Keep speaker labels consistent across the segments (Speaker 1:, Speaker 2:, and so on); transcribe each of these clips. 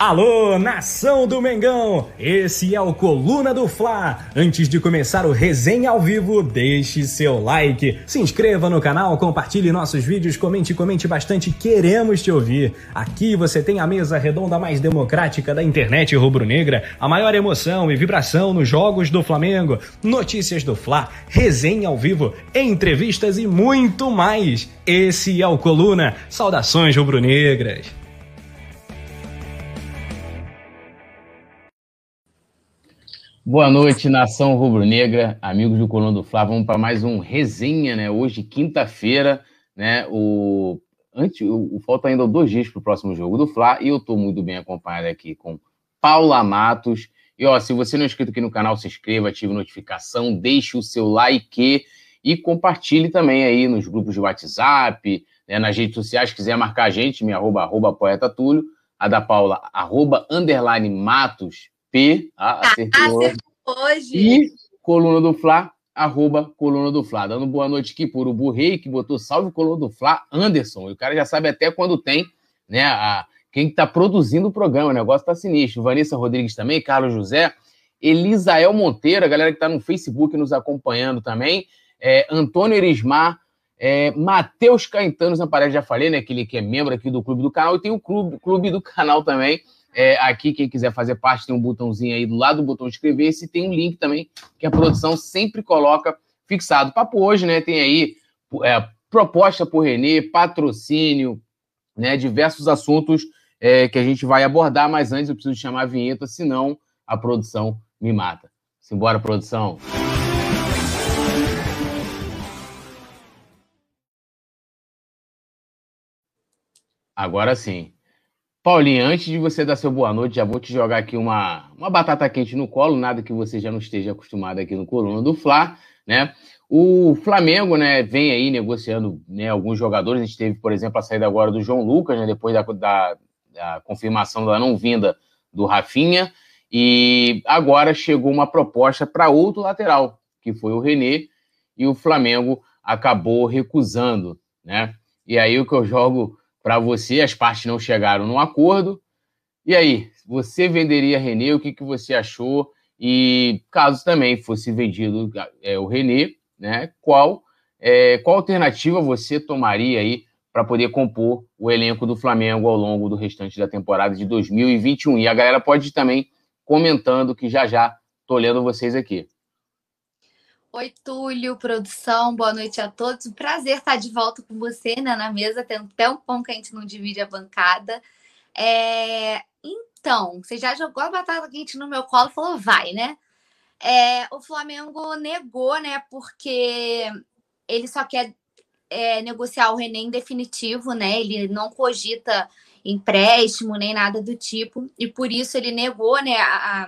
Speaker 1: Alô, nação do Mengão! Esse é o Coluna do Fla. Antes de começar o resenha ao vivo, deixe seu like, se inscreva no canal, compartilhe nossos vídeos, comente bastante, queremos te ouvir. Aqui você tem a mesa redonda mais democrática da internet rubro-negra, a maior emoção e vibração nos jogos do Flamengo, notícias do Fla, resenha ao vivo, entrevistas e muito mais. Esse é o Coluna. Saudações rubro-negras!
Speaker 2: Boa noite, nação rubro-negra, amigos do Coluna do Fla. Vamos para mais um resenha, né? Hoje, quinta-feira, né? Falta ainda 2 dias para o próximo jogo do Fla e eu estou muito bem acompanhado aqui com Paula Matos. E, se você não é inscrito aqui no canal, se inscreva, ative a notificação, deixe o seu like e compartilhe também aí nos grupos de WhatsApp, né? Nas redes sociais, se quiser marcar a gente, minha arroba poeta Túlio, a da Paula, @_Matos, acertou hoje. E Coluna do Fla, @Coluna do Fla. Dando boa noite aqui por Ubu Rei, que botou salve Coluna do Fla, Anderson. E o cara já sabe até quando tem, né, quem tá produzindo o programa. O negócio tá sinistro. Vanessa Rodrigues também, Carlos José, Elisael Monteiro, a galera que tá no Facebook nos acompanhando também, Antônio Erismar, Matheus Caetanos na parede, já falei, né, aquele que é membro aqui do clube do canal, e tem o clube do canal também. Aqui, quem quiser fazer parte, tem um botãozinho aí do lado do botão inscrever-se, tem um link também que a produção sempre coloca fixado. Papo hoje, né? Tem aí proposta por Renê, patrocínio, né? Diversos assuntos que a gente vai abordar, mas antes eu preciso chamar a vinheta, senão a produção me mata. Simbora, produção! Agora sim. Paulinho, antes de você dar seu boa noite, já vou te jogar aqui uma batata quente no colo, nada que você já não esteja acostumado aqui no Coluna do Fla, né? O Flamengo, né, vem aí negociando, né, alguns jogadores. A gente teve, por exemplo, a saída agora do João Lucas, né, depois da confirmação da não vinda do Rafinha, e agora chegou uma proposta para outro lateral, que foi o René, e o Flamengo acabou recusando, né? E aí o que eu jogo para você, as partes não chegaram num acordo. E aí, você venderia René? O que você achou? E caso também fosse vendido o René, né? Qual alternativa você tomaria aí para poder compor o elenco do Flamengo ao longo do restante da temporada de 2021? E a galera pode ir também comentando, que já tô lendo vocês aqui.
Speaker 3: Oi, Túlio, produção, boa noite a todos. Prazer estar de volta com você, né, na mesa. Tem até um pão que a gente não divide a bancada. Então, você já jogou a batata quente no meu colo e falou, vai, né? O Flamengo negou, né, porque ele só quer negociar o René em definitivo, né? Ele não cogita empréstimo nem nada do tipo. E por isso ele negou, né,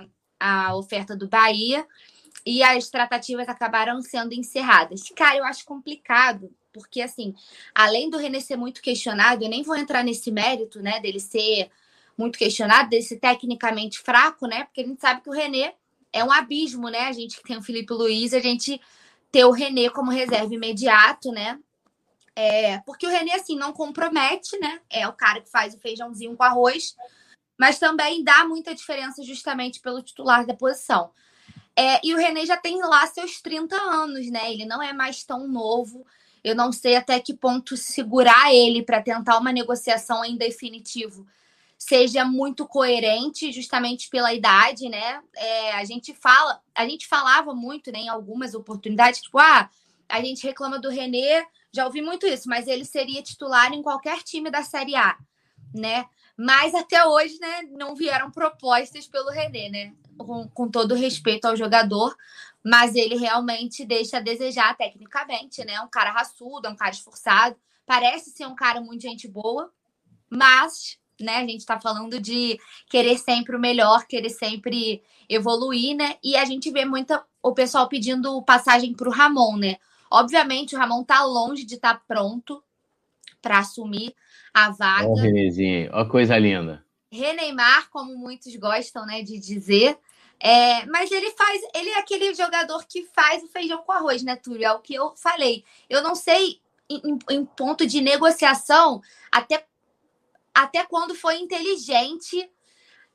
Speaker 3: a oferta do Bahia. E as tratativas acabaram sendo encerradas. Cara, eu acho complicado, porque, assim, além do René ser muito questionado, eu nem vou entrar nesse mérito, né, dele ser muito questionado, dele ser tecnicamente fraco, né, porque a gente sabe que o René é um abismo, né, a gente que tem o Felipe Luiz, a gente ter o René como reserva imediato, né, porque o René, assim, não compromete, né, é o cara que faz o feijãozinho com arroz, mas também dá muita diferença justamente pelo titular da posição. E o René já tem lá seus 30 anos, né? Ele não é mais tão novo. Eu não sei até que ponto segurar ele para tentar uma negociação em definitivo seja muito coerente, justamente pela idade, né? A gente falava muito, né, em algumas oportunidades, tipo, a gente reclama do René, já ouvi muito isso, mas ele seria titular em qualquer time da Série A, né? Mas até hoje, né, não vieram propostas pelo René, né? Com todo respeito ao jogador, mas ele realmente deixa a desejar tecnicamente, né? Um cara raçudo, um cara esforçado, parece ser um cara muito gente boa, mas, né, a gente tá falando de querer sempre o melhor, querer sempre evoluir, né? E a gente vê o pessoal pedindo passagem pro Ramon, né? Obviamente, o Ramon tá longe de estar pronto para assumir a vaga.
Speaker 2: Ó, Renézinho, ó, coisa linda.
Speaker 3: Reneymar, como muitos gostam, né, de dizer. Mas ele é aquele jogador que faz o feijão com arroz, né, Túlio? É o que eu falei. Eu não sei, em ponto de negociação, até quando foi inteligente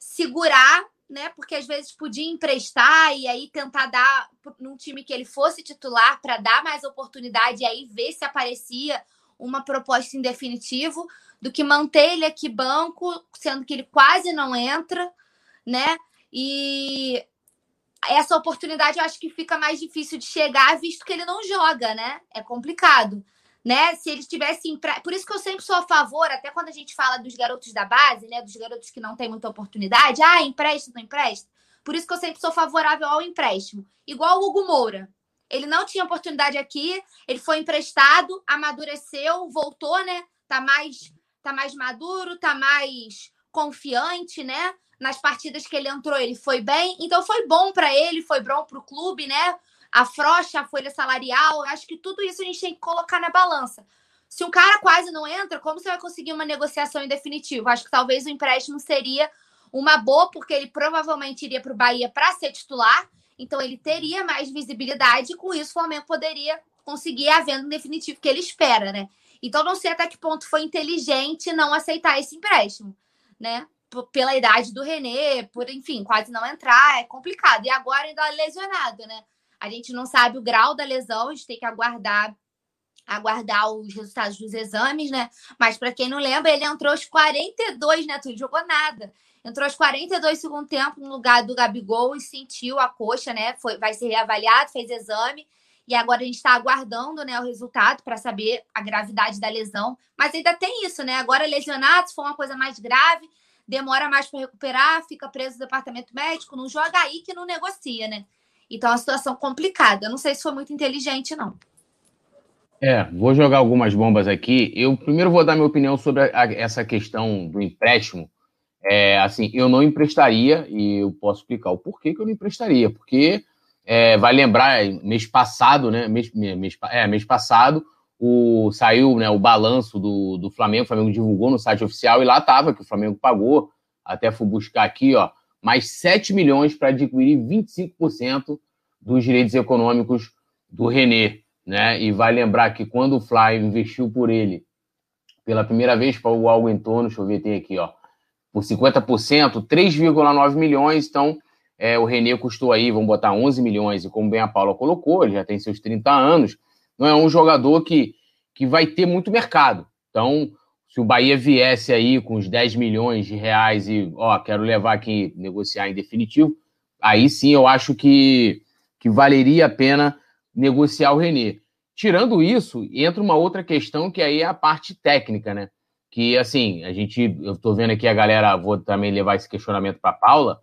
Speaker 3: segurar, né? Porque às vezes podia emprestar e aí tentar dar num time que ele fosse titular para dar mais oportunidade e aí ver se aparecia uma proposta em definitivo, do que manter ele aqui banco, sendo que ele quase não entra, né? E essa oportunidade eu acho que fica mais difícil de chegar, visto que ele não joga, né? É complicado, né? Se ele tivesse... Por isso que eu sempre sou a favor, até quando a gente fala dos garotos da base, né? Dos garotos que não têm muita oportunidade. Ah, empresta, não empresta? Por isso que eu sempre sou favorável ao empréstimo. Igual o Hugo Moura. Ele não tinha oportunidade aqui, ele foi emprestado, amadureceu, voltou, né? Tá mais maduro, tá mais confiante, né? Nas partidas que ele entrou, ele foi bem. Então, foi bom para ele, foi bom para o clube, né? Afrouxa a folha salarial. Acho que tudo isso a gente tem que colocar na balança. Se um cara quase não entra, como você vai conseguir uma negociação em definitivo? Acho que talvez o empréstimo seria uma boa, porque ele provavelmente iria para o Bahia para ser titular. Então, ele teria mais visibilidade e, com isso, o Flamengo poderia conseguir a venda em definitivo que ele espera, né? Então, não sei até que ponto foi inteligente não aceitar esse empréstimo, né? Pela idade do René, por, enfim, quase não entrar, é complicado. E agora ainda lesionado, né? A gente não sabe o grau da lesão, a gente tem que aguardar os resultados dos exames, né? Mas, para quem não lembra, ele entrou aos 42, né? Não jogou nada. Entrou aos 42 segundo tempo no lugar do Gabigol e sentiu a coxa, né? Vai ser reavaliado, fez exame. E agora a gente está aguardando, né, o resultado para saber a gravidade da lesão. Mas ainda tem isso, né? Agora lesionado, se for uma coisa mais grave, demora mais para recuperar, fica preso no departamento médico, não joga aí que não negocia, né? Então é uma situação complicada. Eu não sei se foi muito inteligente, não.
Speaker 2: Vou jogar algumas bombas aqui. Eu primeiro vou dar minha opinião sobre essa questão do empréstimo. Assim, eu não emprestaria, e eu posso explicar o porquê que eu não emprestaria. Porque, vai lembrar, mês passado, né? Mês passado, saiu, né, o balanço do Flamengo. O Flamengo divulgou no site oficial e lá estava que o Flamengo pagou, até fui buscar aqui, ó, mais 7 milhões para adquirir 25% dos direitos econômicos do René, né? E vai lembrar que quando o Fla investiu por ele pela primeira vez, para algo em torno, deixa eu ver, tem aqui, ó, por 50%, 3,9 milhões, então o René custou aí, vamos botar 11 milhões, e como bem a Paula colocou, ele já tem seus 30 anos, não é um jogador que vai ter muito mercado. Então, se o Bahia viesse aí com os 10 milhões de reais e, quero levar aqui, negociar em definitivo, aí sim eu acho que valeria a pena negociar o René. Tirando isso, entra uma outra questão que aí é a parte técnica, né? Que, assim, eu tô vendo aqui a galera, vou também levar esse questionamento para a Paula,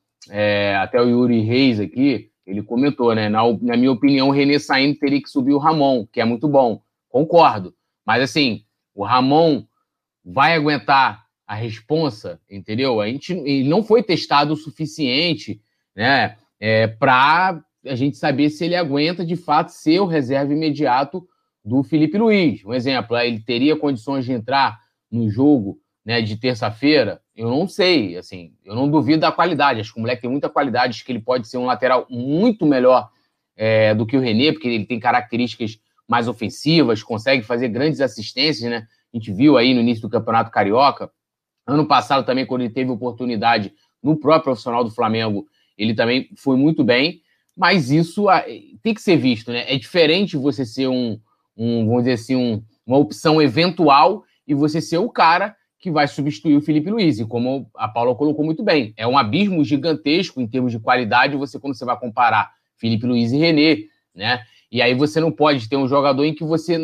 Speaker 2: até o Yuri Reis aqui, ele comentou, né? Na minha opinião, o René saindo teria que subir o Ramon, que é muito bom. Concordo. Mas, assim, o Ramon vai aguentar a responsa, entendeu? Ele não foi testado o suficiente, né? Para a gente saber se ele aguenta, de fato, ser o reserva imediato do Felipe Luiz. Um exemplo, ele teria condições de entrar no jogo, né, de terça-feira? Eu não sei, assim, eu não duvido da qualidade. Acho que o moleque tem muita qualidade, acho que ele pode ser um lateral muito melhor do que o René, porque ele tem características mais ofensivas, consegue fazer grandes assistências, né? A gente viu aí no início do Campeonato Carioca. Ano passado também, quando ele teve oportunidade no próprio profissional do Flamengo, ele também foi muito bem, mas isso tem que ser visto, né? É diferente você ser vamos dizer assim, uma opção eventual e você ser o cara que vai substituir o Felipe Luiz. E como a Paula colocou muito bem, é um abismo gigantesco em termos de qualidade quando você vai comparar Felipe Luiz e René, né? E aí você não pode ter um jogador em que você...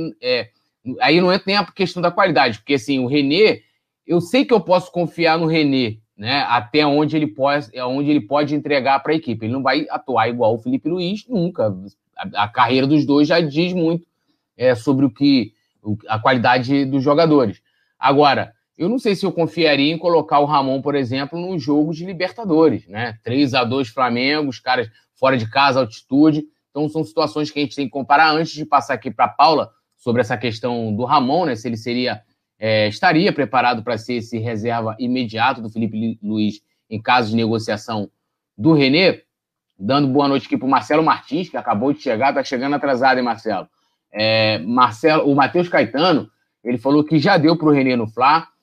Speaker 2: Aí não entra nem a questão da qualidade, porque assim, o René, eu sei que eu posso confiar no René, né? Até onde ele pode entregar para a equipe. Ele não vai atuar igual o Felipe Luiz nunca. A carreira dos dois já diz muito sobre a qualidade dos jogadores. Agora, eu não sei se eu confiaria em colocar o Ramon, por exemplo, num jogo de Libertadores, né? 3-2 Flamengo, os caras fora de casa, altitude. Então são situações que a gente tem que comparar. Antes de passar aqui para a Paula sobre essa questão do Ramon, né? Se ele estaria preparado para ser esse reserva imediato do Felipe Luiz em caso de negociação do René. Dando boa noite aqui para o Marcelo Martins, que acabou de chegar, está chegando atrasado, hein, Marcelo? O Matheus Caetano, ele falou que já deu para o René no Fla,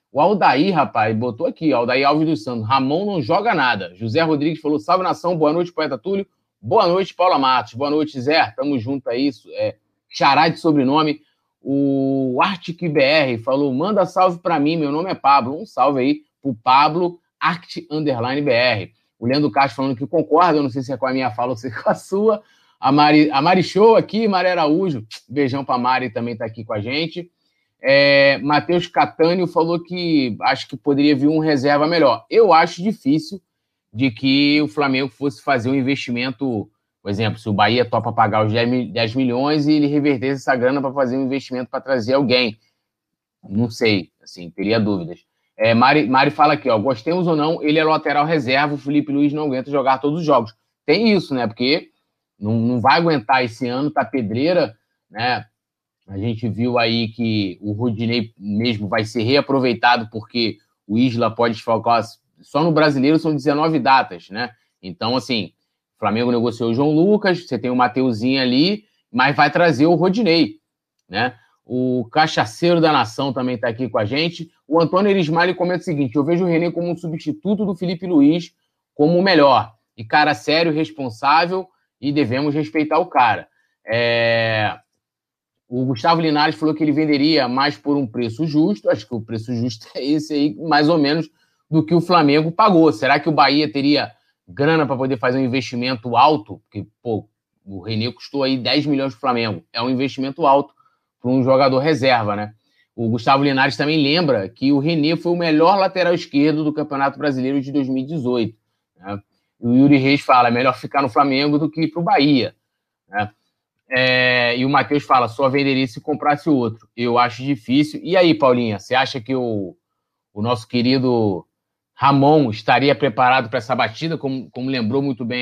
Speaker 2: O Aldair, rapaz, botou aqui, Aldair Alves dos Santos. Ramon não joga nada. José Rodrigues falou, salve nação, boa noite, poeta Túlio. Boa noite, Paula Matos. Boa noite, Zé. Tamo junto aí. Xará de sobrenome. O Arctic BR falou, manda salve pra mim, meu nome é Pablo. Um salve aí pro Pablo Arct_BR. O Leandro Castro falando que concorda, eu não sei se é com a minha fala ou se é com a sua. A Mari Show aqui, Mari Araújo. Beijão pra Mari, também tá aqui com a gente. Matheus Catânio falou que acho que poderia vir um reserva melhor. Eu acho difícil de que o Flamengo fosse fazer um investimento, por exemplo, se o Bahia topa pagar os 10 milhões e ele revertesse essa grana para fazer um investimento para trazer alguém. Não sei, assim, teria dúvidas. Mari fala aqui, ó, gostemos ou não, ele é lateral reserva, o Felipe Luiz não aguenta jogar todos os jogos. Tem isso, né? Porque não vai aguentar esse ano, tá pedreira, né? A gente viu aí que o Rodinei mesmo vai ser reaproveitado porque o Isla pode desfalcar. Só no Brasileiro são 19 datas, né? Então, assim, o Flamengo negociou o João Lucas, você tem o Mateuzinho ali, mas vai trazer o Rodinei, né? O Cachaceiro da Nação também está aqui com a gente. O Antônio Erismali comenta o seguinte, eu vejo o René como um substituto do Felipe Luiz, como o melhor. E cara sério, responsável, e devemos respeitar o cara. O Gustavo Linares falou que ele venderia mais por um preço justo. Acho que o preço justo é esse aí, mais ou menos, do que o Flamengo pagou. Será que o Bahia teria grana para poder fazer um investimento alto? Porque, pô, o René custou aí 10 milhões para o Flamengo. É um investimento alto para um jogador reserva, né? O Gustavo Linares também lembra que o René foi o melhor lateral esquerdo do Campeonato Brasileiro de 2018. Né? O Yuri Reis fala, é melhor ficar no Flamengo do que ir para o Bahia, né? E o Matheus fala, só venderia se comprasse outro. Eu acho difícil. E aí, Paulinha, você acha que o nosso querido Ramon estaria preparado para essa batida? Como lembrou muito bem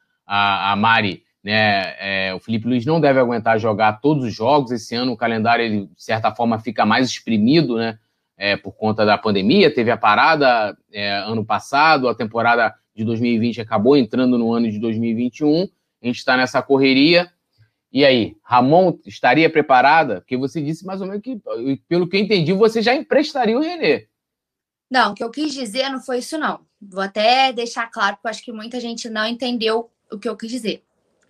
Speaker 2: a Mari, né? O Felipe Luiz não deve aguentar jogar todos os jogos. Esse ano o calendário, ele, de certa forma, fica mais exprimido, né? Por conta da pandemia. Teve a parada ano passado, a temporada de 2020 acabou entrando no ano de 2021. A gente está nessa correria. E aí, Ramon estaria preparada? Porque você disse mais ou menos que, pelo que eu entendi, você já emprestaria o René.
Speaker 3: Não, o que eu quis dizer não foi isso, não. Vou até deixar claro, porque eu acho que muita gente não entendeu o que eu quis dizer.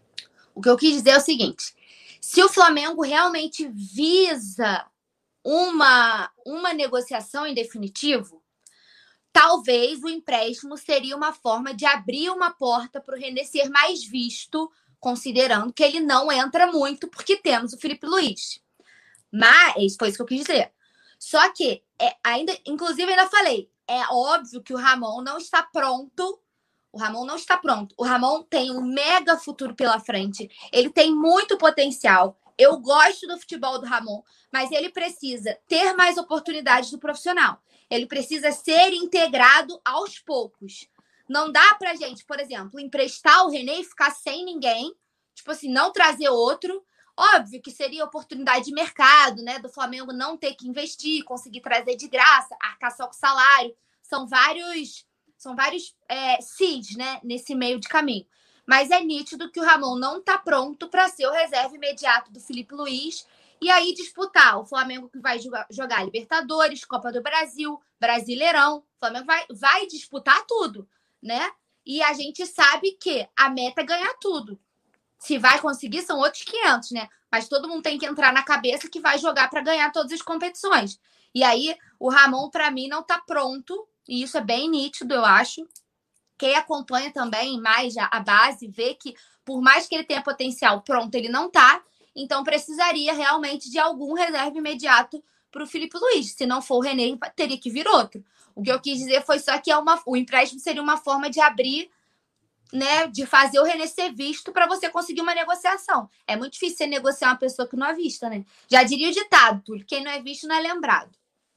Speaker 3: O que eu quis dizer é o seguinte, se o Flamengo realmente visa uma negociação em definitivo, talvez o empréstimo seria uma forma de abrir uma porta para o René ser mais visto, considerando que ele não entra muito, porque temos o Felipe Luiz. Mas, foi isso que eu quis dizer. Só que, inclusive, ainda falei, é óbvio que o Ramon não está pronto. O Ramon não está pronto. O Ramon tem um mega futuro pela frente. Ele tem muito potencial. Eu gosto do futebol do Ramon, mas ele precisa ter mais oportunidades do profissional. Ele precisa ser integrado aos poucos. Não dá pra gente, por exemplo, emprestar o René e ficar sem ninguém, tipo assim, não trazer outro. Óbvio que seria oportunidade de mercado, né? Do Flamengo não ter que investir, conseguir trazer de graça, arcar só com salário. São vários cis, né? Nesse meio de caminho. Mas é nítido que o Ramon não tá pronto para ser o reserva imediato do Felipe Luiz. E aí disputar o Flamengo que vai jogar Libertadores, Copa do Brasil, Brasileirão. O Flamengo vai disputar tudo, né? E a gente sabe que a meta é ganhar tudo. Se vai conseguir, são outros 500, né? Mas todo mundo tem que entrar na cabeça que vai jogar para ganhar todas as competições. E aí, o Ramon, para mim, não tá pronto. E isso é bem nítido, eu acho. Quem acompanha também mais a base vê que, por mais que ele tenha potencial, pronto, ele não tá. Então, precisaria realmente de algum reserva imediato para o Felipe Luiz. Se não for o René, teria que vir outro. O que eu quis dizer foi só que o empréstimo seria uma forma de abrir, né, de fazer o René ser visto para você conseguir uma negociação. É muito difícil você negociar uma pessoa que não é vista, né? Já diria o ditado, Túlio, quem não é visto não é lembrado.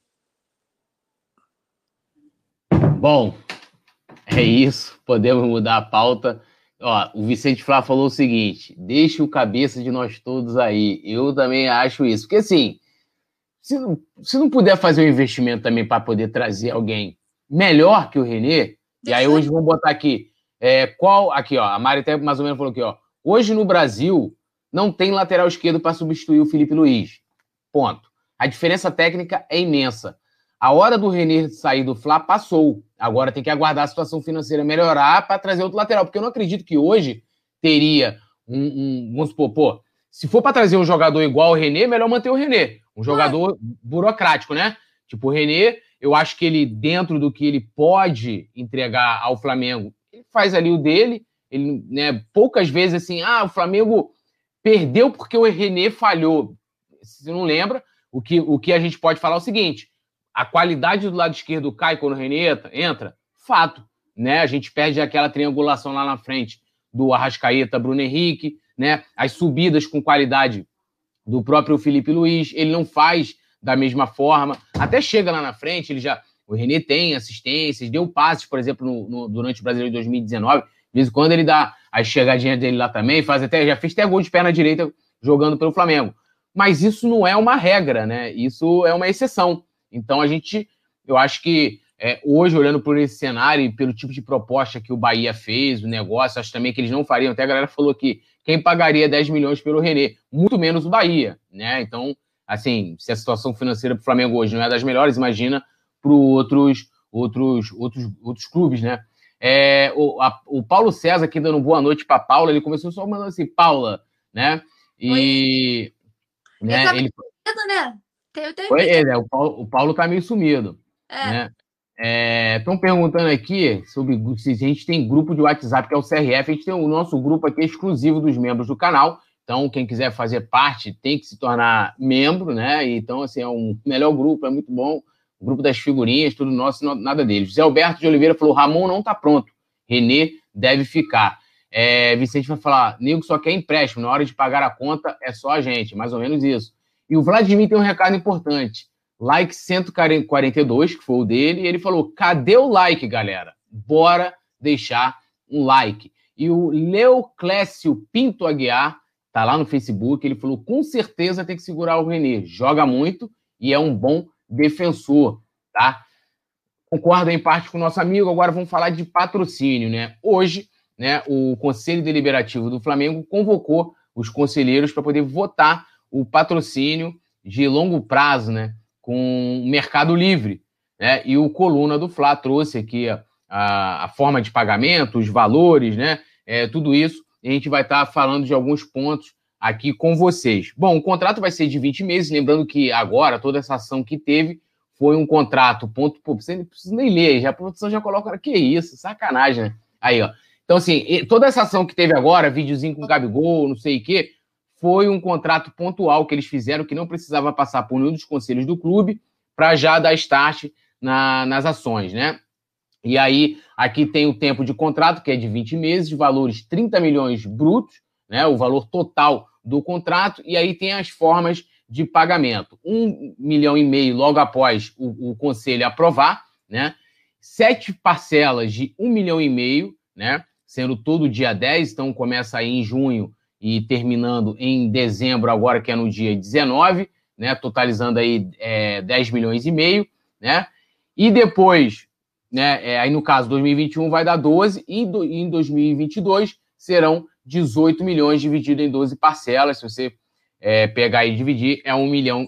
Speaker 2: Bom, é isso. Podemos mudar a pauta. Ó, o Vicente Flá falou o seguinte, deixa o cabeça de nós todos aí. Eu também acho isso. Porque assim, se não puder fazer um investimento também para poder trazer alguém melhor que o René, e aí hoje vamos botar aqui, aqui, ó, a Mari até mais ou menos falou aqui, ó, hoje no Brasil não tem lateral esquerdo para substituir o Felipe Luiz. Ponto. A diferença técnica é imensa. A hora do René sair do Fla passou. Agora tem que aguardar a situação financeira melhorar para trazer outro lateral. Porque eu não acredito que hoje teria vamos supor, pô, se for para trazer um jogador igual ao René, melhor manter o René. Um jogador burocrático, né? Tipo, o René, eu acho que ele, dentro do que ele pode entregar ao Flamengo, ele faz ali o dele. Ele, né, poucas vezes assim, o Flamengo perdeu porque o René falhou. Se não lembra, o que a gente pode falar é o seguinte: a qualidade do lado esquerdo cai quando o René entra, fato, né? A gente perde aquela triangulação lá na frente do Arrascaeta, Bruno Henrique, né? As subidas com qualidade do próprio Felipe Luiz, ele não faz da mesma forma, até chega lá na frente, o René tem assistências, deu passes, por exemplo, durante o Brasileiro de 2019, de vez em quando ele dá as chegadinhas dele lá também, já fez até gol de perna direita jogando pelo Flamengo. Mas isso não é uma regra, né? Isso é uma exceção. Então, eu acho que hoje, olhando por esse cenário e pelo tipo de proposta que o Bahia fez, o negócio, acho também que eles não fariam. Até a galera falou que quem pagaria 10 milhões pelo René? Muito menos o Bahia, né? Então, assim, se a situação financeira para o Flamengo hoje não é das melhores, imagina para outros clubes, né? O Paulo César aqui dando boa noite para Paula, ele começou só mandando assim, Paula, né? E... né, ele...
Speaker 3: né?
Speaker 2: O Paulo tá meio sumido, né? Estão perguntando aqui sobre se a gente tem grupo de WhatsApp, que é o CRF. A gente tem o nosso grupo aqui exclusivo dos membros do canal. Então, quem quiser fazer parte tem que se tornar membro, né? Então, assim, é um melhor grupo, é muito bom. O grupo das figurinhas, tudo nosso, nada deles. José Alberto de Oliveira falou: Ramon não tá pronto. René deve ficar. Vicente vai falar: Nego só quer empréstimo. Na hora de pagar a conta, é só a gente. Mais ou menos isso. E o Vladimir tem um recado importante. Like 142, que foi o dele, e ele falou: cadê o like, galera? Bora deixar um like. E o Leoclécio Pinto Aguiar, tá lá no Facebook, ele falou: com certeza tem que segurar o René. Joga muito e é um bom defensor, tá? Concordo em parte com o nosso amigo. Agora vamos falar de patrocínio, né? Hoje, né, o Conselho Deliberativo do Flamengo convocou os conselheiros para poder votar o patrocínio de longo prazo, né, com o Mercado Livre, né? E o Coluna do Fla trouxe aqui a forma de pagamento, os valores, né? Tudo isso. E a gente vai estar falando de alguns pontos aqui com vocês. Bom, o contrato vai ser de 20 meses, lembrando que agora toda essa ação que teve foi um contrato, você não precisa nem ler, a produção já coloca, que isso, sacanagem, né? Aí, ó. Então, assim, toda essa ação que teve agora, videozinho com o Gabigol, não sei o quê, foi um contrato pontual que eles fizeram, que não precisava passar por nenhum dos conselhos do clube, para já dar start nas ações, né? E aí, aqui tem o tempo de contrato, que é de 20 meses, valores 30 milhões brutos, né? O valor total do contrato, e aí tem as formas de pagamento. 1,5 milhão logo após o conselho aprovar, né? 7 parcelas de 1,5 milhão, né? Sendo todo dia 10, então começa aí em junho e terminando em dezembro, agora que é no dia 19, né? Totalizando aí 10,5 milhões, né? E depois, né? Aí no caso 2021 vai dar 12 e em 2022 serão 18 milhões dividido em 12 parcelas. Se você pegar e dividir, é 1,5 milhão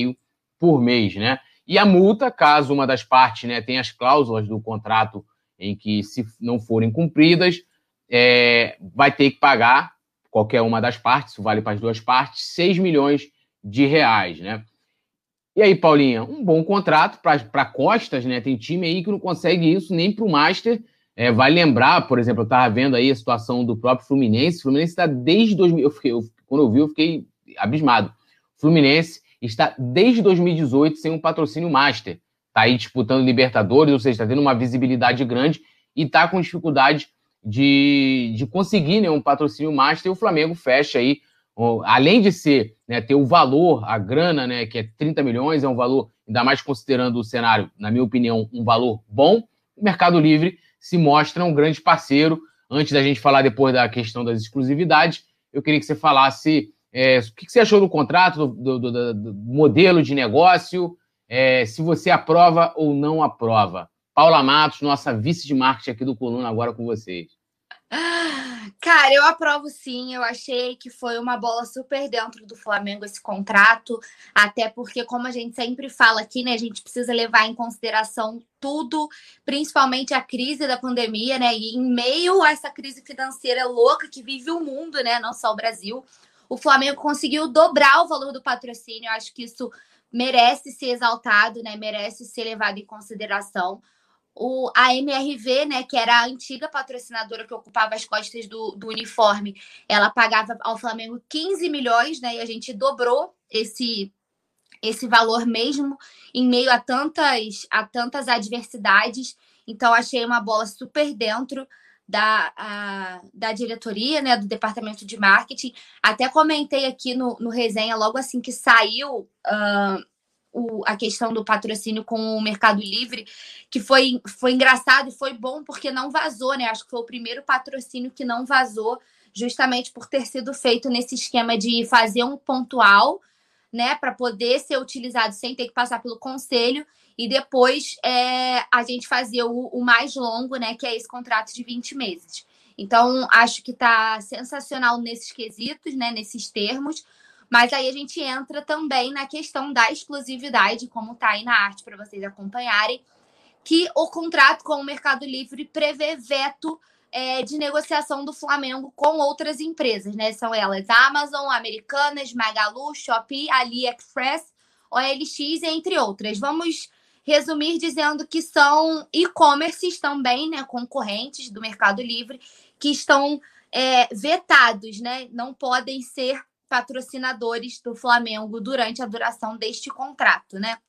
Speaker 2: por mês, né? E a multa, caso uma das partes, né, tenha as cláusulas do contrato em que, se não forem cumpridas, vai ter que pagar, qualquer uma das partes, isso vale para as duas partes, 6 milhões de reais, né? E aí, Paulinha, um bom contrato para costas, né? Tem time aí que não consegue isso nem para o Master. Vai lembrar, por exemplo, eu estava vendo aí a situação do próprio Fluminense. O Fluminense está desde 2000. Quando eu vi, eu fiquei abismado. O Fluminense está desde 2018 sem um patrocínio Master. Está aí disputando Libertadores, ou seja, está tendo uma visibilidade grande e está com dificuldade de conseguir, né, um patrocínio Master. E o Flamengo fecha aí, além de ser, né, ter o valor, a grana, né, que é 30 milhões, é um valor, ainda mais considerando o cenário, na minha opinião, um valor bom. O Mercado Livre se mostra um grande parceiro. Antes da gente falar depois da questão das exclusividades, eu queria que você falasse o que você achou do contrato, do modelo de negócio, se você aprova ou não aprova. Paula Matos, nossa vice de marketing aqui do Coluna, agora com vocês.
Speaker 3: Cara, eu aprovo sim. Eu achei que foi uma bola super dentro do Flamengo esse contrato. Até porque, como a gente sempre fala aqui, né? A gente precisa levar em consideração tudo, principalmente a crise da pandemia, né? E em meio a essa crise financeira louca que vive o mundo, né? Não só o Brasil, o Flamengo conseguiu dobrar o valor do patrocínio. Eu acho que isso merece ser exaltado, né? Merece ser levado em consideração. A MRV, né, que era a antiga patrocinadora que ocupava as costas do uniforme, ela pagava ao Flamengo 15 milhões, né, e a gente dobrou esse valor mesmo em meio a tantas adversidades. Então, achei uma bola super dentro da diretoria, né, do departamento de marketing. Até comentei aqui no resenha, logo assim que saiu a questão do patrocínio com o Mercado Livre, que foi engraçado e foi bom porque não vazou, né? Acho que foi o primeiro patrocínio que não vazou, justamente por ter sido feito nesse esquema de fazer um pontual, né? Para poder ser utilizado sem ter que passar pelo conselho, e depois a gente fazer o mais longo, né? Que é esse contrato de 20 meses. Então, acho que tá sensacional nesses quesitos, né? Nesses termos. Mas aí a gente entra também na questão da exclusividade, como está aí na arte para vocês acompanharem, que o contrato com o Mercado Livre prevê veto de negociação do Flamengo com outras empresas, né? São elas Amazon, Americanas, Magalu, Shopee, AliExpress, OLX, entre outras. Vamos resumir dizendo que são e-commerces também, né? Concorrentes do Mercado Livre, que estão vetados, né? Não podem ser patrocinadores do Flamengo durante a duração deste contrato, né?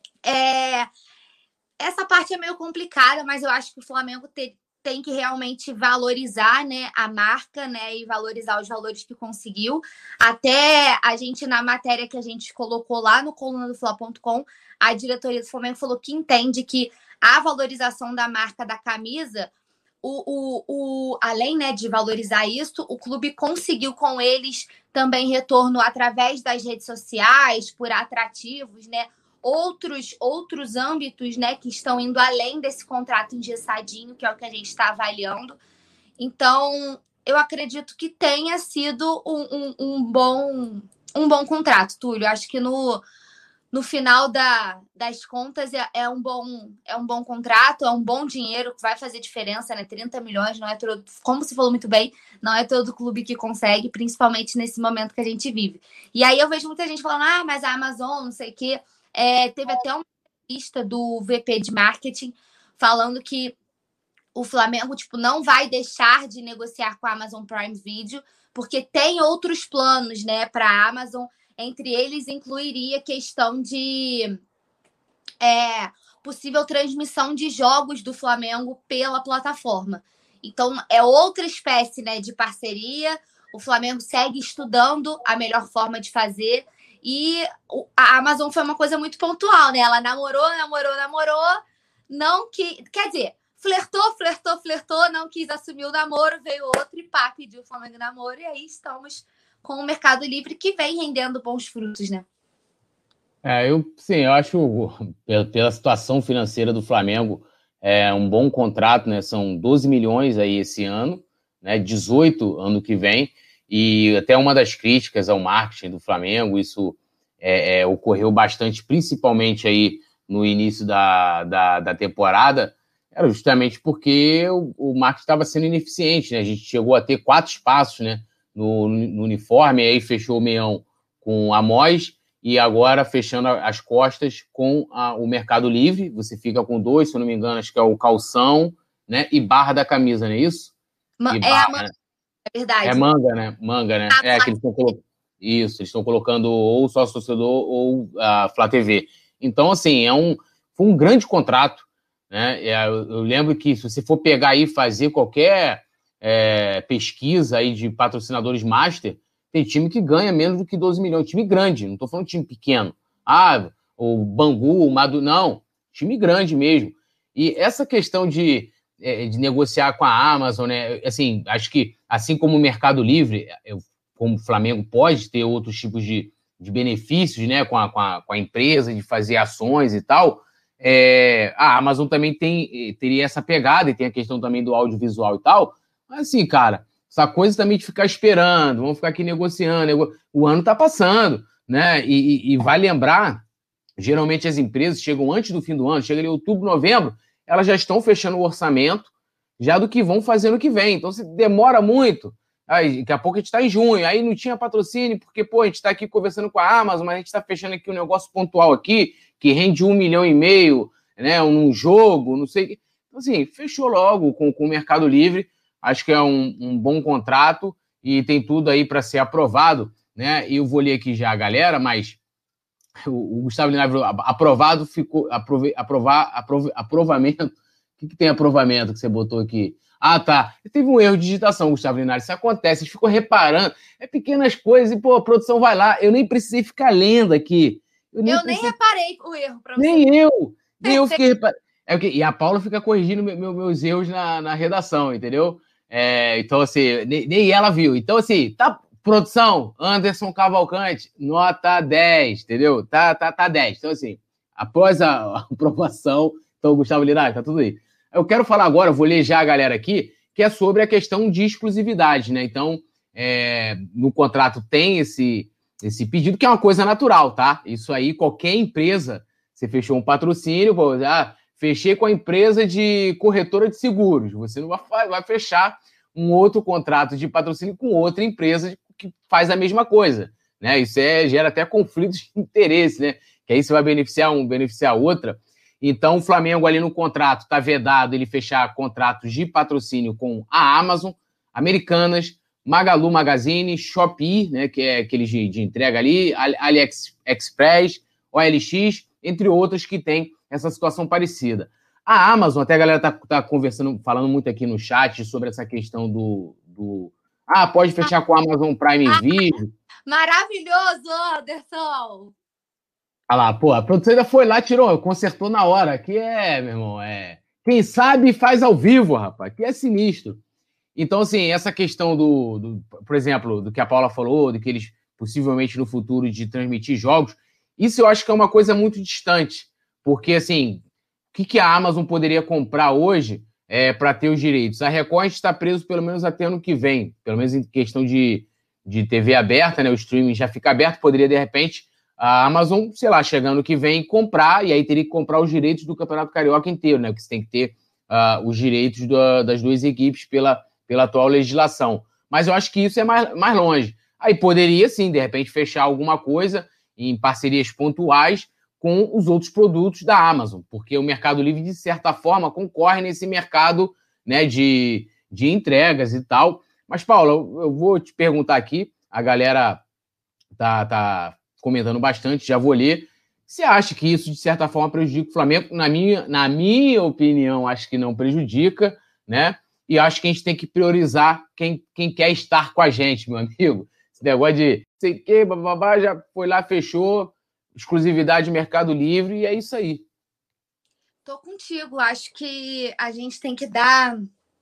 Speaker 3: Essa parte é meio complicada, mas eu acho que o Flamengo tem que realmente valorizar, né, a marca, né, e valorizar os valores que conseguiu. Até a gente, na matéria que a gente colocou lá no colunadofla.com, a diretoria do Flamengo falou que entende que a valorização da marca da camisa, além, né, de valorizar isso, o clube conseguiu com eles também retorno através das redes sociais, por atrativos, né? Outros âmbitos, né, que estão indo além desse contrato engessadinho, que é o que a gente está avaliando. Então, eu acredito que tenha sido um bom contrato, Túlio. Acho que no final das contas é um bom contrato, é um bom dinheiro que vai fazer diferença, né? 30 milhões, não é todo, como você falou muito bem, não é todo clube que consegue, principalmente nesse momento que a gente vive. E aí eu vejo muita gente falando, mas a Amazon, não sei o quê. Teve até uma entrevista do VP de marketing falando que o Flamengo não vai deixar de negociar com a Amazon Prime Video, porque tem outros planos, né, para a Amazon. Entre eles, incluiria questão de possível transmissão de jogos do Flamengo pela plataforma. Então, é outra espécie, né, de parceria. O Flamengo segue estudando a melhor forma de fazer. E a Amazon foi uma coisa muito pontual, né? Ela namorou, não que... Quer dizer, flertou, não quis assumir o namoro, veio outro e pá, pediu o Flamengo namoro. E aí estamos com o Mercado Livre, que vem rendendo bons frutos, né?
Speaker 2: Eu acho, pela situação financeira do Flamengo, um bom contrato, né? São 12 milhões aí esse ano, né? 18 ano que vem, e até uma das críticas ao marketing do Flamengo, isso ocorreu bastante, principalmente aí no início da temporada, era justamente porque o marketing estava sendo ineficiente, né? A gente chegou a ter 4 espaços, né? No uniforme, aí fechou o meião com a Mois e agora fechando as costas com o Mercado Livre. Você fica com 2, se eu não me engano, acho que é o calção, né? E barra da camisa, não é isso?
Speaker 3: A manga, é verdade.
Speaker 2: É manga, né? Manga, né? Que eles estão colocando. Isso, eles estão colocando ou sócio torcedor ou a Flá TV. Então, assim, foi um grande contrato, né? Eu lembro que se você for pegar aí e fazer qualquer pesquisa aí de patrocinadores master, tem time que ganha menos do que 12 milhões. Time grande, não estou falando de time pequeno. O Bangu, o Madu... Não, time grande mesmo. E essa questão de negociar com a Amazon, né? Assim, acho que, assim como o Mercado Livre, como o Flamengo pode ter outros tipos de benefícios, né? Com a empresa, de fazer ações e tal, a Amazon também teria essa pegada, e tem a questão também do audiovisual e tal. Assim, cara, essa coisa também de ficar esperando, vamos ficar aqui negociando, o ano tá passando, né? E vai lembrar, geralmente as empresas chegam antes do fim do ano, chega ali outubro, novembro, elas já estão fechando o orçamento já do que vão fazer no que vem. Então, se demora muito, aí, daqui a pouco a gente está em junho, aí não tinha patrocínio, porque, pô, a gente está aqui conversando com a Amazon, mas a gente está fechando aqui um negócio pontual aqui, que rende 1,5 milhão, né, num jogo, não sei o que. Então, assim, fechou logo com o Mercado Livre, acho que é um bom contrato e tem tudo aí para ser aprovado, né, e eu vou ler aqui já a galera, mas o Gustavo Linhares aprovado, ficou, aprovamento, o que tem aprovamento que você botou aqui? Ah, tá. Teve um erro de digitação, Gustavo Linhares. Isso acontece, a gente ficou reparando. É pequenas coisas e, pô, a produção vai lá. Eu nem precisei ficar lendo aqui.
Speaker 3: Eu nem reparei o erro pra você.
Speaker 2: Nem eu fiquei reparando. E a Paula fica corrigindo meus erros na redação, entendeu? Então, assim, nem ela viu. Então, assim, tá, produção, Anderson Cavalcante, nota 10, entendeu? Tá 10. Então, assim, após a aprovação, então, Gustavo Linhares, tá tudo aí. Eu quero falar agora, vou ler já a galera aqui, que é sobre a questão de exclusividade, né? Então, no contrato tem esse pedido, que é uma coisa natural, tá? Isso aí, qualquer empresa, você fechou um patrocínio, pô, fechei com a empresa de corretora de seguros, você não vai fechar um outro contrato de patrocínio com outra empresa que faz a mesma coisa, né? Isso gera até conflitos de interesse, né? Que aí você vai beneficiar um, beneficiar outra. Então, o Flamengo ali no contrato está vedado ele fechar contratos de patrocínio com a Amazon, Americanas, Magalu Magazine, Shopee, né, que é aqueles de entrega ali, AliExpress, OLX, entre outros que tem essa situação parecida. A Amazon, até a galera tá conversando, falando muito aqui no chat sobre essa questão pode fechar com a Amazon Prime Video.
Speaker 3: Maravilhoso, Anderson!
Speaker 2: Olha lá, pô, a produção ainda foi lá, consertou na hora. Aqui meu irmão, quem sabe faz ao vivo, rapaz. Aqui é sinistro. Então, assim, essa questão por exemplo, do que a Paula falou, de que eles possivelmente no futuro de transmitir jogos, isso eu acho que é uma coisa muito distante. Porque, assim, o que a Amazon poderia comprar hoje para ter os direitos? A Record está preso pelo menos até ano que vem, pelo menos em questão de TV aberta, né? O streaming já fica aberto, poderia, de repente, a Amazon, sei lá, chegando que vem comprar, e aí teria que comprar os direitos do Campeonato Carioca inteiro, né? Porque você tem que ter os direitos das duas equipes pela atual legislação. Mas eu acho que isso é mais longe. Aí poderia, sim, de repente, fechar alguma coisa em parcerias pontuais com os outros produtos da Amazon, porque o Mercado Livre, de certa forma, concorre nesse mercado, né, de entregas e tal. Mas, Paula, eu vou te perguntar aqui, a galera tá comentando bastante, já vou ler. Você acha que isso, de certa forma, prejudica o Flamengo? Na minha opinião, acho que não prejudica, né? E acho que a gente tem que priorizar quem quer estar com a gente, meu amigo. Esse negócio de sei que, bababá, já foi lá, fechou, exclusividade Mercado Livre, e é isso aí.
Speaker 3: Tô contigo. Acho que a gente tem que dar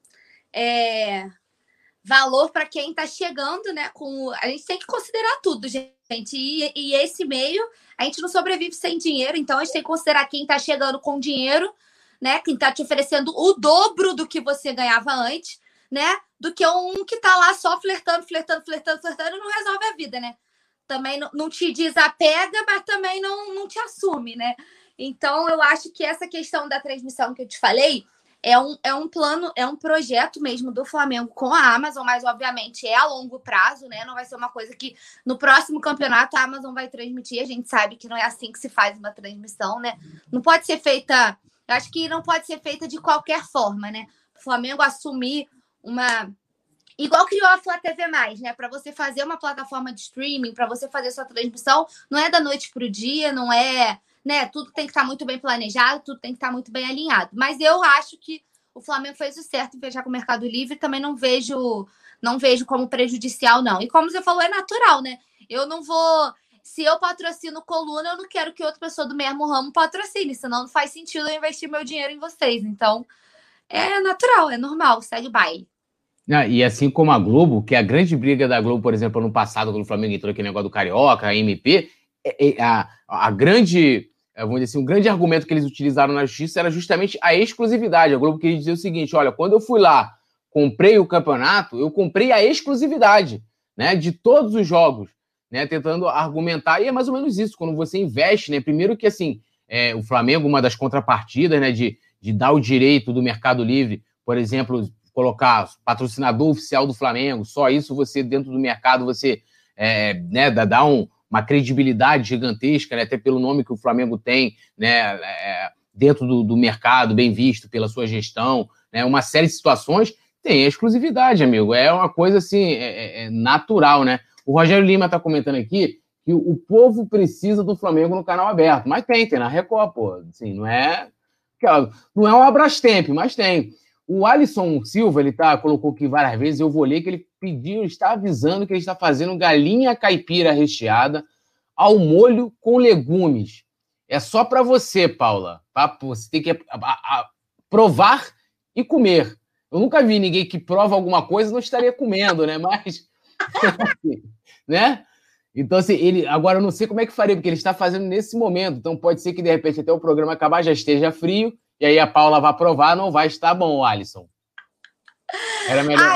Speaker 3: valor para quem está chegando, né? A gente tem que considerar tudo, gente. E esse meio, a gente não sobrevive sem dinheiro, então a gente tem que considerar quem está chegando com dinheiro, né? Quem está te oferecendo o dobro do que você ganhava antes, né? Do que um que está lá só flertando e não resolve a vida, né? Também não te desapega, mas também não te assume, né? Então, eu acho que essa questão da transmissão que eu te falei é um plano, é um projeto mesmo do Flamengo com a Amazon, mas obviamente é a longo prazo, né? Não vai ser uma coisa que no próximo campeonato a Amazon vai transmitir. A gente sabe que não é assim que se faz uma transmissão, né? Não pode ser feita, eu acho que não pode ser feita de qualquer forma, né? O Flamengo assumir igual criou a Flá TV+, né? Para você fazer uma plataforma de streaming, para você fazer sua transmissão, não é da noite para o dia, não é, né? Tudo tem que estar muito bem planejado, tudo tem que estar muito bem alinhado. Mas eu acho que o Flamengo fez o certo em fechar com o Mercado Livre, também não vejo como prejudicial, não. E como você falou, é natural, né? Eu não vou... Se eu patrocino Coluna, eu não quero que outra pessoa do mesmo ramo patrocine, senão não faz sentido eu investir meu dinheiro em vocês. Então, é natural, é normal, segue o baile.
Speaker 2: E assim como a Globo, que a grande briga da Globo, por exemplo, ano passado, quando o Flamengo entrou aquele negócio do Carioca, a MP, a grande, vamos dizer assim, um grande argumento que eles utilizaram na justiça era justamente a exclusividade. A Globo queria dizer o seguinte, olha, quando eu fui lá comprei o campeonato, eu comprei a exclusividade, né, de todos os jogos, né, tentando argumentar, e é mais ou menos isso, quando você investe, né, primeiro que, assim, o Flamengo, uma das contrapartidas, né, de dar o direito do Mercado Livre, por exemplo, colocar patrocinador oficial do Flamengo, só isso você, dentro do mercado, você né, dá uma credibilidade gigantesca, né, até pelo nome que o Flamengo tem, né, dentro do mercado, bem visto pela sua gestão, né, uma série de situações, tem exclusividade, amigo, é uma coisa assim, natural, né? O Rogério Lima está comentando aqui que o povo precisa do Flamengo no canal aberto, mas tem na Record, pô, assim, não é um Abrastemp, mas tem. O Alisson Silva, ele colocou aqui várias vezes, eu vou ler que ele pediu, está avisando que ele está fazendo galinha caipira recheada ao molho com legumes. É só para você, Paula. Você tem que provar e comer. Eu nunca vi ninguém que prova alguma coisa e não estaria comendo, né? Mas, né? Então, assim, agora eu não sei como é que faria, porque ele está fazendo nesse momento. Então, pode ser que, de repente, até o programa acabar, já esteja frio, e aí a Paula vai provar, não vai estar bom, Alisson. Era melhor...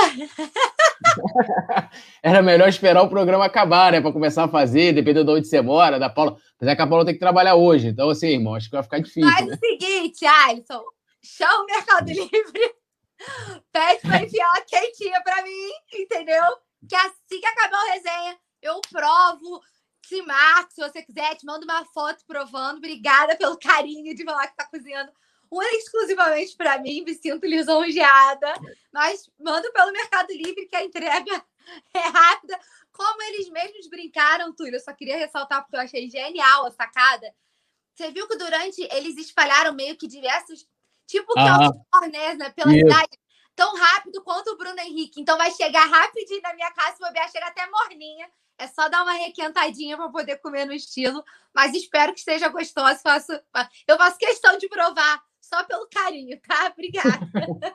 Speaker 2: Era melhor esperar o programa acabar, né? Para começar a fazer, dependendo de onde você mora, da Paula. Apesar que a Paula tem que trabalhar hoje. Então, assim, irmão, acho que vai ficar difícil.
Speaker 3: Faz o seguinte, Alisson. Chama o Mercado Livre, pede para enfiar uma quentinha para mim, entendeu? Que assim que acabar o resenha, eu provo, te marco, se você quiser, te mando uma foto provando. Obrigada pelo carinho de falar que tá cozinhando exclusivamente para mim, me sinto lisonjeada. Mas mando pelo Mercado Livre, que a entrega é rápida. Como eles mesmos brincaram, Túlio, eu só queria ressaltar porque eu achei genial a sacada. Você viu que eles espalharam meio que diversos, tipo que outdoor, né, pela cidade, tão rápido quanto o Bruno Henrique. Então vai chegar rapidinho na minha casa, se bobear, chega até morninha. É só dar uma requentadinha para poder comer no estilo. Mas espero que esteja gostoso. Eu faço questão de provar, só pelo carinho, tá? Obrigada.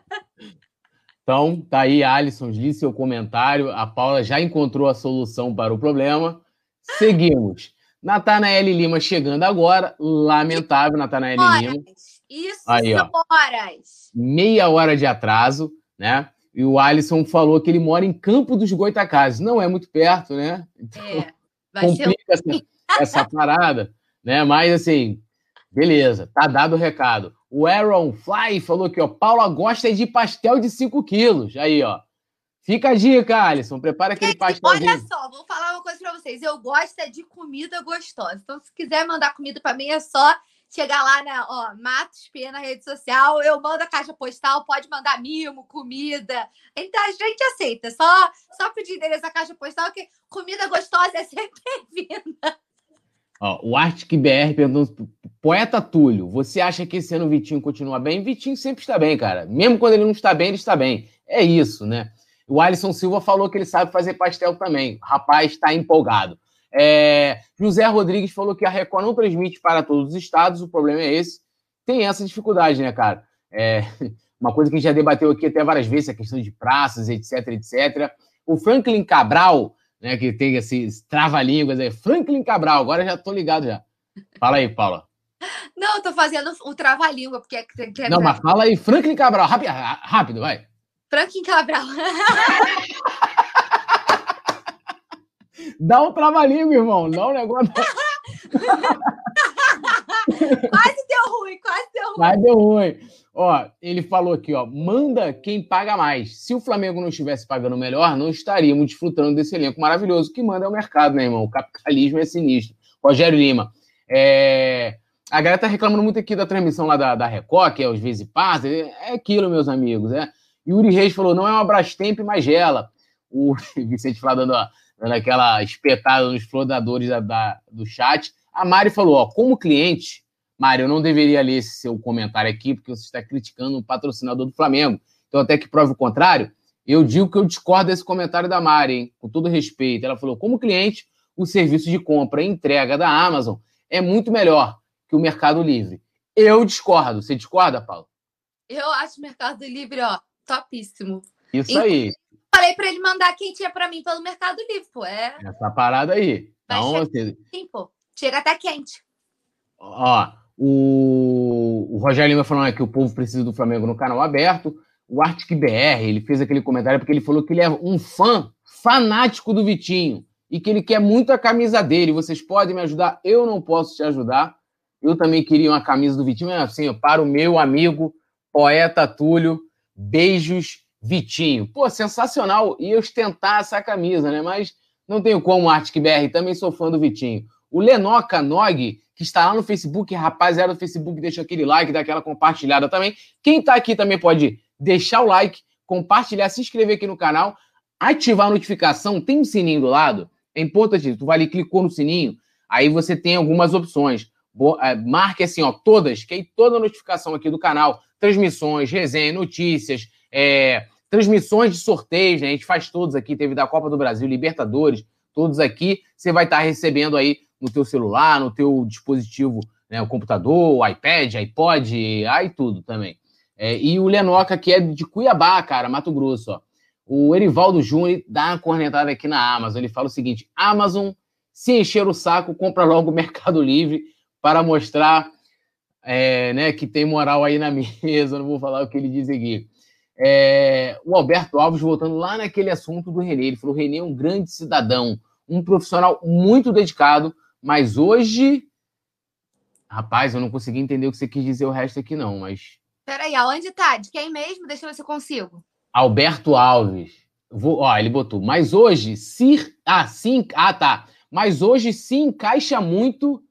Speaker 2: Então, tá aí, Alisson, li seu comentário. A Paula já encontrou a solução para o problema. Seguimos. Natanael Lima chegando agora. Lamentável, Natanael Lima.
Speaker 3: Isso,
Speaker 2: aí,
Speaker 3: horas.
Speaker 2: Meia hora de atraso, né? E o Alisson falou que ele mora em Campo dos Goitacazes. Não é muito perto, né? Então, complica essa parada, né? Mas, assim, beleza, tá dado o recado. O Aaron Fly falou que, Paula gosta de pastel de 5 quilos. Aí, fica a dica, Alisson. Prepara aquele pastel.
Speaker 3: Olha só, vou falar uma coisa pra vocês. Eu gosto de comida gostosa. Então, se quiser mandar comida pra mim, é só chegar lá na Matos P na rede social. Eu mando a caixa postal, pode mandar mimo, comida. Então, a gente aceita. Só pedir endereço da caixa postal, que comida gostosa é sempre bem-vinda.
Speaker 2: O Arctic BR perguntando, poeta Túlio, você acha que esse ano o Vitinho continua bem? Vitinho sempre está bem, cara. Mesmo quando ele não está bem, ele está bem. É isso, né? O Alisson Silva falou que ele sabe fazer pastel também. O rapaz está empolgado. José Rodrigues falou que a Record não transmite para todos os estados, o problema é esse. Tem essa dificuldade, né, cara? Uma coisa que a gente já debateu aqui até várias vezes, a questão de praças, etc, etc. O Franklin Cabral, né, que tem esse trava-línguas aí. Franklin Cabral, agora já tô ligado já. Fala aí, Paula.
Speaker 3: Não, eu tô fazendo o trava-língua, porque...
Speaker 2: Não, mas fala aí, Franklin Cabral, rápido, vai.
Speaker 3: Franklin Cabral.
Speaker 2: Dá um trava-língua, irmão, dá um negócio...
Speaker 3: Quase deu ruim.
Speaker 2: Mas deu ruim. Ele falou aqui, manda quem paga mais. Se o Flamengo não estivesse pagando melhor, não estaríamos desfrutando desse elenco maravilhoso. O que manda é o mercado, né, irmão? O capitalismo é sinistro. Rogério Lima. A galera tá reclamando muito aqui da transmissão lá da Record, que é os vezes passa. É aquilo, meus amigos, né? Yuri Reis falou, não é uma Brastemp, mas gela. O Vicente Flá dando aquela espetada nos flodadores do chat. A Mari falou, como cliente... Mário, eu não deveria ler esse seu comentário aqui, porque você está criticando o patrocinador do Flamengo. Então, até que prove o contrário, eu digo que eu discordo desse comentário da Mari, hein? Com todo respeito. Ela falou, como cliente, o serviço de compra e entrega da Amazon é muito melhor que o Mercado Livre. Eu discordo. Você discorda, Paulo?
Speaker 3: Eu acho o Mercado Livre, topíssimo.
Speaker 2: Isso aí.
Speaker 3: Falei para ele mandar quentinha para mim pelo Mercado Livre, pô.
Speaker 2: Essa parada aí. Então,
Speaker 3: sim, pô. Chega até quente.
Speaker 2: O Rogério Lima falando que o povo precisa do Flamengo no canal aberto. o Arctic BR, ele fez aquele comentário porque ele falou que ele é um fã fanático do Vitinho e que ele quer muito a camisa dele. Vocês podem me ajudar? Eu não posso te ajudar. Eu também queria uma camisa do Vitinho, mas assim, para o meu amigo poeta Túlio, beijos, Vitinho. Pô, sensacional. Ia ostentar essa camisa, né? Mas não tenho como, Arctic BR, também sou fã do Vitinho. O Lenoca Nog, que está lá no Facebook, rapaziada do Facebook, deixa aquele like, dá aquela compartilhada também. Quem tá aqui também pode deixar o like, compartilhar, se inscrever aqui no canal, ativar a notificação, tem um sininho do lado, é importante, tu vai ali, clicou no sininho, aí você tem algumas opções. Marque assim, ó, todas, que aí toda a notificação aqui do canal, transmissões, resenha, notícias, transmissões de sorteios, né? A gente faz todos aqui, teve da Copa do Brasil, Libertadores, todos aqui, você vai estar recebendo aí no teu celular, no teu dispositivo, né, o computador, o iPad, iPod, aí tudo também. E o Lenoca, que é de Cuiabá, cara, Mato Grosso, ó. O Erivaldo Júnior dá uma cornetada aqui na Amazon, ele fala o seguinte: Amazon, se encher o saco, compra logo o Mercado Livre para mostrar né, que tem moral aí na mesa, não vou falar o que ele diz aqui. O Alberto Alves, voltando lá naquele assunto do Renê, ele falou: o Renê é um grande cidadão, um profissional muito dedicado, mas hoje... Rapaz, eu não consegui entender o que você quis dizer o resto aqui não, mas...
Speaker 3: Peraí, aonde tá? De quem mesmo? Deixa eu ver se eu consigo.
Speaker 2: Alberto Alves. Ele botou, mas hoje tá. Mas hoje se encaixa muito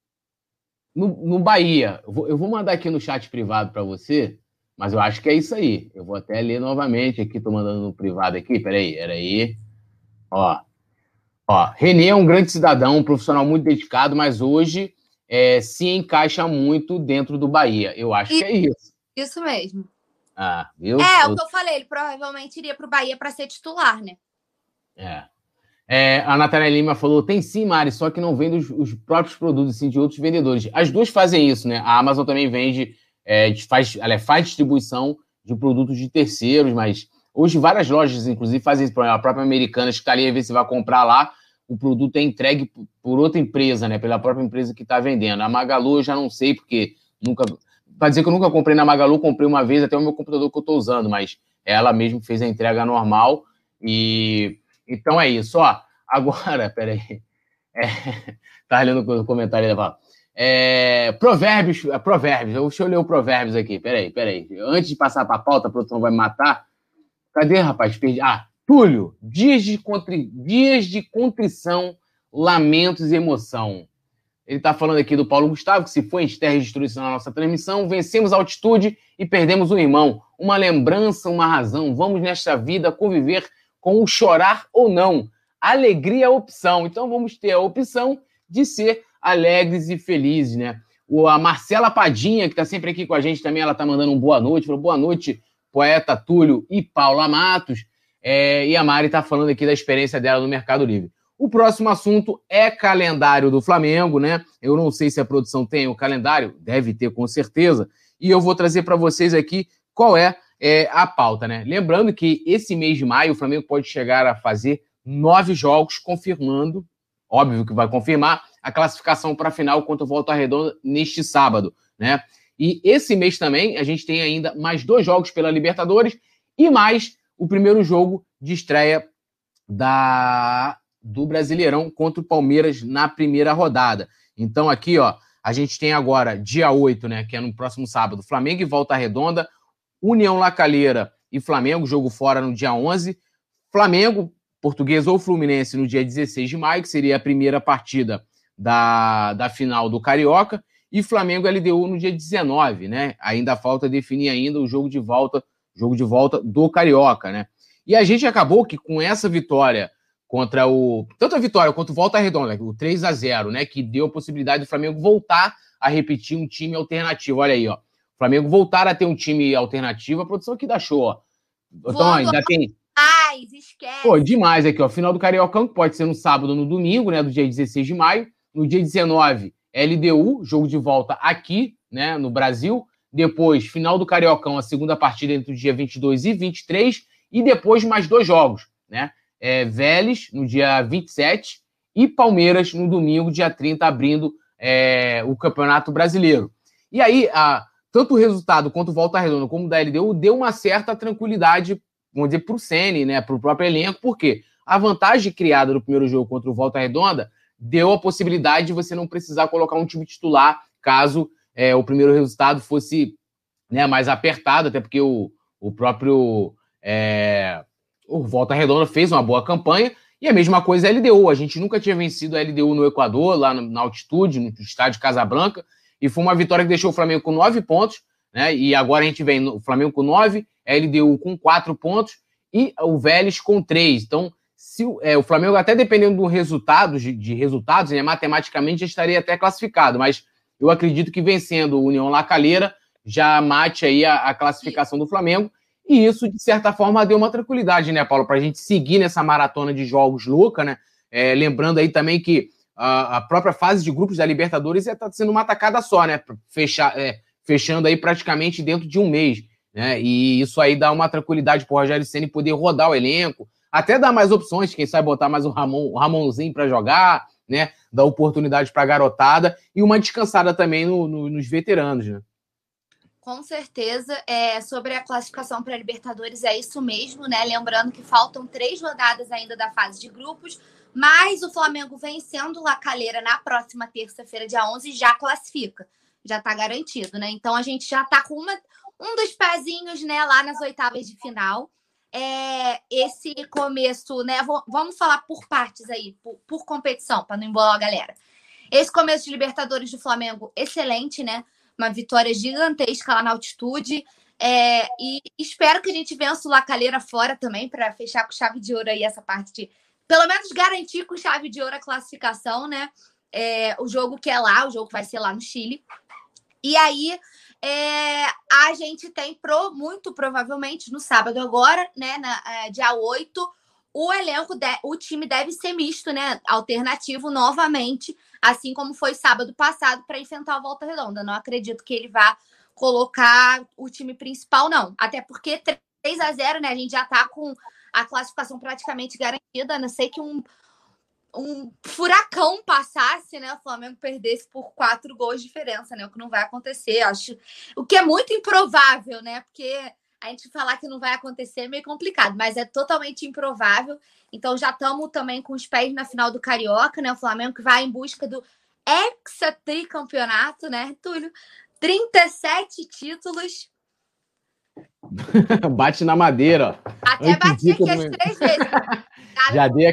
Speaker 2: no Bahia. Eu vou mandar aqui no chat privado para você, mas eu acho que é isso aí. Eu vou até ler novamente aqui, tô mandando no privado aqui. Peraí. Ó, Renê é um grande cidadão, um profissional muito dedicado, mas hoje se encaixa muito dentro do Bahia. Eu acho que é isso.
Speaker 3: Isso mesmo.
Speaker 2: Viu?
Speaker 3: O que eu falei, ele provavelmente iria pro Bahia para ser titular, né?
Speaker 2: A Natália Lima falou: tem sim, Mari, só que não vende os próprios produtos, sim, de outros vendedores. As duas fazem isso, né? A Amazon também vende, ela faz distribuição de produtos de terceiros, mas hoje várias lojas, inclusive, fazem isso. A própria Americanas, que está ali, às vezes você vai comprar lá, o produto é entregue por outra empresa, né? Pela própria empresa que está vendendo. A Magalu eu já não sei, porque nunca... Para dizer que eu nunca comprei na Magalu, comprei uma vez até o meu computador que eu estou usando, mas ela mesmo fez a entrega normal. E então é isso. Agora, peraí. Tá lendo o comentário dela. Provérbios. Deixa eu ler o Provérbios aqui. Peraí. Antes de passar para a pauta, a produção vai me matar. Cadê, rapaz? Perdi. Túlio, dias de contrição, lamentos e emoção. Ele está falando aqui do Paulo Gustavo, que se foi em terra de destruição na nossa transmissão, vencemos a altitude e perdemos um irmão. Uma lembrança, uma razão. Vamos nesta vida conviver com o chorar ou não. Alegria é a opção. Então vamos ter a opção de ser alegres e felizes, né? A Marcela Padinha, que está sempre aqui com a gente também, ela está mandando um boa noite. Falou: boa noite, poeta Túlio e Paula Matos. E a Mari está falando aqui da experiência dela no Mercado Livre. O próximo assunto é calendário do Flamengo, né? Eu não sei se a produção tem o calendário, deve ter com certeza, e eu vou trazer para vocês aqui qual é a pauta, né? Lembrando que esse mês de maio o Flamengo pode chegar a fazer 9 jogos, confirmando, óbvio que vai confirmar, a classificação para a final contra o Volta Redonda neste sábado, né? E esse mês também a gente tem ainda mais 2 jogos pela Libertadores e mais o primeiro jogo de estreia do Brasileirão contra o Palmeiras na primeira rodada. Então aqui, a gente tem agora, dia 8, né, que é no próximo sábado, Flamengo e Volta Redonda, União La Calera e Flamengo, jogo fora no dia 11, Flamengo, Português ou Fluminense no dia 16 de maio, que seria a primeira partida da final do Carioca, e Flamengo LDU no dia 19, né? Ainda falta definir ainda o jogo de volta do Carioca, né? E a gente acabou que com essa vitória tanto a vitória quanto o Volta Redonda, o 3-0, né, que deu a possibilidade do Flamengo voltar a repetir um time alternativo. Olha aí, O Flamengo voltar a ter um time alternativo, a produção aqui dá show, Então, ainda tem...
Speaker 3: esquece.
Speaker 2: Pô, demais aqui, Final do Cariocão, que pode ser no sábado ou no domingo, né, do dia 16 de maio. No dia 19, LDU, jogo de volta aqui, né, no Brasil. Depois, final do Cariocão, a segunda partida entre o dia 22 e 23. E depois, mais 2 jogos, né? Vélez, no dia 27, e Palmeiras, no domingo, dia 30, abrindo o Campeonato Brasileiro. E aí, tanto o resultado quanto o Volta Redonda como o da LDU deu uma certa tranquilidade, vamos dizer, para o Ceni, né, para o próprio elenco, porque a vantagem criada no primeiro jogo contra o Volta Redonda deu a possibilidade de você não precisar colocar um time titular caso o primeiro resultado fosse, né, mais apertado, até porque o próprio o Volta Redonda fez uma boa campanha, e a mesma coisa a LDU. A gente nunca tinha vencido a LDU no Equador, lá na altitude, no estádio Casablanca, e foi uma vitória que deixou o Flamengo com 9 pontos, né? E agora a gente vem o Flamengo com 9, a LDU com 4 pontos e o Vélez com 3. Então, se o Flamengo, até dependendo do resultado, de resultados, né, matematicamente já estaria até classificado, mas eu acredito que vencendo o União La Calera já mate aí a classificação do Flamengo, e isso, de certa forma, deu uma tranquilidade, né, Paulo, para a gente seguir nessa maratona de jogos louca, né? Lembrando aí também que a própria fase de grupos da Libertadores está sendo uma tacada só, né? Fechando aí praticamente dentro de um mês, né? E isso aí dá uma tranquilidade para o Rogério Ceni poder rodar o elenco, até dar mais opções, quem sabe botar mais o Ramonzinho para jogar, né? Dar oportunidade para a garotada e uma descansada também nos veteranos, né?
Speaker 3: Com certeza, sobre a classificação para a Libertadores é isso mesmo, né? Lembrando que faltam 3 rodadas ainda da fase de grupos, mas o Flamengo vencendo o La Calera na próxima terça-feira, dia 11, já classifica, já está garantido, né? Então a gente já está com um dos pezinhos, né, lá nas oitavas de final. Esse começo, né? Vamos falar por partes aí, por competição, para não embolar a galera. Esse começo de Libertadores do Flamengo, excelente, né? Uma vitória gigantesca lá na altitude. E espero que a gente vença o La Calera fora também, para fechar com chave de ouro aí essa parte de, pelo menos, garantir com chave de ouro a classificação, né? O jogo que é lá, o jogo vai ser lá no Chile. E aí, a gente tem muito provavelmente no sábado agora, né? Dia 8, o time deve ser misto, né? Alternativo novamente, assim como foi sábado passado para enfrentar o Volta Redonda. Não acredito que ele vá colocar o time principal, não. Até porque 3-0, né? A gente já tá com a classificação praticamente garantida, a não ser que um furacão passasse, né? O Flamengo perdesse por 4 gols de diferença, né? O que não vai acontecer, acho. O que é muito improvável, né? Porque a gente falar que não vai acontecer é meio complicado, mas é totalmente improvável. Então já estamos também com os pés na final do Carioca, né? O Flamengo que vai em busca do hexatricampeonato, né, Túlio? 37 títulos.
Speaker 2: Bate na madeira, ó.
Speaker 3: Até bati aqui as 3 vezes.
Speaker 2: Já dei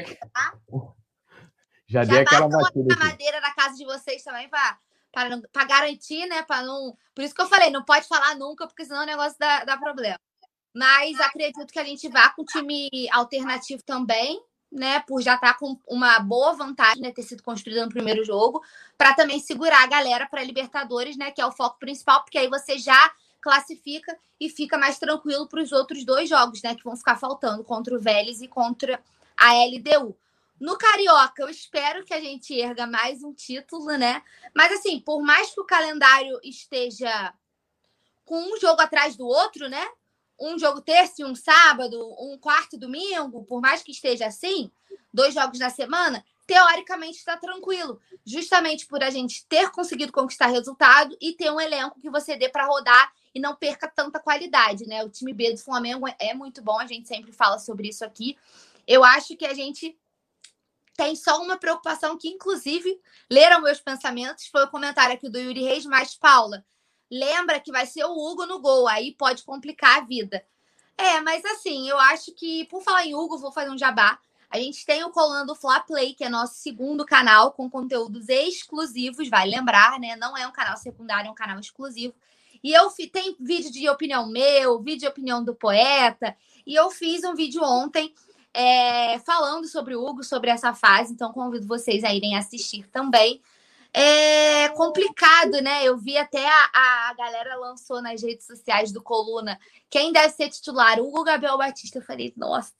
Speaker 2: aquela batida
Speaker 3: na madeira da casa de vocês também para garantir, né? Para não. Por isso que eu falei, não pode falar nunca, porque senão o negócio dá problema. Mas acredito que a gente vá com time alternativo também, né? Por já estar com uma boa vantagem, né? Ter sido construída no primeiro jogo, para também segurar a galera para a Libertadores, né? Que é o foco principal, porque aí você já classifica e fica mais tranquilo para os outros 2 jogos, né? Que vão ficar faltando contra o Vélez e contra a LDU. No Carioca, eu espero que a gente erga mais um título, né? Mas, assim, por mais que o calendário esteja com um jogo atrás do outro, né? Um jogo terça e um sábado, um quarto domingo, por mais que esteja assim, 2 jogos na semana, teoricamente está tranquilo. Justamente por a gente ter conseguido conquistar resultado e ter um elenco que você dê para rodar e não perca tanta qualidade, né? O time B do Flamengo é muito bom, a gente sempre fala sobre isso aqui. Eu acho que a gente tem só uma preocupação que, inclusive, leram meus pensamentos, foi o comentário aqui do Yuri Reis, mas, Paula, lembra que vai ser o Hugo no gol, aí pode complicar a vida. Mas assim, eu acho que, por falar em Hugo, vou fazer um jabá. A gente tem o Colando Fla Play, que é nosso segundo canal, com conteúdos exclusivos, vai lembrar, né? Não é um canal secundário, é um canal exclusivo. E tem vídeo de opinião meu, vídeo de opinião do poeta, e eu fiz um vídeo ontem falando sobre o Hugo, sobre essa fase, então convido vocês a irem assistir também. É complicado, né? Eu vi até a galera lançou nas redes sociais do Coluna quem deve ser titular, Hugo ou Gabriel Batista. Eu falei, nossa.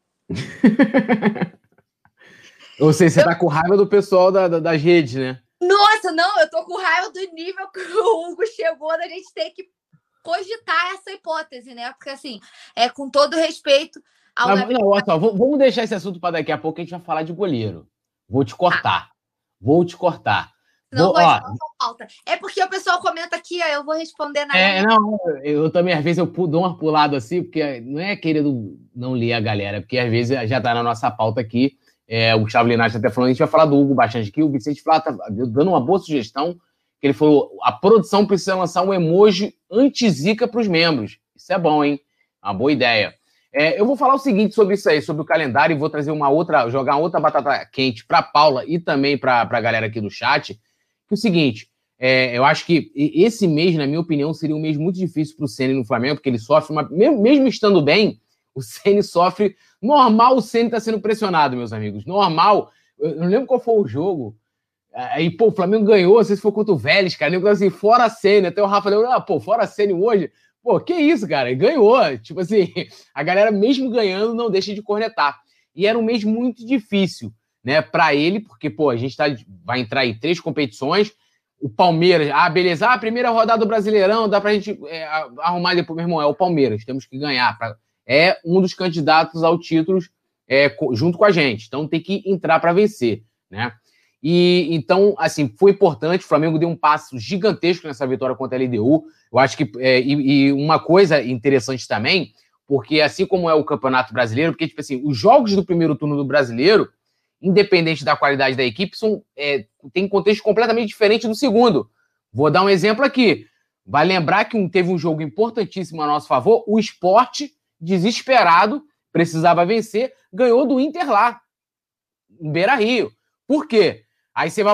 Speaker 2: Ou seja, você tá com raiva do pessoal das redes, né?
Speaker 3: Nossa, não, eu tô com raiva do nível que o Hugo chegou da gente ter que cogitar essa hipótese, né? Porque, assim, com todo respeito ao
Speaker 2: Gabriel... Não, olha só, vamos deixar esse assunto para daqui a pouco, a gente vai falar de goleiro. Vou te cortar.
Speaker 3: Não vou responder a pauta. É porque o pessoal comenta aqui, ó, eu vou responder na
Speaker 2: não, eu também, às vezes, eu dou uma pulada assim, porque não é querendo não ler a galera, porque às vezes já tá na nossa pauta aqui. O Gustavo Linhares até falando, a gente vai falar do Hugo bastante aqui, o Vicente Flá tá dando uma boa sugestão, que ele falou, a produção precisa lançar um emoji anti-zica para os membros. Isso é bom, hein? Uma boa ideia. Eu vou falar o seguinte sobre isso aí, sobre o calendário, e vou trazer jogar outra batata quente para Paula e também para a galera aqui do chat, que é o seguinte, eu acho que esse mês, na minha opinião, seria um mês muito difícil para o Ceni no Flamengo, porque ele sofre, mesmo estando bem, o Ceni sofre. Normal o Ceni tá sendo pressionado, meus amigos. Normal. Eu não lembro qual foi o jogo. Aí, pô, o Flamengo ganhou, não sei se foi contra o Vélez, cara. Eu assim, fora a Ceni. Até o Rafa falou, fora a Ceni hoje. Pô, que isso, cara? Ele ganhou. Tipo assim, a galera, mesmo ganhando, não deixa de cornetar. E era um mês muito difícil, né, pra ele, porque, pô, a gente vai entrar em 3 competições. O Palmeiras, beleza, a primeira rodada do Brasileirão, dá pra gente arrumar depois, meu irmão, é o Palmeiras, temos que ganhar. É um dos candidatos ao título junto com a gente, então tem que entrar para vencer, né? E então, assim, foi importante, o Flamengo deu um passo gigantesco nessa vitória contra a LDU. Eu acho que, e uma coisa interessante também, porque assim como é o Campeonato Brasileiro, porque, tipo assim, os jogos do primeiro turno do Brasileiro, independente da qualidade da equipe, tem contexto completamente diferente do segundo. Vou dar um exemplo aqui. Vai lembrar que teve um jogo importantíssimo a nosso favor, o Sport, desesperado, precisava vencer, ganhou do Inter lá, em Beira-Rio. Por quê? Aí você vai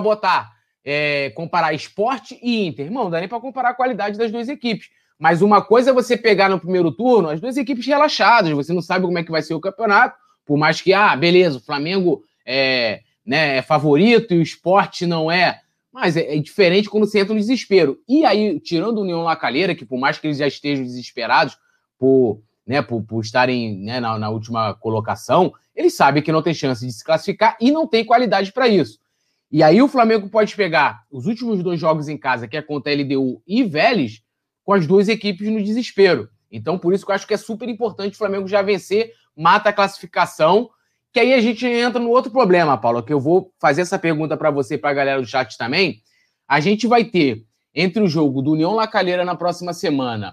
Speaker 2: comparar Sport e Inter. Irmão, não dá nem para comparar a qualidade das duas equipes. Mas uma coisa é você pegar no primeiro turno as duas equipes relaxadas, você não sabe como é que vai ser o campeonato, por mais que, beleza, o Flamengo é favorito e o Sport não é. Mas é diferente quando você entra no desespero. E aí, tirando o União La Calera, que por mais que eles já estejam desesperados por estarem, né, na última colocação, eles sabem que não tem chance de se classificar e não tem qualidade para isso. E aí o Flamengo pode pegar os últimos 2 jogos em casa, que é contra a LDU e Vélez, com as 2 equipes no desespero. Então, por isso que eu acho que é super importante o Flamengo já vencer, mata a classificação, que aí a gente entra no outro problema, Paulo, que eu vou fazer essa pergunta para você e para a galera do chat também. A gente vai ter, entre o jogo do União La Calera na próxima semana,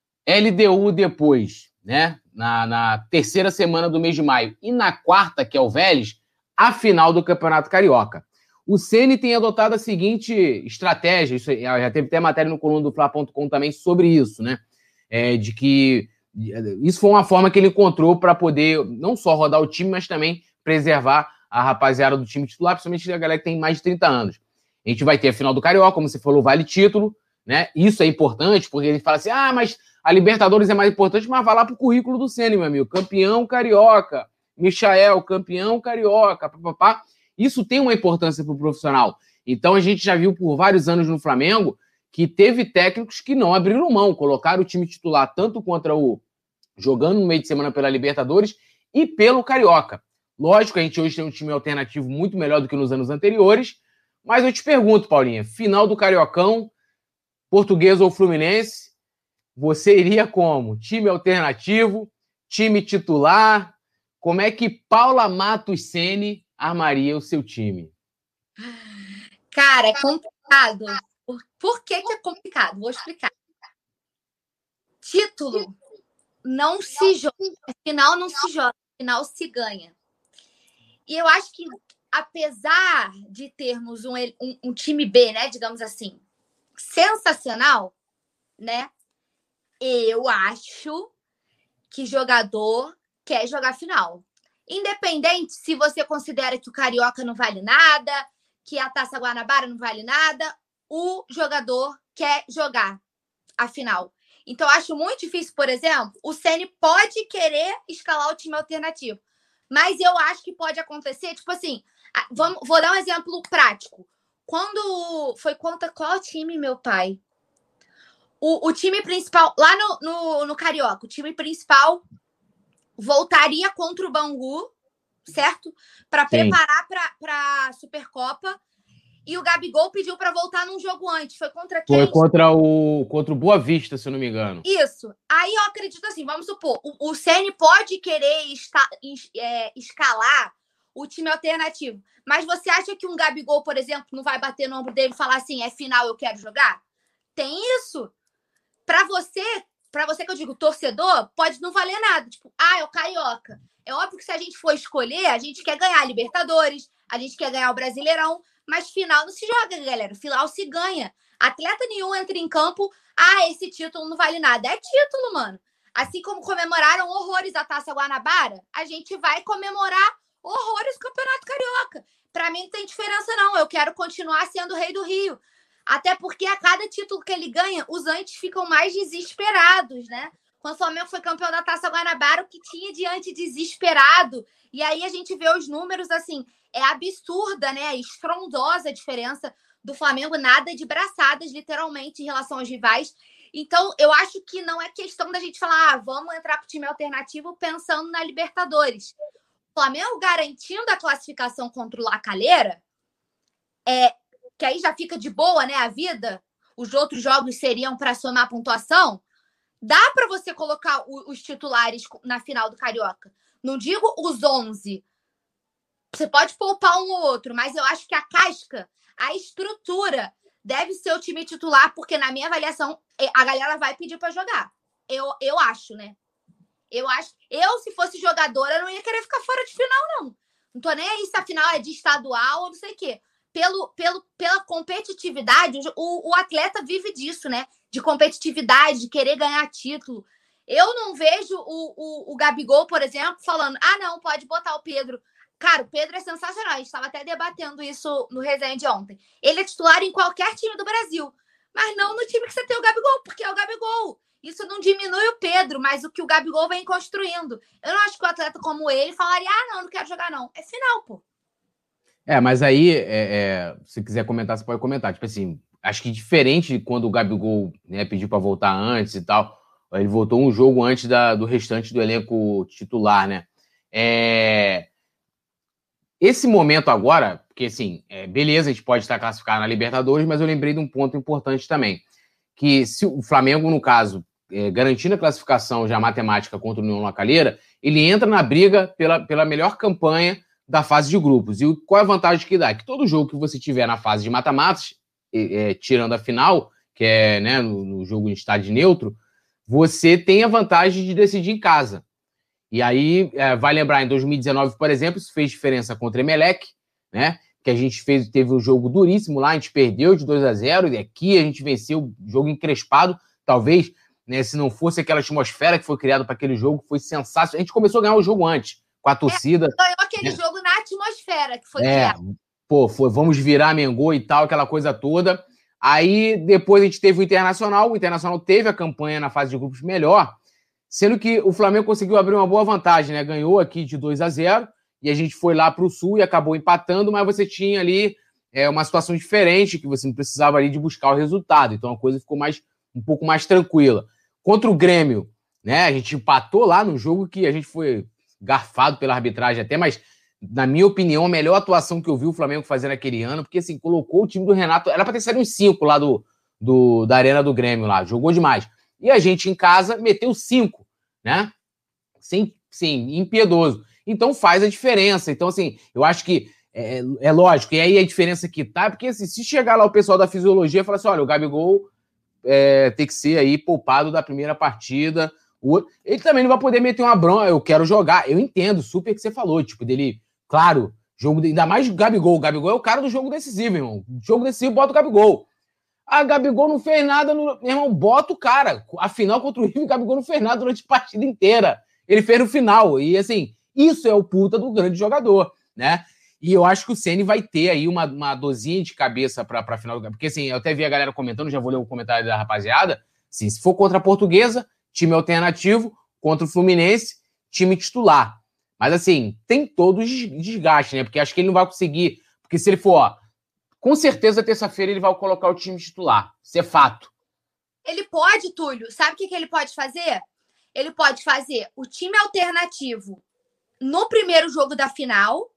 Speaker 2: LDU depois, né, na terceira semana do mês de maio, e na quarta, que é o Vélez, a final do Campeonato Carioca. O Ceni tem adotado a seguinte estratégia, isso já teve até matéria no coluna do Fla.com também sobre isso, né? De que isso foi uma forma que ele encontrou para poder não só rodar o time, mas também preservar a rapaziada do time titular, principalmente a galera que tem mais de 30 anos. A gente vai ter a final do Carioca, como você falou, vale título, né? Isso é importante, porque a gente fala assim, mas a Libertadores é mais importante, mas vai lá pro currículo do Ceni, meu amigo. Campeão carioca, Michael, campeão carioca, papapá. Isso tem uma importância pro profissional. Então a gente já viu por vários anos no Flamengo que teve técnicos que não abriram mão, colocaram o time titular tanto jogando no meio de semana pela Libertadores e pelo Carioca. Lógico, a gente hoje tem um time alternativo muito melhor do que nos anos anteriores, mas eu te pergunto, Paulinha, final do Cariocão, Portuguesa ou Fluminense, você iria como? Time alternativo, time titular? Como é que Paula Matos Ceni armaria o seu time?
Speaker 3: Cara, é complicado. Por que é complicado? Vou explicar. Título não se joga, final não se joga, final se ganha. E eu acho que, apesar de termos um time B, né, digamos assim, sensacional, né, eu acho que jogador quer jogar final. Independente se você considera que o Carioca não vale nada, que a Taça Guanabara não vale nada, o jogador quer jogar a final. Então, acho muito difícil, por exemplo, o Ceni pode querer escalar o time alternativo. Mas eu acho que pode acontecer, tipo assim, vou dar um exemplo prático. Quando foi contra qual time, meu pai? O time principal, lá no Carioca, o time principal voltaria contra o Bangu, certo? Para preparar para a Supercopa. E o Gabigol pediu para voltar num jogo antes. Foi contra quem?
Speaker 2: Foi contra o Boa Vista, se eu não me engano.
Speaker 3: Isso. Aí eu acredito assim, vamos supor, o Ceni pode querer escalar o time alternativo. Mas você acha que um Gabigol, por exemplo, não vai bater no ombro dele e falar assim, é final, eu quero jogar? Tem isso. Para você que eu digo torcedor, pode não valer nada. Tipo, é o Carioca. É óbvio que se a gente for escolher, a gente quer ganhar a Libertadores, a gente quer ganhar o Brasileirão, mas final não se joga, galera. Final se ganha. Atleta nenhum entra em campo, esse título não vale nada. É título, mano. Assim como comemoraram horrores a Taça Guanabara, a gente vai comemorar horrores o Campeonato Carioca. Para mim não tem diferença, não. Eu quero continuar sendo o rei do Rio. Até porque a cada título que ele ganha, os antes ficam mais desesperados, né? Quando o Flamengo foi campeão da Taça Guanabara, o que tinha diante desesperado. E aí a gente vê os números, assim, é absurda, né? Estrondosa a diferença do Flamengo, nada de braçadas, literalmente, em relação aos rivais. Então, eu acho que não é questão da gente falar, vamos entrar com o time alternativo pensando na Libertadores. O Flamengo garantindo a classificação contra o La Calera, que aí já fica de boa, né, a vida, os outros jogos seriam para somar pontuação, dá para você colocar os titulares na final do Carioca. Não digo os 11. Você pode poupar um ou outro, mas eu acho que a casca, a estrutura, deve ser o time titular, porque na minha avaliação, a galera vai pedir para jogar. Eu acho, né? Eu, se fosse jogadora, não ia querer ficar fora de final, não. Não tô nem aí se a final é de estadual ou não sei o quê. Pela competitividade, o atleta vive disso, né? De competitividade, de querer ganhar título. Eu não vejo o Gabigol, por exemplo, falando, não, pode botar o Pedro. Cara, o Pedro é sensacional. A gente estava até debatendo isso no resenha de ontem. Ele é titular em qualquer time do Brasil, mas não no time que você tem o Gabigol, porque é o Gabigol. Isso não diminui o Pedro, mas o que o Gabigol vem construindo. Eu não acho que o atleta como ele falaria, não quero jogar não. É final, pô.
Speaker 2: Mas aí, se quiser comentar, você pode comentar. Tipo assim, acho que diferente de quando o Gabigol, né, pediu para voltar antes e tal, ele voltou um jogo antes do restante do elenco titular, né? Esse momento agora, porque assim, beleza, a gente pode estar classificado na Libertadores, mas eu lembrei de um ponto importante também, que se o Flamengo, no caso, garantindo a classificação já matemática contra o União La Calera, ele entra na briga pela melhor campanha da fase de grupos. E qual é a vantagem que dá? Que todo jogo que você tiver na fase de mata-matas, tirando a final, que é, né, no jogo em estádio neutro, você tem a vantagem de decidir em casa. E aí, vai lembrar, em 2019, por exemplo, isso fez diferença contra o Emelec, né? Que a gente teve um jogo duríssimo lá, a gente perdeu de 2-0, e aqui a gente venceu o jogo encrespado, talvez, né, se não fosse aquela atmosfera que foi criada para aquele jogo, foi sensacional. A gente começou a ganhar o jogo antes, com a torcida.
Speaker 3: Ganhou aquele jogo na atmosfera que foi criada.
Speaker 2: Vamos virar Mengô e tal, aquela coisa toda. Aí, depois a gente teve o Internacional teve a campanha na fase de grupos melhor, sendo que o Flamengo conseguiu abrir uma boa vantagem, né? Ganhou aqui de 2-0, e a gente foi lá para o Sul e acabou empatando, mas você tinha ali uma situação diferente, que você não precisava ali de buscar o resultado, então a coisa ficou um pouco mais tranquila. Contra o Grêmio, né? A gente empatou lá no jogo que a gente foi garfado pela arbitragem até, mas, na minha opinião, a melhor atuação que eu vi o Flamengo fazer naquele ano, porque, assim, colocou o time do Renato, era para ter saído uns 5 lá da Arena do Grêmio lá, jogou demais. E a gente, em casa, meteu 5, né? Sim, impiedoso. Então, faz a diferença. Então, assim, eu acho que é lógico. E aí a diferença que tá, porque, assim, se chegar lá o pessoal da fisiologia e falar assim, olha, o Gabigol tem que ser aí poupado da primeira partida, ele também não vai poder meter uma bronca, eu quero jogar. Eu entendo super o que você falou, tipo, dele, claro, ainda mais o Gabigol é o cara do jogo decisivo, irmão. Jogo decisivo, bota o Gabigol. Gabigol não fez nada, meu irmão, bota o cara. Afinal, contra o River, o Gabigol não fez nada durante a partida inteira. Ele fez no final. E, assim, isso é o puta do grande jogador, né? E eu acho que o Ceni vai ter aí uma dosinha de cabeça pra final do campeonato. Porque, assim, eu até vi a galera comentando, já vou ler o comentário da rapaziada. Assim, se for contra a Portuguesa, time alternativo, contra o Fluminense, time titular. Mas, assim, tem todo o desgaste, né? Porque acho que ele não vai conseguir... Porque se ele for, com certeza, terça-feira ele vai colocar o time titular. Isso é fato.
Speaker 3: Ele pode, Túlio. Sabe o que ele pode fazer? Ele pode fazer o time alternativo no primeiro jogo da final,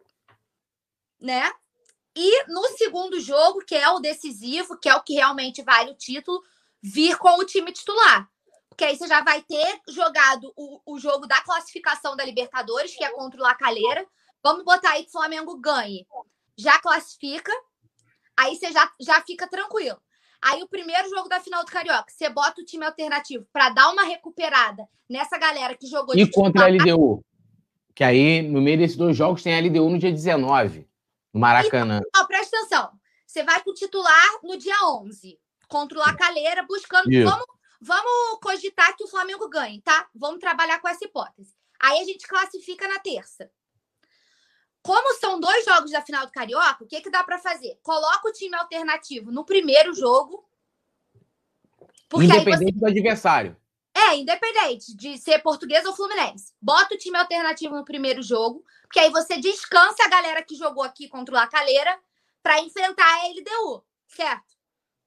Speaker 3: né? E no segundo jogo, que é o decisivo, que é o que realmente vale o título, vir com o time titular. Porque aí você já vai ter jogado o jogo da classificação da Libertadores, que é contra o La Calera, Vamos botar aí que o Flamengo ganhe. Já classifica, aí você já fica tranquilo. Aí o primeiro jogo da final do Carioca, você bota o time alternativo para dar uma recuperada nessa galera que jogou
Speaker 2: de contra a LDU. Que aí, no meio desses 2 jogos, tem a LDU no dia 19, no Maracanã.
Speaker 3: Então, presta atenção. Você vai com o titular no dia 11, contra o Lacalheira, buscando... Vamos cogitar que o Flamengo ganhe, tá? Vamos trabalhar com essa hipótese. Aí a gente classifica na terça. Como são 2 jogos da final do Carioca, o que dá para fazer? Coloca o time alternativo no primeiro jogo.
Speaker 2: Independente do adversário.
Speaker 3: Independente de ser Português ou Fluminense. Bota o time alternativo no primeiro jogo, porque aí você descansa a galera que jogou aqui contra o Lacalheira para enfrentar a LDU, certo?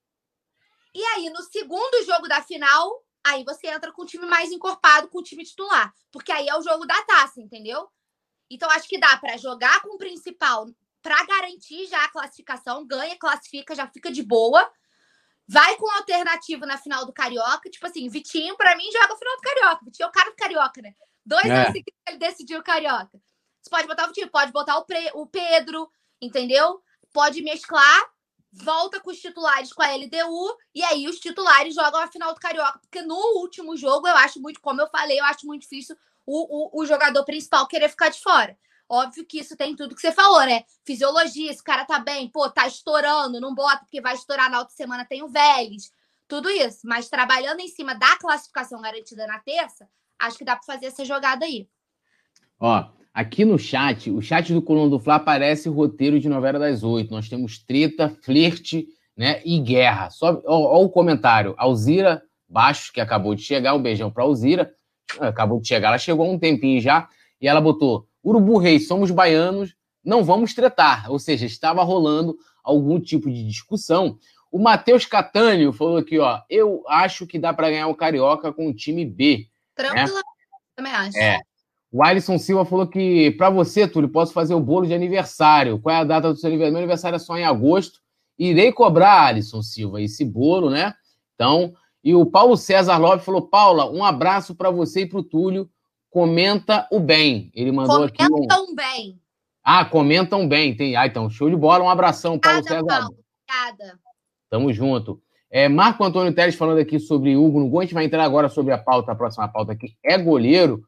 Speaker 3: E aí, no segundo jogo da final, aí você entra com o time mais encorpado, com o time titular. Porque aí é o jogo da taça, entendeu? Então, acho que dá para jogar com o principal para garantir já a classificação. Ganha, classifica, já fica de boa. Vai com o alternativo na final do Carioca. Tipo assim, Vitinho, para mim, joga a final do Carioca. Vitinho é o cara do Carioca, né? 2 anos seguidos ele decidiu o Carioca. Você pode botar o Vitinho, pode botar o Pedro, entendeu? Pode mesclar. Volta com os titulares com a LDU e aí os titulares jogam a final do Carioca. Porque no último jogo, eu acho muito, como eu falei, eu acho muito difícil o jogador principal querer ficar de fora. Óbvio que isso tem tudo que você falou, né? Fisiologia, esse cara tá bem, pô, tá estourando, não bota porque vai estourar na outra semana, tem o Vélez. Tudo isso. Mas trabalhando em cima da classificação garantida na terça, acho que dá pra fazer essa jogada aí.
Speaker 2: Ó, aqui no chat, o chat do Coluna do Fla parece roteiro de novela das 8. Nós temos treta, flerte, né, e guerra. Só ó o comentário. Alzira Baixos, que acabou de chegar, um beijão pra Alzira. Acabou de chegar, ela chegou há um tempinho já, e ela botou: Urubu Reis, somos baianos, não vamos tretar. Ou seja, estava rolando algum tipo de discussão. O Matheus Catânio falou aqui, ó, eu acho que dá para ganhar o Carioca com o time B.
Speaker 3: Tranquilo, né? Também acho.
Speaker 2: O Alisson Silva falou que, para você, Túlio, posso fazer o bolo de aniversário. Qual é a data do seu aniversário? Meu aniversário é só em agosto. Irei cobrar, Alisson Silva, esse bolo, né? Então, e o Paulo César Lopes falou: Paula, um abraço para você e para o Túlio. Comenta o bem. Ele mandou aqui.
Speaker 3: Comentam bem.
Speaker 2: Comentam bem. Então, show de bola. Um abração, Paulo César.
Speaker 3: Paulo. Obrigada.
Speaker 2: Tamo junto. Marco Antônio Teles falando aqui sobre Hugo no gol. A gente vai entrar agora sobre a próxima pauta aqui. É goleiro.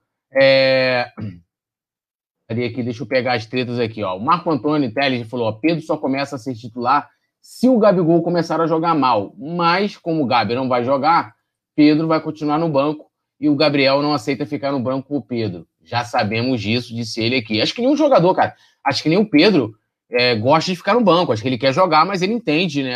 Speaker 2: Aqui, deixa eu pegar as tretas aqui, ó. O Marco Antônio Teles falou: ó, Pedro só começa a ser titular se o Gabigol começar a jogar mal. Mas, como o Gabi não vai jogar, Pedro vai continuar no banco e o Gabriel não aceita ficar no banco com o Pedro. Já sabemos disso, disse ele aqui. Acho que nenhum jogador, cara, acho que nem o Pedro gosta de ficar no banco. Acho que ele quer jogar, mas ele entende, né,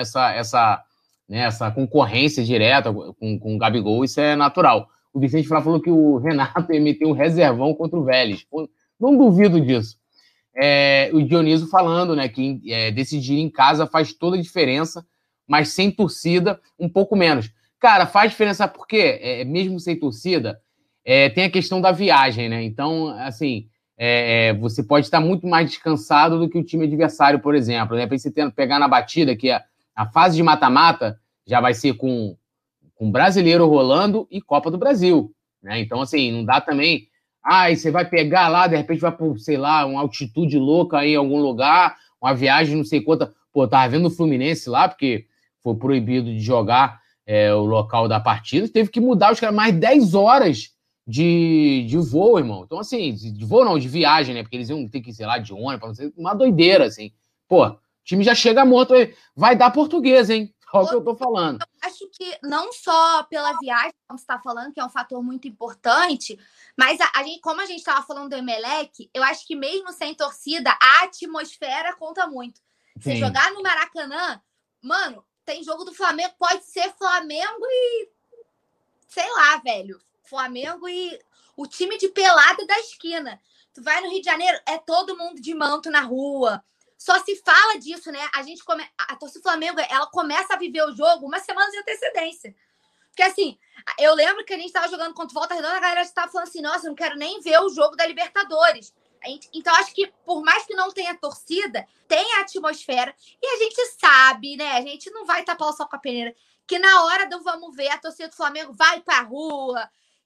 Speaker 2: essa concorrência direta com o Gabigol, isso é natural. O Vicente falou que o Renato emitiu um reservão contra o Vélez. Pô, não duvido disso. O Dionísio falando, né, que decidir em casa faz toda a diferença, mas sem torcida, um pouco menos. Cara, faz diferença porque, mesmo sem torcida, tem a questão da viagem, né? Então, assim, você pode estar muito mais descansado do que o time adversário, por exemplo. Né? Para você pegar na batida, que a fase de mata-mata já vai ser com Brasileiro rolando e Copa do Brasil. Né? Então, assim, não dá também... você vai pegar lá, de repente vai por, sei lá, uma altitude louca aí em algum lugar, uma viagem não sei quanta... Pô, tava vendo o Fluminense lá, porque foi proibido de jogar o local da partida, teve que mudar os caras mais 10 horas de voo, irmão. Então, assim, de voo não, de viagem, né? Porque eles iam ter que ir, sei lá, de ônibus, uma doideira, assim. Pô, o time já chega morto, vai dar português, hein? Olha o que eu tô falando.
Speaker 3: Eu acho que não só pela viagem, como você está falando, que é um fator muito importante, mas como a gente estava falando do Emelec, eu acho que mesmo sem torcida, a atmosfera conta muito. Você jogar no Maracanã, mano, tem jogo do Flamengo, pode ser Flamengo e... sei lá, velho. Flamengo e o time de pelada da esquina. Tu vai no Rio de Janeiro, é todo mundo de manto na rua. Só se fala disso, né? A torcida do Flamengo, ela começa a viver o jogo uma semana de antecedência. Porque, assim, eu lembro que a gente estava jogando contra o Volta Redonda, a galera estava falando assim, nossa, eu não quero nem ver o jogo da Libertadores. Então, acho que, por mais que não tenha torcida, tem a atmosfera. E a gente sabe, né? A gente não vai tapar o sol com a peneira. Que na hora do vamos ver, a torcida do Flamengo vai pra rua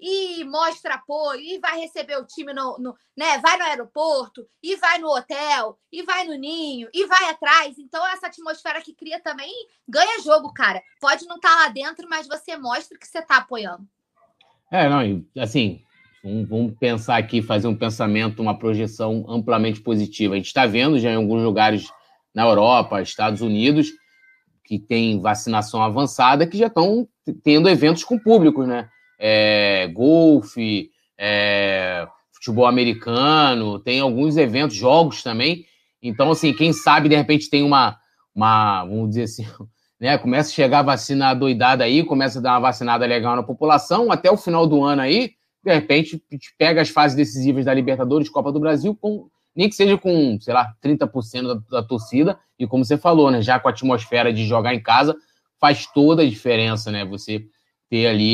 Speaker 3: e mostra apoio, e vai receber o time né? Vai no aeroporto, e vai no hotel, e vai no ninho, e vai atrás. Então, essa atmosfera que cria também ganha jogo, cara. Pode não estar lá dentro, mas você mostra que você está apoiando.
Speaker 2: Não, assim, vamos pensar aqui, fazer um pensamento, uma projeção amplamente positiva. A gente está vendo já em alguns lugares na Europa, Estados Unidos, que tem vacinação avançada, que já estão tendo eventos com públicos, né? Golfe, futebol americano, tem alguns eventos, jogos também. Então, assim, quem sabe, de repente, tem uma vamos dizer assim, né? Começa a chegar a vacina doidada aí, começa a dar uma vacinada legal na população, até o final do ano aí, de repente, a gente pega as fases decisivas da Libertadores, Copa do Brasil, nem que seja com, sei lá, 30% da torcida, e como você falou, né, já com a atmosfera de jogar em casa, faz toda a diferença, né, você ter ali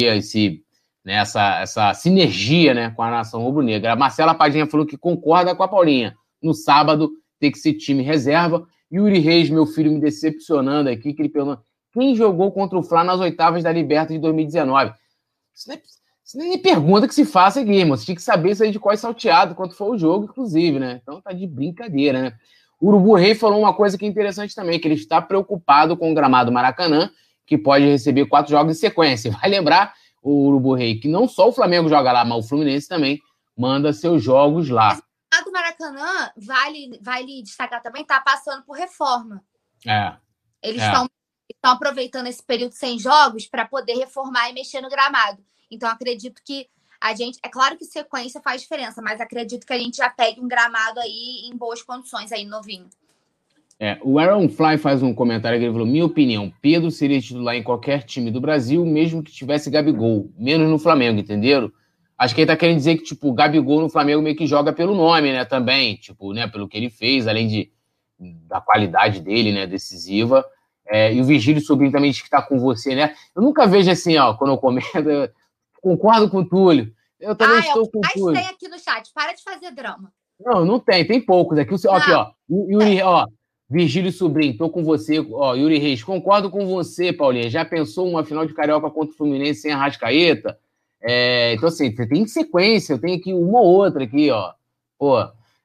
Speaker 2: essa sinergia, né, com a nação rubro-negra. A Marcela Padinha falou que concorda com a Paulinha. No sábado tem que ser time reserva. Yuri Reis, meu filho, me decepcionando aqui, que ele perguntou quem jogou contra o Fla nas oitavas da Libertadores de 2019. Isso nem pergunta que se faça aqui, irmão. Você tinha que saber isso aí de qual salteado, quanto foi o jogo, inclusive, né? Então tá de brincadeira, né? O Urubu Rei falou uma coisa que é interessante também, que ele está preocupado com o gramado Maracanã, que pode receber 4 jogos em sequência. Vai lembrar, o Urubu Rei, que não só o Flamengo joga lá, mas o Fluminense também manda seus jogos lá.
Speaker 3: O gramado Maracanã, vale destacar também, tá passando por reforma. Eles estão aproveitando esse período sem jogos para poder reformar e mexer no gramado. Então, acredito que a gente... É claro que sequência faz diferença, mas acredito que a gente já pegue um gramado aí em boas condições, aí novinho.
Speaker 2: O Aaron Fly faz um comentário que ele falou, minha opinião, Pedro seria titular em qualquer time do Brasil, mesmo que tivesse Gabigol, menos no Flamengo, entenderam? Acho que ele tá querendo dizer que, tipo, o Gabigol no Flamengo meio que joga pelo nome, né, também, tipo, né, pelo que ele fez, além da qualidade dele, né, decisiva. E o Virgílio Sobrinho também diz que tá com você, né? Eu nunca vejo assim, ó, quando eu comento... Concordo com o Túlio. Eu também estou com o Túlio.
Speaker 3: Mas tem aqui no chat. Para de fazer drama.
Speaker 2: Não tem. Tem poucos aqui. Aqui, ó. Yuri, Virgílio Sobrinho, estou com você. Ó, Yuri Reis, concordo com você, Paulinha. Já pensou uma final de Carioca contra o Fluminense sem Arrascaeta? Então, assim, você tem sequência. Eu tenho aqui uma ou outra aqui, ó. Pô.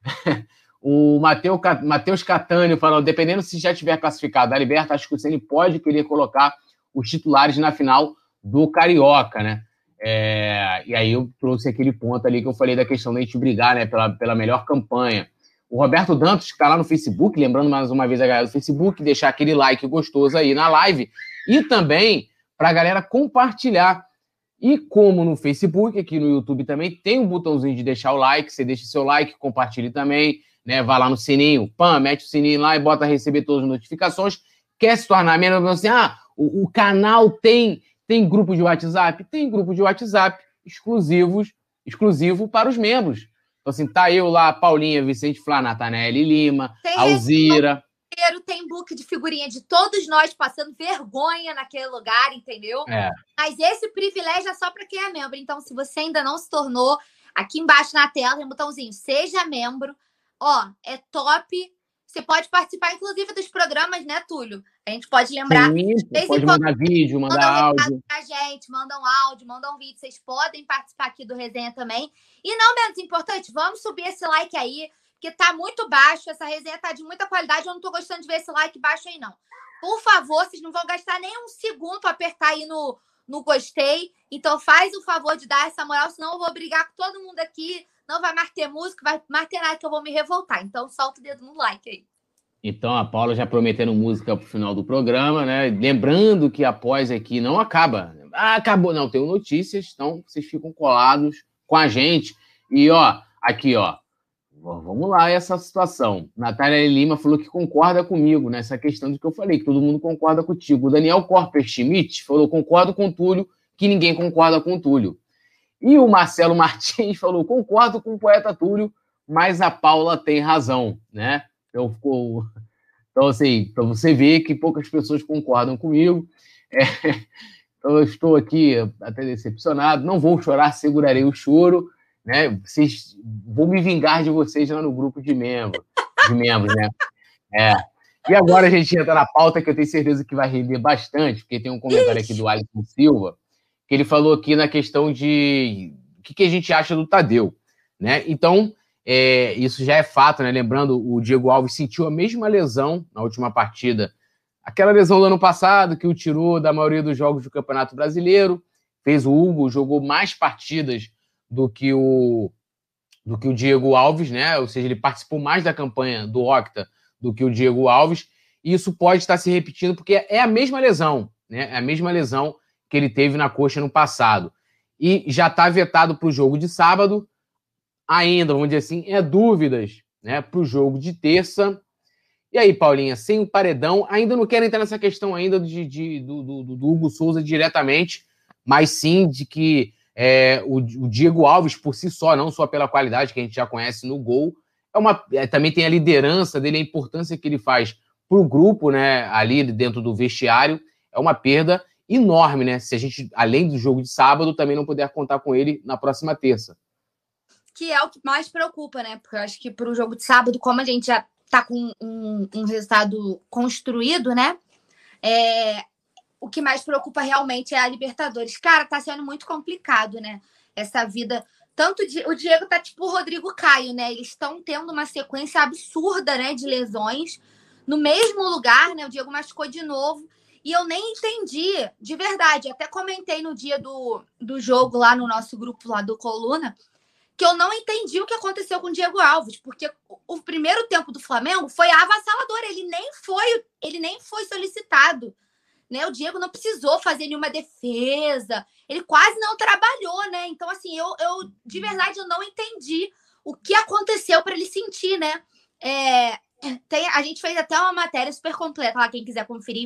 Speaker 2: O Matheus Catânio falou, dependendo se já tiver classificado da Liberta, acho que o Ceni pode querer colocar os titulares na final do Carioca, né? E aí eu trouxe aquele ponto ali que eu falei da questão da gente brigar, né, pela melhor campanha. O Roberto Dantos, que está lá no Facebook, lembrando mais uma vez a galera do Facebook, deixar aquele like gostoso aí na live e também para a galera compartilhar. E como no Facebook, aqui no YouTube também, tem um botãozinho de deixar o like, você deixa seu like, compartilhe também, né, vai lá no sininho, mete o sininho lá e bota receber todas as notificações. Quer se tornar membro, assim, o canal tem grupo de WhatsApp? Tem grupo de WhatsApp exclusivo para os membros. Então, assim, tá eu lá, Paulinha, Vicente Flá, Natanelli Lima, Alzira.
Speaker 3: Tem book de figurinha de todos nós passando vergonha naquele lugar, entendeu? Mas esse privilégio é só para quem é membro. Então, se você ainda não se tornou, aqui embaixo na tela tem um botãozinho, seja membro. Ó, é top. Você pode participar, inclusive, dos programas, né, Túlio? A gente pode lembrar.
Speaker 2: Sim, pode mandar vídeo, mandar áudio.
Speaker 3: Pra gente, mandam áudio, mandam vídeo. Vocês podem participar aqui do Resenha também. E não menos importante, vamos subir esse like aí, porque tá muito baixo. Essa resenha tá de muita qualidade. Eu não tô gostando de ver esse like baixo aí, não. Por favor, vocês não vão gastar nem um segundo pra apertar aí no gostei. Então faz o favor de dar essa moral, senão eu vou brigar com todo mundo aqui. Não vai mais ter música, vai mais ter nada que eu vou me revoltar. Então, solta o dedo no like aí.
Speaker 2: Então, a Paula já prometendo música pro final do programa, né? Lembrando que após aqui não acaba. Acabou. Não, tem notícias, então vocês ficam colados com a gente. E, ó, aqui, ó. Vamos lá, essa situação. Natália Lima falou que concorda comigo nessa questão do que eu falei, que todo mundo concorda contigo. O Daniel Corper Schmidt falou, concordo com o Túlio, que ninguém concorda com o Túlio. E o Marcelo Martins falou, concordo com o poeta Túlio, mas a Paula tem razão, né? Então, assim, para você ver que poucas pessoas concordam comigo. Então, eu estou aqui até decepcionado. Não vou chorar, segurarei o choro, né? Vou me vingar de vocês lá no grupo de membros, né? E agora a gente entra na pauta que eu tenho certeza que vai render bastante, porque tem um comentário aqui do Alisson Silva, que ele falou aqui na questão de o que a gente acha do Tadeu, né? Então, isso já é fato, né? Lembrando, o Diego Alves sentiu a mesma lesão na última partida, aquela lesão do ano passado que o tirou da maioria dos jogos do Campeonato Brasileiro, fez o Hugo, jogou mais partidas do que o Diego Alves, né? Ou seja, ele participou mais da campanha do Octa do que o Diego Alves, e isso pode estar se repetindo porque é a mesma lesão, né? É a mesma lesão que ele teve na coxa no passado. E já está vetado para o jogo de sábado. Ainda, vamos dizer assim, dúvidas, né, para o jogo de terça. E aí, Paulinha, sem o paredão, ainda não quero entrar nessa questão ainda do Hugo Souza diretamente, mas sim de que o Diego Alves, por si só, não só pela qualidade que a gente já conhece no gol, também tem a liderança dele, a importância que ele faz para o grupo, né, ali dentro do vestiário, é uma perda enorme, né? Se a gente, além do jogo de sábado, também não puder contar com ele na próxima terça.
Speaker 3: Que é o que mais preocupa, né? Porque eu acho que para o jogo de sábado, como a gente já tá com um resultado construído, né? O que mais preocupa realmente é a Libertadores. Cara, tá sendo muito complicado, né? Essa vida. Tanto o Diego tá tipo o Rodrigo Caio, né? Eles estão tendo uma sequência absurda, né? De lesões no mesmo lugar, né? O Diego machucou de novo. E eu nem entendi, de verdade. Até comentei no dia do jogo lá no nosso grupo lá do Coluna, que eu não entendi o que aconteceu com o Diego Alves, porque o primeiro tempo do Flamengo foi avassalador, ele nem foi solicitado, né? O Diego não precisou fazer nenhuma defesa, ele quase não trabalhou, né? Então, assim, eu de verdade, eu não entendi o que aconteceu para ele sentir, né? A gente fez até uma matéria super completa lá, quem quiser conferir,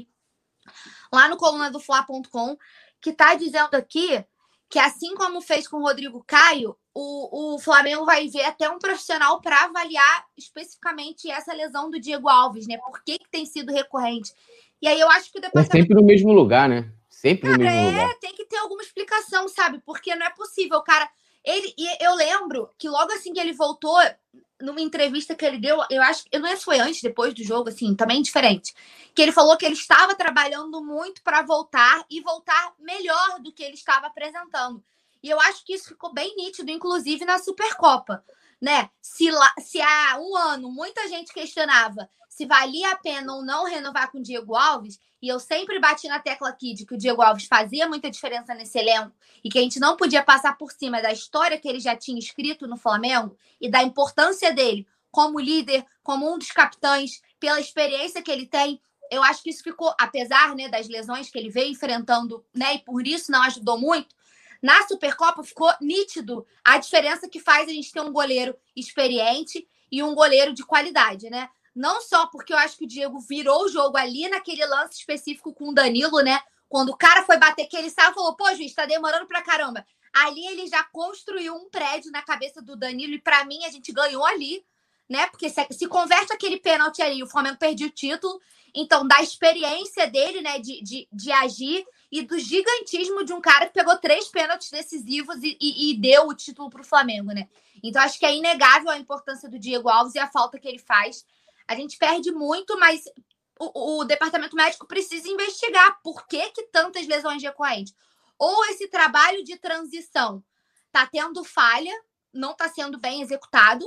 Speaker 3: lá no colunadofla.com, que tá dizendo aqui que assim como fez com o Rodrigo Caio, o Flamengo vai ver até um profissional para avaliar especificamente essa lesão do Diego Alves, né? Por que tem sido recorrente? E aí eu acho que o departamento...
Speaker 2: sempre no mesmo lugar, né? Sempre no mesmo lugar.
Speaker 3: Tem que ter alguma explicação, sabe? Porque não é possível, cara. Eu lembro que logo assim que ele voltou, numa entrevista que ele deu, eu acho que não sei se foi antes, depois do jogo, assim, também diferente, que ele falou que ele estava trabalhando muito para voltar e voltar melhor do que ele estava apresentando. E eu acho que isso ficou bem nítido, inclusive na Supercopa, né? Se há um ano muita gente questionava se valia a pena ou não renovar com o Diego Alves, e eu sempre bati na tecla aqui de que o Diego Alves fazia muita diferença nesse elenco e que a gente não podia passar por cima da história que ele já tinha escrito no Flamengo e da importância dele como líder, como um dos capitães, pela experiência que ele tem. Eu acho que isso ficou, apesar, né, das lesões que ele veio enfrentando, né, e por isso não ajudou muito, na Supercopa ficou nítido a diferença que faz a gente ter um goleiro experiente e um goleiro de qualidade, né? Não só porque eu acho que o Diego virou o jogo ali naquele lance específico com o Danilo, né? Quando o cara foi bater, que ele saiu e falou, pô, juiz, tá demorando pra caramba. Ali ele já construiu um prédio na cabeça do Danilo e pra mim a gente ganhou ali, né? Porque se converte aquele pênalti ali, o Flamengo perdeu o título. Então, da experiência dele, né, de agir e do gigantismo de um cara que pegou 3 pênaltis decisivos e deu o título pro Flamengo, né? Então, acho que é inegável a importância do Diego Alves e a falta que ele faz. A gente perde muito, mas o departamento médico precisa investigar por que tantas lesões recorrentes. Ou esse trabalho de transição tá tendo falha, não tá sendo bem executado,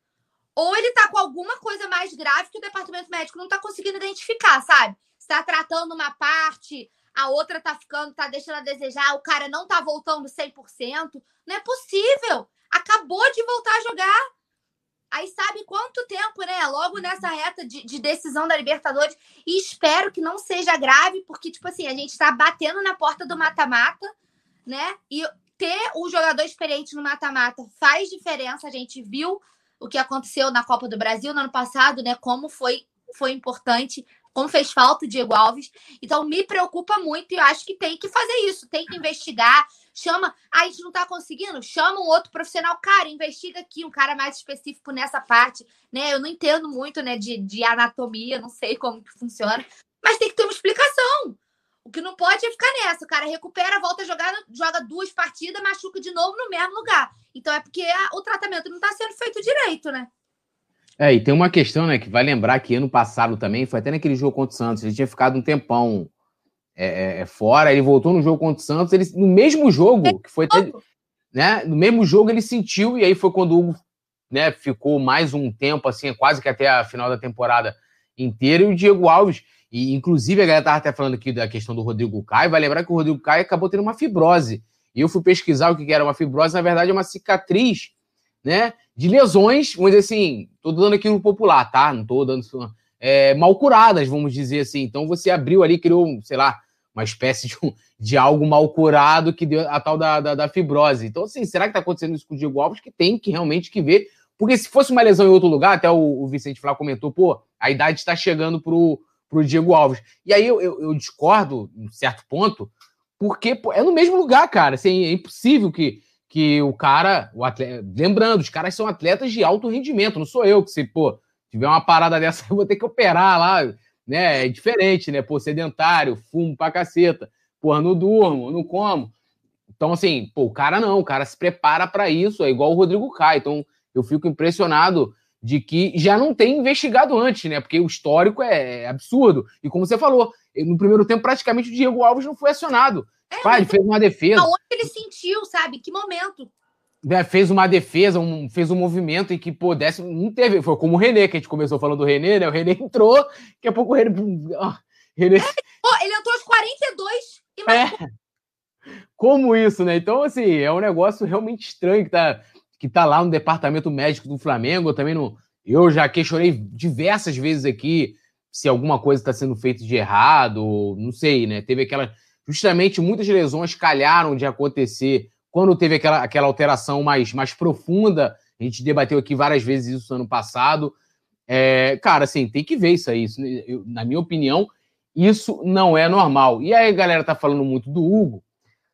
Speaker 3: ou ele tá com alguma coisa mais grave que o departamento médico não tá conseguindo identificar, sabe? Está tratando uma parte, a outra tá deixando a desejar, o cara não tá voltando 100%. Não é possível. Acabou de voltar a jogar. Aí sabe quanto tempo, né? Logo nessa reta de decisão da Libertadores. E espero que não seja grave, porque, tipo assim, a gente tá batendo na porta do mata-mata, né? E ter um jogador experiente no mata-mata faz diferença. A gente viu o que aconteceu na Copa do Brasil no ano passado, né? Como foi importante, como fez falta o Diego Alves. Então, me preocupa muito e eu acho que tem que fazer isso. Tem que investigar. Chama, a gente não tá conseguindo? Chama um outro profissional. Cara, investiga aqui, um cara mais específico nessa parte, né? Eu não entendo muito, né, de anatomia, não sei como que funciona, mas tem que ter uma explicação. O que não pode é ficar nessa. O cara recupera, volta a jogar, joga 2 partidas, machuca de novo no mesmo lugar. Então é porque o tratamento não tá sendo feito direito, né?
Speaker 2: E tem uma questão, né, que vai lembrar que ano passado também, foi até naquele jogo contra o Santos, ele tinha ficado um tempão fora, ele voltou no jogo contra o Santos, ele, no mesmo jogo, que foi até, né, no mesmo jogo ele sentiu, e aí foi quando o Hugo, né, ficou mais um tempo, assim, quase que até a final da temporada inteira, e o Diego Alves, e inclusive a galera tava até falando aqui da questão do Rodrigo Caio, vai lembrar que o Rodrigo Caio acabou tendo uma fibrose, e eu fui pesquisar o que era uma fibrose, na verdade é uma cicatriz, né, de lesões, vamos dizer assim, tô dando aqui no popular, tá, não tô dando mal curadas, vamos dizer assim. Então você abriu ali, criou, sei lá, uma espécie de algo mal curado que deu a tal da fibrose. Então, assim, será que tá acontecendo isso com o Diego Alves? Que tem que realmente que ver. Porque se fosse uma lesão em outro lugar, até o Vicente Flá comentou, pô, a idade está chegando pro Diego Alves. E aí eu discordo, em certo ponto, porque pô, é no mesmo lugar, cara. Assim, é impossível que o cara, o atleta, lembrando, os caras são atletas de alto rendimento, não sou eu que se, pô, tiver uma parada dessa, eu vou ter que operar lá, né? É diferente, né? Pô, sedentário, fumo pra caceta. Porra, não durmo, não como. Então, assim, pô, o cara se prepara pra isso, é igual o Rodrigo Caio. Então, eu fico impressionado de que já não tem investigado antes, né? Porque o histórico é absurdo. E como você falou, no primeiro tempo, praticamente o Diego Alves não foi acionado. Ele fez uma defesa.
Speaker 3: Aonde ele sentiu, sabe? Que momento?
Speaker 2: Fez uma defesa, fez um movimento em que, pô, não teve. Foi como o René, que a gente começou falando do René, né? O René entrou, daqui a pouco o René.
Speaker 3: Ele entrou aos 42 e marcou.
Speaker 2: Como isso, né? Então, assim, é um negócio realmente estranho que tá lá no departamento médico do Flamengo. Eu também não. Eu já questionei diversas vezes aqui se alguma coisa está sendo feita de errado, não sei, né? Teve aquela. Justamente muitas lesões calharam de acontecer. Quando teve aquela alteração mais profunda, a gente debateu aqui várias vezes isso no ano passado. Cara, assim, tem que ver isso aí. Na minha opinião, isso não é normal. E aí a galera tá falando muito do Hugo.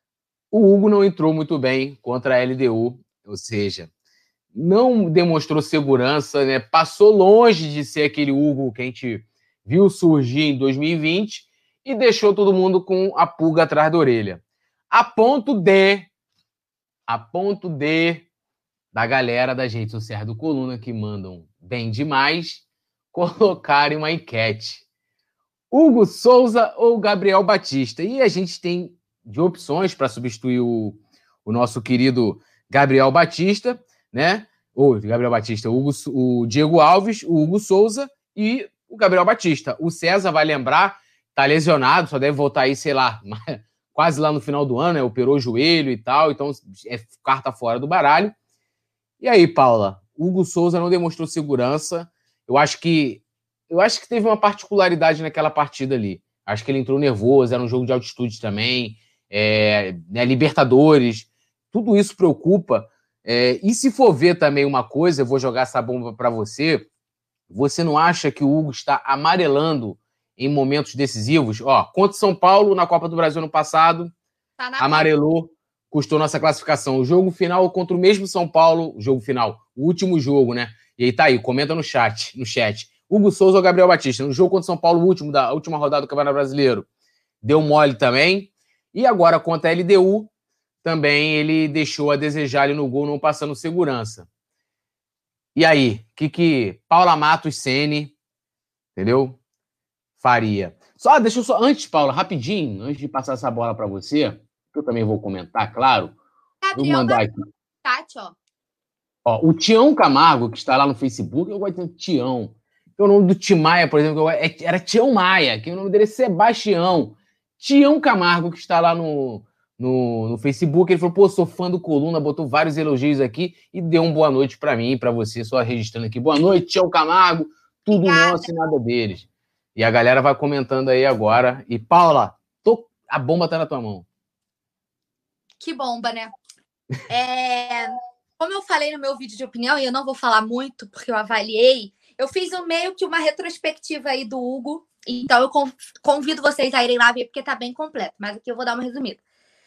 Speaker 2: O Hugo não entrou muito bem contra a LDU, ou seja, não demonstrou segurança, né? Passou longe de ser aquele Hugo que a gente viu surgir em 2020 e deixou todo mundo com a pulga atrás da orelha. A ponto de da galera das redes sociais do Coluna, que mandam bem demais, colocarem uma enquete. Hugo Souza ou Gabriel Batista? E a gente tem de opções para substituir o nosso querido Gabriel Batista, né? Ou Gabriel Batista, o Diego Alves, o Hugo Souza e o Gabriel Batista. O César, vai lembrar, tá lesionado, só deve voltar aí, sei lá, quase lá no final do ano, né? Operou o joelho e tal, então é carta fora do baralho. E aí, Paula? Hugo Souza não demonstrou segurança. Eu acho que teve uma particularidade naquela partida ali. Acho que ele entrou nervoso, era um jogo de altitude também, né, Libertadores, tudo isso preocupa. E se for ver também uma coisa, eu vou jogar essa bomba para você, você não acha que o Hugo está amarelando em momentos decisivos? Ó, contra o São Paulo na Copa do Brasil no passado, amarelou, custou nossa classificação. O jogo final contra o mesmo São Paulo, o jogo final, o último jogo, né? E aí tá aí, comenta no chat. Hugo Souza ou Gabriel Batista? No jogo contra o São Paulo, o último da última rodada do Campeonato Brasileiro, deu mole também. E agora contra a LDU, também ele deixou a desejar ali no gol, não passando segurança. E aí, que Paula Matos Ceni, entendeu? Faria. Deixa eu só, antes, Paula, rapidinho, antes de passar essa bola para você, que eu também vou comentar, claro.
Speaker 3: Gabriel,
Speaker 2: vou mandar aqui.
Speaker 3: Tati, ó.
Speaker 2: Ó, o Tião Camargo, que está lá no Facebook, eu gosto de Tião. O nome do Tim Maia, por exemplo, era Tião Maia, que o nome dele é Sebastião. Tião Camargo, que está lá no Facebook, ele falou, pô, sou fã do Coluna, botou vários elogios aqui e deu uma boa noite para mim e para você, só registrando aqui. Boa noite, Tião Camargo, tudo nosso e nada deles. E a galera vai comentando aí agora. E, Paula, a bomba tá na tua mão.
Speaker 3: Que bomba, né? Como eu falei no meu vídeo de opinião, e eu não vou falar muito porque eu avaliei, eu fiz meio que uma retrospectiva aí do Hugo, então eu convido vocês a irem lá ver porque tá bem completo, mas aqui eu vou dar uma resumida.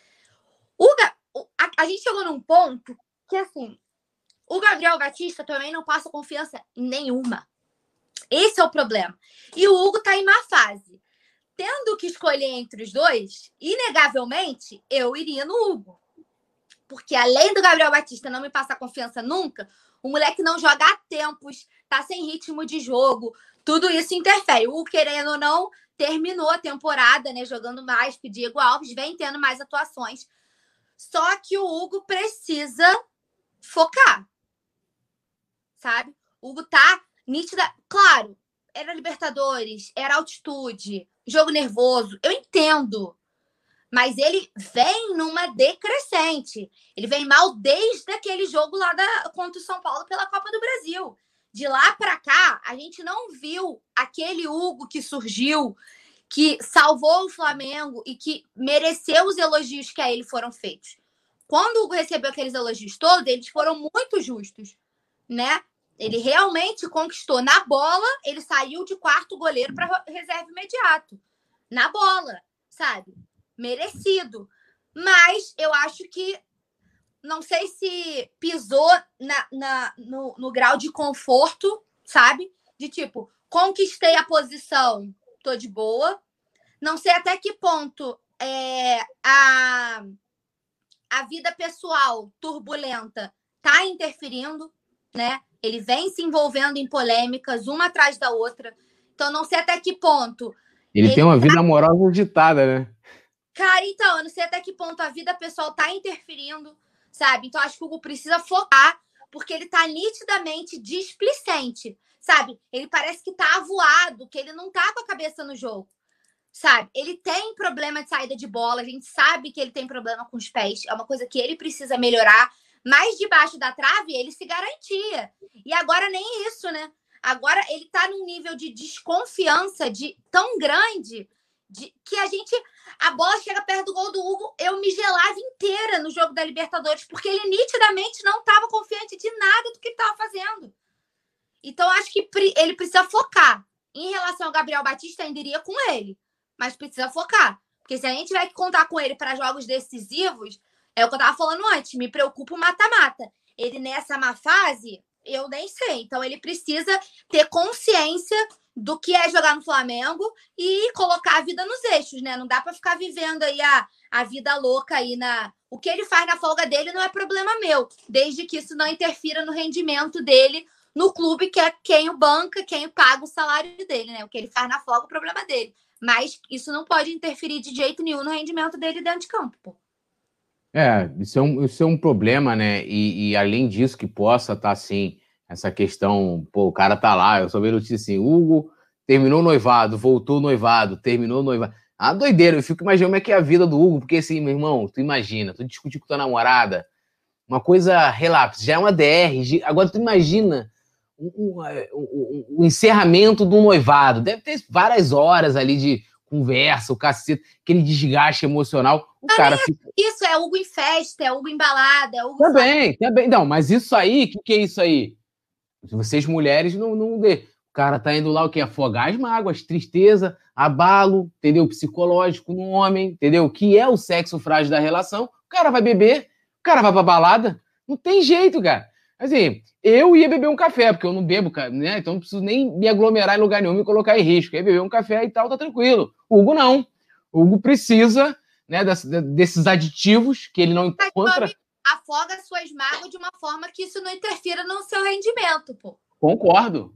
Speaker 3: A gente chegou num ponto que, assim, o Gabriel Batista também não passa confiança nenhuma. Esse é o problema. E o Hugo tá em má fase. Tendo que escolher entre os dois, inegavelmente, eu iria no Hugo. Porque além do Gabriel Batista não me passar confiança nunca, o moleque não joga há tempos, tá sem ritmo de jogo, tudo isso interfere. O Hugo, querendo ou não, terminou a temporada, né, jogando mais que o Diego Alves, vem tendo mais atuações. Só que o Hugo precisa focar, sabe? O Hugo tá nítida. Claro, era Libertadores, era altitude, jogo nervoso, eu entendo. Mas ele vem numa decrescente. Ele vem mal desde aquele jogo lá contra o São Paulo pela Copa do Brasil. De lá para cá, a gente não viu aquele Hugo que surgiu, que salvou o Flamengo e que mereceu os elogios que a ele foram feitos. Quando o Hugo recebeu aqueles elogios todos, eles foram muito justos, né? Ele realmente conquistou na bola, ele saiu de quarto goleiro para reserva imediato. Na bola, sabe? Merecido. Mas eu acho que não sei se pisou no grau de conforto, sabe? De tipo, conquistei a posição, tô de boa. Não sei até que ponto a vida pessoal turbulenta tá interferindo, né? Ele vem se envolvendo em polêmicas, uma atrás da outra. Então, não sei até que ponto...
Speaker 2: Ele tem uma vida amorosa agitada, né?
Speaker 3: Cara, então, eu não sei até que ponto a vida pessoal tá interferindo, sabe? Então, acho que o Hugo precisa focar, porque ele tá nitidamente displicente, sabe? Ele parece que tá avoado, que ele não tá com a cabeça no jogo, sabe? Ele tem problema de saída de bola, a gente sabe que ele tem problema com os pés, é uma coisa que ele precisa melhorar, mas debaixo da trave ele se garantia. E agora nem isso, né? Agora ele tá num nível de desconfiança tão grande que a bola chega perto do gol do Hugo, eu me gelava inteira no jogo da Libertadores, porque ele nitidamente não estava confiante de nada do que ele estava fazendo. Então, acho que ele precisa focar. Em relação ao Gabriel Batista, ainda iria com ele, mas precisa focar. Porque se a gente tiver que contar com ele para jogos decisivos, é o que eu estava falando antes, me preocupa o mata-mata. Ele nessa má fase, eu nem sei. Então, ele precisa ter consciência do que é jogar no Flamengo e colocar a vida nos eixos, né? Não dá para ficar vivendo aí a vida louca aí O que ele faz na folga dele não é problema meu, desde que isso não interfira no rendimento dele no clube, que é quem o banca, quem paga o salário dele, né? O que ele faz na folga é o problema dele. Mas isso não pode interferir de jeito nenhum no rendimento dele dentro de campo, pô.
Speaker 2: Isso é um problema, né? E além disso, que possa estar assim, essa questão, pô, o cara tá lá, eu só vi notícia assim, Hugo terminou o noivado, voltou o noivado, terminou o noivado. Ah, doideira, eu fico imaginando como é que é a vida do Hugo, porque assim, meu irmão, tu imagina, tu discutir com tua namorada, uma coisa relapse, já é uma DR, agora tu imagina o encerramento do noivado, deve ter várias horas ali de conversa, o cacete, aquele desgaste emocional, o cara fica...
Speaker 3: Isso, é Hugo em festa, é Hugo em balada, é Hugo...
Speaker 2: Também. Não, mas isso aí, o que é isso aí? Vocês mulheres não vê. O cara tá indo lá o quê? Afogar as mágoas, tristeza, abalo, entendeu? Psicológico no homem, entendeu? Que é o sexo frágil da relação. O cara vai beber, o cara vai pra balada. Não tem jeito, cara. Assim, eu ia beber um café, porque eu não bebo, né? Então não preciso nem me aglomerar em lugar nenhum, me colocar em risco. Eu ia beber um café e tal, tá tranquilo. O Hugo não. O Hugo precisa, né, desses aditivos que ele não encontra.
Speaker 3: Afoga suas mágoas de uma forma que isso não interfira no seu rendimento, pô.
Speaker 2: Concordo.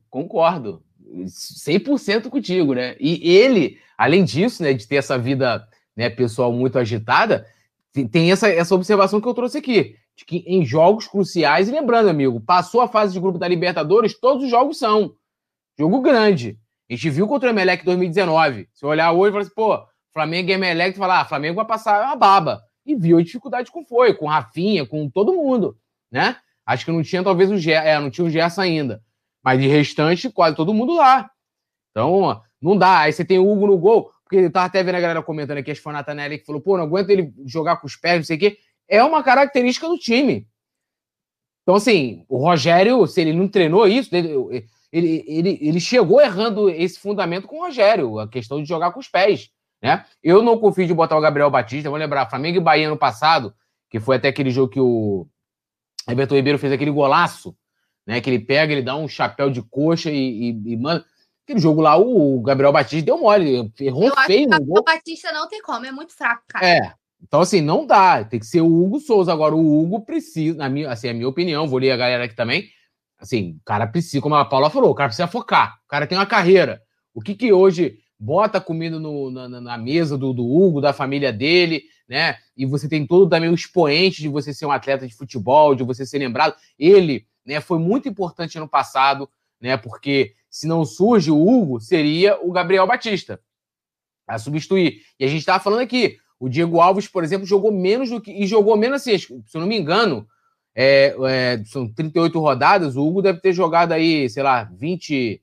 Speaker 2: 100% contigo, né? E ele, além disso, né, de ter essa vida, né, pessoal muito agitada, tem essa observação que eu trouxe aqui, de que em jogos cruciais, e lembrando, amigo, passou a fase de grupo da Libertadores, todos os jogos são jogo grande. A gente viu contra o Emelec em 2019. Se olhar hoje, fala assim, pô, Flamengo e Emelec, tu fala, Flamengo vai passar uma baba. E viu a dificuldade com o Rafinha, com todo mundo, né? Acho que não tinha talvez não tinha o Gerson ainda. Mas de restante, quase todo mundo lá. Então, não dá. Aí você tem o Hugo no gol, porque eu tava até vendo a galera comentando aqui, acho que foi a Natanelli que falou, pô, não aguenta ele jogar com os pés, não sei o quê. É uma característica do time. Então, assim, o Rogério, se ele não treinou isso, ele chegou errando esse fundamento com o Rogério, a questão de jogar com os pés. Né? Eu não confio de botar o Gabriel Batista. Vou lembrar, Flamengo e Bahia no passado, que foi até aquele jogo que o Everton Ribeiro fez aquele golaço, né? Que ele pega, ele dá um chapéu de coxa e manda. Aquele jogo lá, o Gabriel Batista deu mole, errou feio no gol.
Speaker 3: O Batista não tem como, é muito fraco, cara.
Speaker 2: Então assim, não dá, tem que ser o Hugo Souza. Agora o Hugo precisa, a minha opinião, vou ler a galera aqui também, assim, o cara precisa, como a Paula falou, o cara precisa focar, o cara tem uma carreira. O que hoje... bota comida na mesa do Hugo, da família dele, né? E você tem todo também o expoente de você ser um atleta de futebol, de você ser lembrado. Ele, né, foi muito importante ano passado, né? Porque se não surge o Hugo, seria o Gabriel Batista a substituir. E a gente estava falando aqui, o Diego Alves, por exemplo, jogou menos do que... E jogou menos assim, se eu não me engano, são 38 rodadas, o Hugo deve ter jogado aí, sei lá, 20...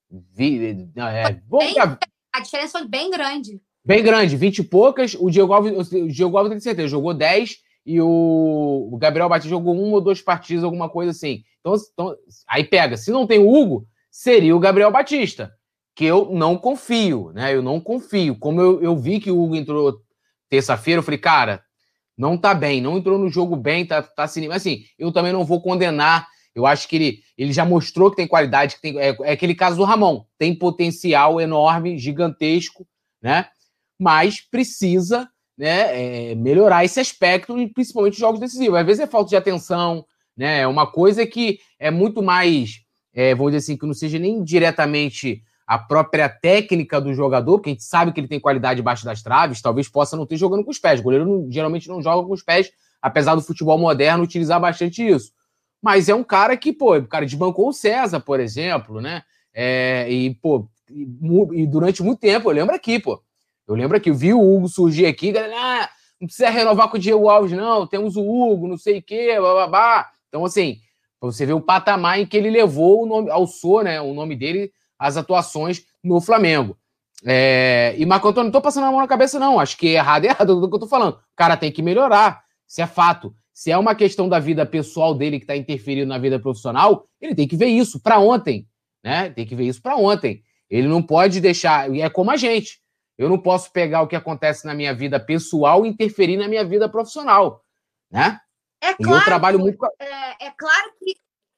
Speaker 3: A diferença foi bem grande.
Speaker 2: Bem grande, 20 e poucas. O Diego Alves, tem certeza, jogou 10 e o Gabriel Batista jogou 1 ou 2 partidas, alguma coisa assim. Então, aí pega. Se não tem o Hugo, seria o Gabriel Batista, que eu não confio, né? Eu não confio. Como eu vi que o Hugo entrou terça-feira, eu falei, cara, não tá bem, não entrou no jogo bem, tá assim. Mas assim, eu também não vou condenar. Eu acho que ele já mostrou que tem qualidade, que tem, é aquele caso do Ramon, tem potencial enorme, gigantesco, né? Mas precisa, né, melhorar esse aspecto, principalmente jogos decisivos. Às vezes é falta de atenção, né? É uma coisa que é muito mais, vamos dizer assim, que não seja nem diretamente a própria técnica do jogador, porque a gente sabe que ele tem qualidade debaixo das traves, talvez possa não ter jogando com os pés. O goleiro geralmente não joga com os pés, apesar do futebol moderno utilizar bastante isso. Mas é um cara que, o cara desbancou o César, por exemplo, né? E durante muito tempo, eu lembro aqui, eu vi o Hugo surgir aqui, galera, não precisa renovar com o Diego Alves, não, temos o Hugo, não sei o quê, bababá. Então, assim, pra você ver o patamar em que ele levou o nome, alçou, né, o nome dele, as atuações no Flamengo. E Marco Antônio, não tô passando a mão na cabeça, não, acho que é errado do que eu tô falando. O cara tem que melhorar, isso é fato. Se é uma questão da vida pessoal dele que está interferindo na vida profissional, ele tem que ver isso para ontem, né? Tem que ver isso para ontem. Ele não pode deixar... E é como a gente. Eu não posso pegar o que acontece na minha vida pessoal e interferir na minha vida profissional, né?
Speaker 3: Claro,
Speaker 2: eu trabalho muito...
Speaker 3: É claro que...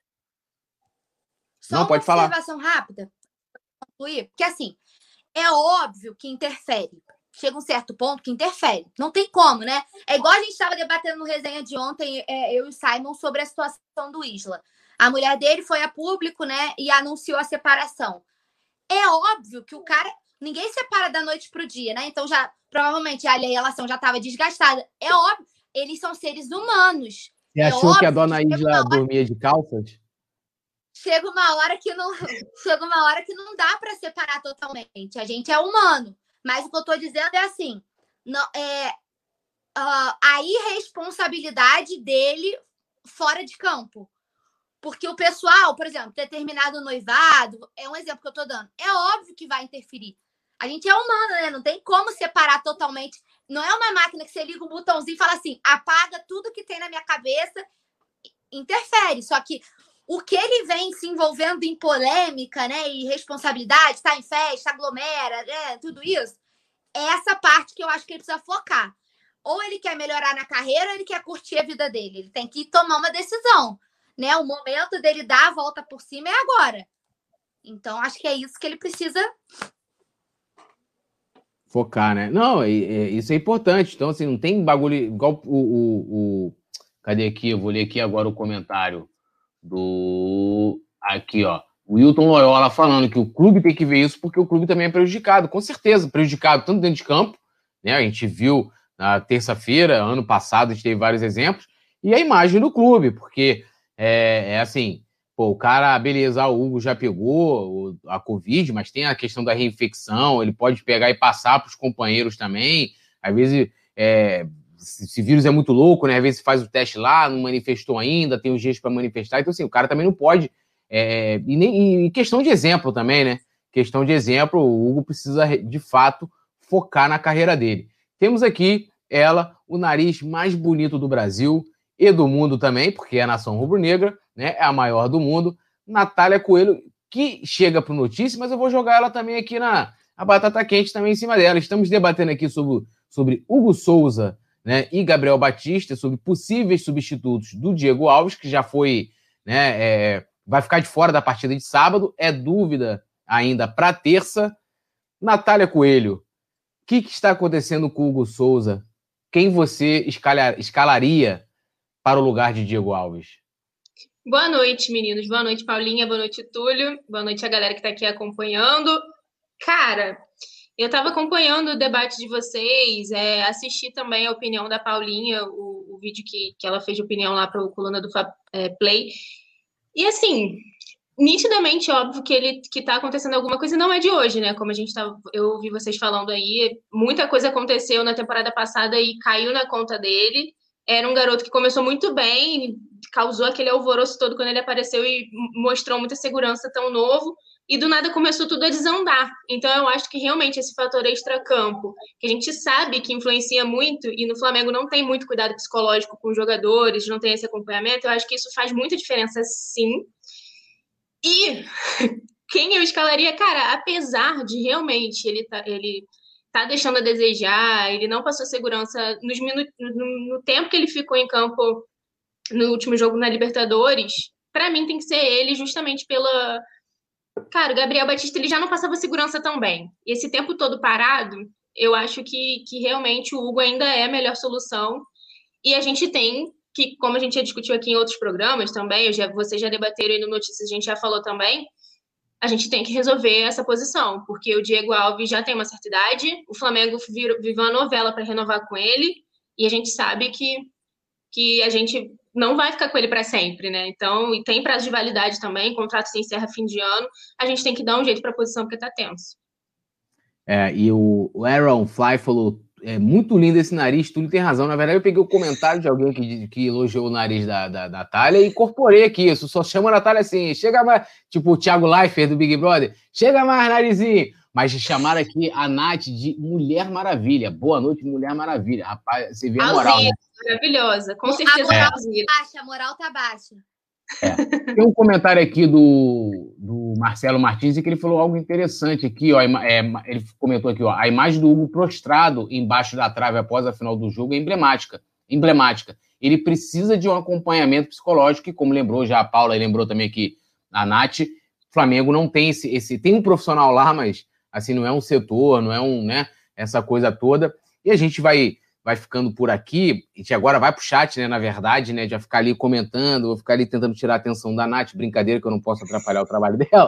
Speaker 2: Só não, pode falar.
Speaker 3: Uma observação rápida. Porque, assim, é óbvio que interfere. Chega um certo ponto que interfere. Não tem como, né? É igual a gente estava debatendo no resenha de ontem, eu e o Simon, sobre a situação do Isla. A mulher dele foi a público, né? E anunciou a separação. É óbvio que o cara... Ninguém separa da noite pro dia, né? Então, já provavelmente a relação já estava desgastada. É óbvio. Eles são seres humanos.
Speaker 2: Você achou que a dona Isla dormia de calças?
Speaker 3: Chega uma hora que não dá para separar totalmente. A gente é humano. Mas o que eu estou dizendo é assim, a irresponsabilidade dele fora de campo. Porque o pessoal, por exemplo, determinado noivado, é um exemplo que eu estou dando, é óbvio que vai interferir. A gente é humano, né? Não tem como separar totalmente. Não é uma máquina que você liga um botãozinho e fala assim, apaga tudo que tem na minha cabeça, interfere. Só que o que ele vem se envolvendo em polêmica, né, e responsabilidade, tá em festa, aglomera, né, tudo isso, é essa parte que eu acho que ele precisa focar. Ou ele quer melhorar na carreira, ou ele quer curtir a vida dele. Ele tem que tomar uma decisão, né? O momento dele dar a volta por cima é agora. Então, acho que é isso que ele precisa
Speaker 2: focar, né? Não, isso é importante. Então, assim, não tem bagulho igual cadê aqui? Eu vou ler aqui agora o comentário aqui, ó, o Wilton Loyola falando que o clube tem que ver isso porque o clube também é prejudicado, com certeza, prejudicado tanto dentro de campo, né, a gente viu na terça-feira, ano passado, a gente teve vários exemplos, e a imagem do clube, porque assim, o cara, beleza, o Hugo já pegou a Covid, mas tem a questão da reinfecção, ele pode pegar e passar para os companheiros também, às vezes esse vírus é muito louco, né? Às vezes faz o teste lá, não manifestou ainda, tem os dias para manifestar. Então, assim, o cara também não pode. E questão de exemplo também, né? Questão de exemplo, o Hugo precisa, de fato, focar na carreira dele. Temos aqui ela, o nariz mais bonito do Brasil e do mundo também, porque é a nação rubro-negra, né? É a maior do mundo, Natália Coelho, que chega para o Notícia, mas eu vou jogar ela também aqui a batata quente também em cima dela. Estamos debatendo aqui sobre Hugo Souza, né, e Gabriel Batista, sobre possíveis substitutos do Diego Alves, que já foi, né, vai ficar de fora da partida de sábado, é dúvida ainda para terça. Natália Coelho, o que está acontecendo com o Hugo Souza? Quem você escalaria para o lugar de Diego Alves?
Speaker 4: Boa noite, meninos. Boa noite, Paulinha. Boa noite, Túlio. Boa noite a galera que está aqui acompanhando. Cara, Eu estava acompanhando o debate de vocês, assisti também a opinião da Paulinha, o vídeo que ela fez de opinião lá para o Coluna do Play. E assim, nitidamente óbvio que está acontecendo alguma coisa, e não é de hoje, né? Como eu ouvi vocês falando aí, muita coisa aconteceu na temporada passada e caiu na conta dele. Era um garoto que começou muito bem, causou aquele alvoroço todo quando ele apareceu e mostrou muita segurança tão novo. E do nada começou tudo a desandar. Então eu acho que realmente esse fator extracampo, que a gente sabe que influencia muito, e no Flamengo não tem muito cuidado psicológico com os jogadores, não tem esse acompanhamento, eu acho que isso faz muita diferença, sim. E quem eu escalaria, cara, apesar de realmente ele tá deixando a desejar, ele não passou segurança no tempo que ele ficou em campo no último jogo na Libertadores, para mim tem que ser ele justamente pela... Cara, o Gabriel Batista ele já não passava segurança tão bem. E esse tempo todo parado, eu acho que realmente o Hugo ainda é a melhor solução. E a gente tem que, como a gente já discutiu aqui em outros programas também, vocês já debateram aí no Notícias, a gente já falou também, a gente tem que resolver essa posição, porque o Diego Alves já tem uma certa idade, o Flamengo viveu uma novela para renovar com ele, e a gente sabe que a gente não vai ficar com ele para sempre, né? Então, e tem prazo de validade também, contrato se encerra fim de ano, a gente tem que dar um jeito para a posição porque tá tenso.
Speaker 2: E o Aaron Fly falou, muito lindo esse nariz, Túlio tem razão. Na verdade, eu peguei o comentário de alguém que elogiou o nariz da Natália e incorporei aqui. Isso só chama a Natália assim, chega mais, tipo o Thiago Leifert do Big Brother, chega mais, narizinho. Mas chamaram aqui a Nath de Mulher Maravilha. Boa noite, Mulher Maravilha. Rapaz, você vê a moral, né?
Speaker 4: Maravilhosa, com certeza.
Speaker 3: A moral tá baixa, a moral tá baixa.
Speaker 2: Tem um comentário aqui do Marcelo Martins que ele falou algo interessante aqui, ó. Ele comentou aqui, ó, a imagem do Hugo prostrado embaixo da trave após a final do jogo é emblemática. Ele precisa de um acompanhamento psicológico, e como lembrou já a Paula e lembrou também aqui a Nath, o Flamengo não tem tem um profissional lá, mas assim, não é um setor, não é né, essa coisa toda. E a gente vai ficando por aqui, a gente agora vai pro chat, né, na verdade, né, já ficar ali comentando, vou ficar ali tentando tirar a atenção da Nath, brincadeira que eu não posso atrapalhar o trabalho dela,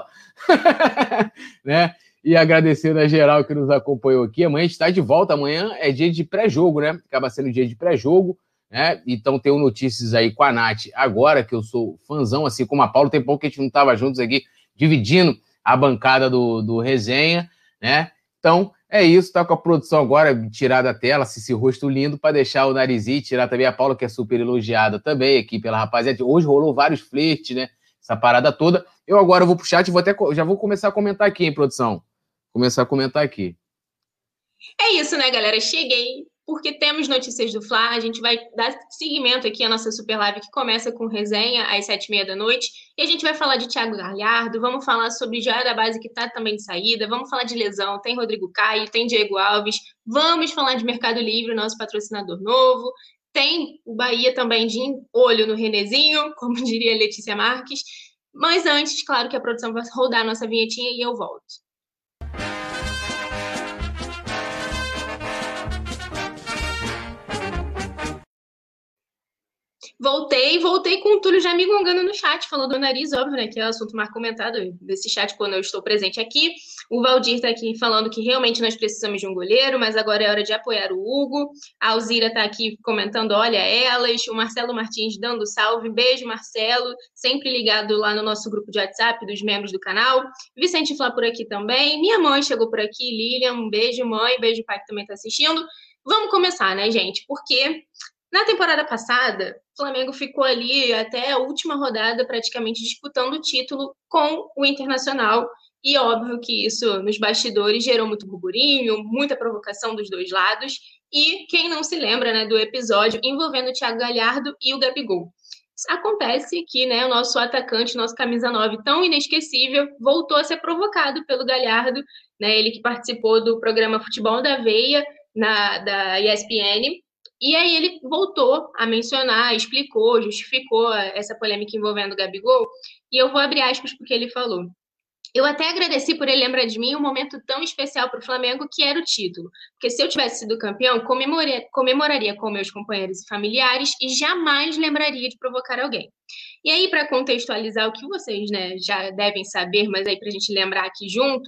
Speaker 2: né, e agradecendo a geral que nos acompanhou aqui. Amanhã a gente está de volta, amanhã é dia de pré-jogo, né, acaba sendo dia de pré-jogo, né, então tenho notícias aí com a Nath agora, que eu sou fãzão, assim como a Paula, tem pouco que a gente não estava juntos aqui, dividindo a bancada do resenha, né, então... É isso, tá com a produção agora, tirar da tela esse rosto lindo para deixar o narizinho, tirar também a Paula, que é super elogiada também aqui pela rapaziada. Hoje rolou vários flertes, né? Essa parada toda. Eu agora vou pro chat e já vou começar a comentar aqui, hein, produção? Começar a comentar aqui.
Speaker 4: É isso, né, galera? Cheguei, porque temos notícias do Fla. A gente vai dar seguimento aqui à nossa super live, que começa com resenha às 7h30 da noite. E a gente vai falar de Thiago Galhardo, vamos falar sobre Joia da Base, que tá também de saída, vamos falar de lesão, tem Rodrigo Caio, tem Diego Alves, vamos falar de Mercado Livre, nosso patrocinador novo, tem o Bahia também de olho no Renezinho, como diria Letícia Marques. Mas antes, claro que a produção vai rodar a nossa vinhetinha e eu volto. Voltei com o Túlio já me gongando no chat, falou do nariz, óbvio, né, que é o assunto mais comentado desse chat quando eu estou presente aqui. O Valdir tá aqui falando que realmente nós precisamos de um goleiro, mas agora é hora de apoiar o Hugo. A Alzira tá aqui comentando, olha elas. O Marcelo Martins dando salve, beijo, Marcelo, sempre ligado lá no nosso grupo de WhatsApp dos membros do canal. Vicente Flá por aqui também. Minha mãe chegou por aqui, Lilian, um beijo, mãe, beijo, pai, que também tá assistindo. Vamos começar, né, gente, porque... Na temporada passada, o Flamengo ficou ali até a última rodada praticamente disputando o título com o Internacional. E óbvio que isso, nos bastidores, gerou muito burburinho, muita provocação dos dois lados. E quem não se lembra, né, do episódio envolvendo o Thiago Galhardo e o Gabigol. Acontece que, né, o nosso atacante, nosso camisa 9 tão inesquecível, voltou a ser provocado pelo Galhardo, né, ele que participou do programa Futebol da Veia, da ESPN. E aí ele voltou a mencionar, explicou, justificou essa polêmica envolvendo o Gabigol, e eu vou abrir aspas porque ele falou. Eu até agradeci por ele lembrar de mim um momento tão especial para o Flamengo, que era o título. Porque se eu tivesse sido campeão, comemoraria com meus companheiros e familiares e jamais lembraria de provocar alguém. E aí, para contextualizar o que vocês, né, já devem saber, mas aí para a gente lembrar aqui juntos,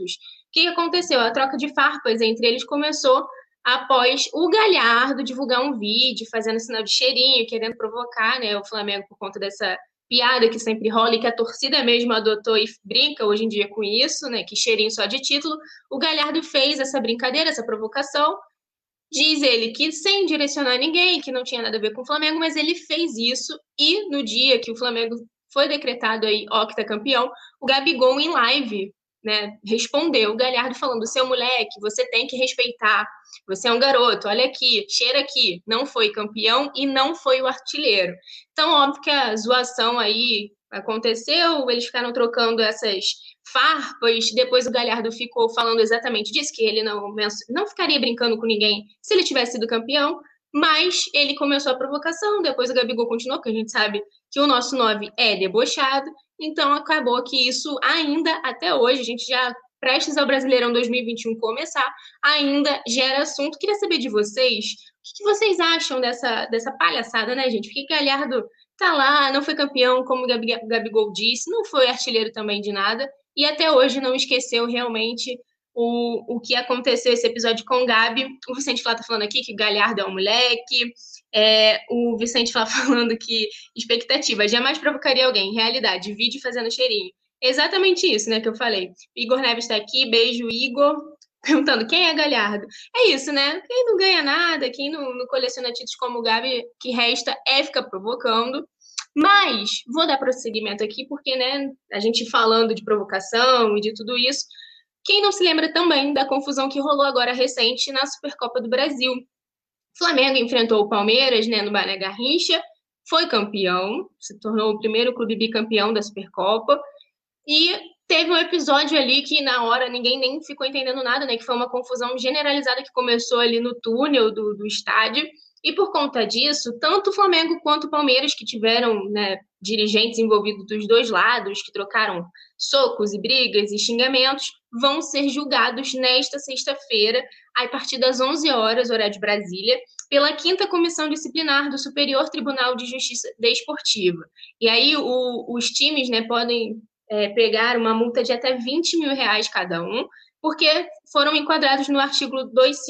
Speaker 4: que aconteceu? A troca de farpas entre eles começou após o Galhardo divulgar um vídeo fazendo sinal de cheirinho, querendo provocar, né, o Flamengo por conta dessa piada que sempre rola e que a torcida mesmo adotou e brinca hoje em dia com isso, né, que cheirinho só de título. O Galhardo fez essa brincadeira, essa provocação. Diz ele que sem direcionar ninguém, que não tinha nada a ver com o Flamengo, mas ele fez isso e no dia que o Flamengo foi decretado aí octacampeão, o Gabigol em live, né, respondeu o Galhardo falando: seu moleque, você tem que respeitar, você é um garoto, olha aqui, cheira aqui, não foi campeão e não foi o artilheiro. Então, óbvio que a zoação aí aconteceu, eles ficaram trocando essas farpas, depois o Galhardo ficou falando exatamente disso, que ele não ficaria brincando com ninguém se ele tivesse sido campeão, mas ele começou a provocação, depois o Gabigol continuou, porque a gente sabe que o nosso 9 é debochado, então acabou que isso ainda, até hoje, a gente já prestes ao Brasileirão 2021 começar, ainda gera assunto. Queria saber de vocês, o que vocês acham dessa palhaçada, né, gente? Porque Galhardo tá lá, não foi campeão, como o Gabigol disse, não foi artilheiro também de nada, e até hoje não esqueceu realmente o que aconteceu esse episódio com o Gabi. O Vicente Flá tá falando aqui que o Galhardo é um moleque, o Vicente Flá falando que expectativa, jamais provocaria alguém, realidade, vídeo fazendo cheirinho. Exatamente isso, né, que eu falei. Igor Neves tá aqui, beijo, Igor, perguntando quem é Galhardo. É isso, né, quem não ganha nada, quem não coleciona títulos como o Gabi, que resta é ficar provocando. Mas vou dar prosseguimento aqui, porque, né, a gente falando de provocação e de tudo isso, quem não se lembra também da confusão que rolou agora recente na Supercopa do Brasil? O Flamengo enfrentou o Palmeiras, né, no Mané Garrincha, foi campeão, se tornou o primeiro clube bicampeão da Supercopa, e teve um episódio ali que na hora ninguém nem ficou entendendo nada, né, que foi uma confusão generalizada que começou ali no túnel do estádio. E por conta disso, tanto o Flamengo quanto o Palmeiras, que tiveram, né, dirigentes envolvidos dos dois lados, que trocaram socos e brigas e xingamentos, vão ser julgados nesta sexta-feira, a partir das 11 horas, horário de Brasília, pela 5ª Comissão Disciplinar do Superior Tribunal de Justiça Desportiva. E aí os times, né, podem pegar uma multa de até R$20 mil cada um, porque foram enquadrados no artigo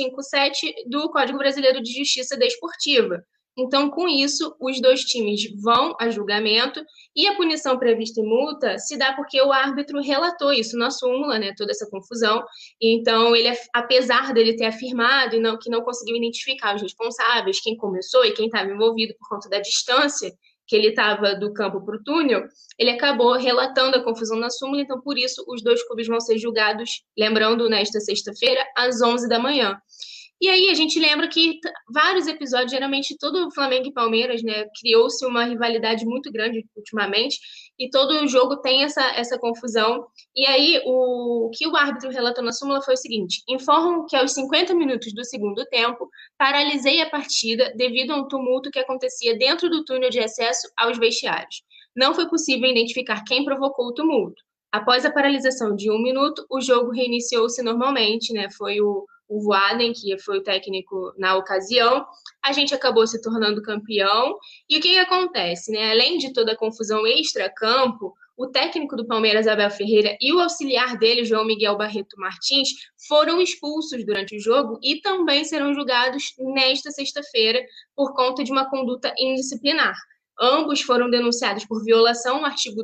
Speaker 4: 257 do Código Brasileiro de Justiça Desportiva. Então, com isso, os dois times vão a julgamento e a punição prevista em multa se dá porque o árbitro relatou isso na súmula, né, toda essa confusão. Então, ele, apesar dele ter afirmado que não conseguiu identificar os responsáveis, quem começou e quem estava envolvido por conta da distância que ele estava do campo para o túnel, ele acabou relatando a confusão na súmula, então por isso os dois clubes vão ser julgados, lembrando, nesta sexta-feira, às 11 da manhã. E aí a gente lembra que vários episódios, geralmente todo Flamengo e Palmeiras, né, criou-se uma rivalidade muito grande ultimamente, e todo jogo tem essa confusão. E aí o que o árbitro relatou na súmula foi o seguinte: informam que aos 50 minutos do segundo tempo, paralisei a partida devido a um tumulto que acontecia dentro do túnel de acesso aos vestiários. Não foi possível identificar quem provocou o tumulto. Após a paralisação de 1 minuto, o jogo reiniciou-se normalmente, né? Foi o Voaden, que foi o técnico na ocasião. A gente acabou se tornando campeão. E o que acontece, né? Além de toda a confusão extra-campo, o técnico do Palmeiras, Abel Ferreira, e o auxiliar dele, João Miguel Barreto Martins, foram expulsos durante o jogo e também serão julgados nesta sexta-feira por conta de uma conduta indisciplinar. Ambos foram denunciados por violação ao artigo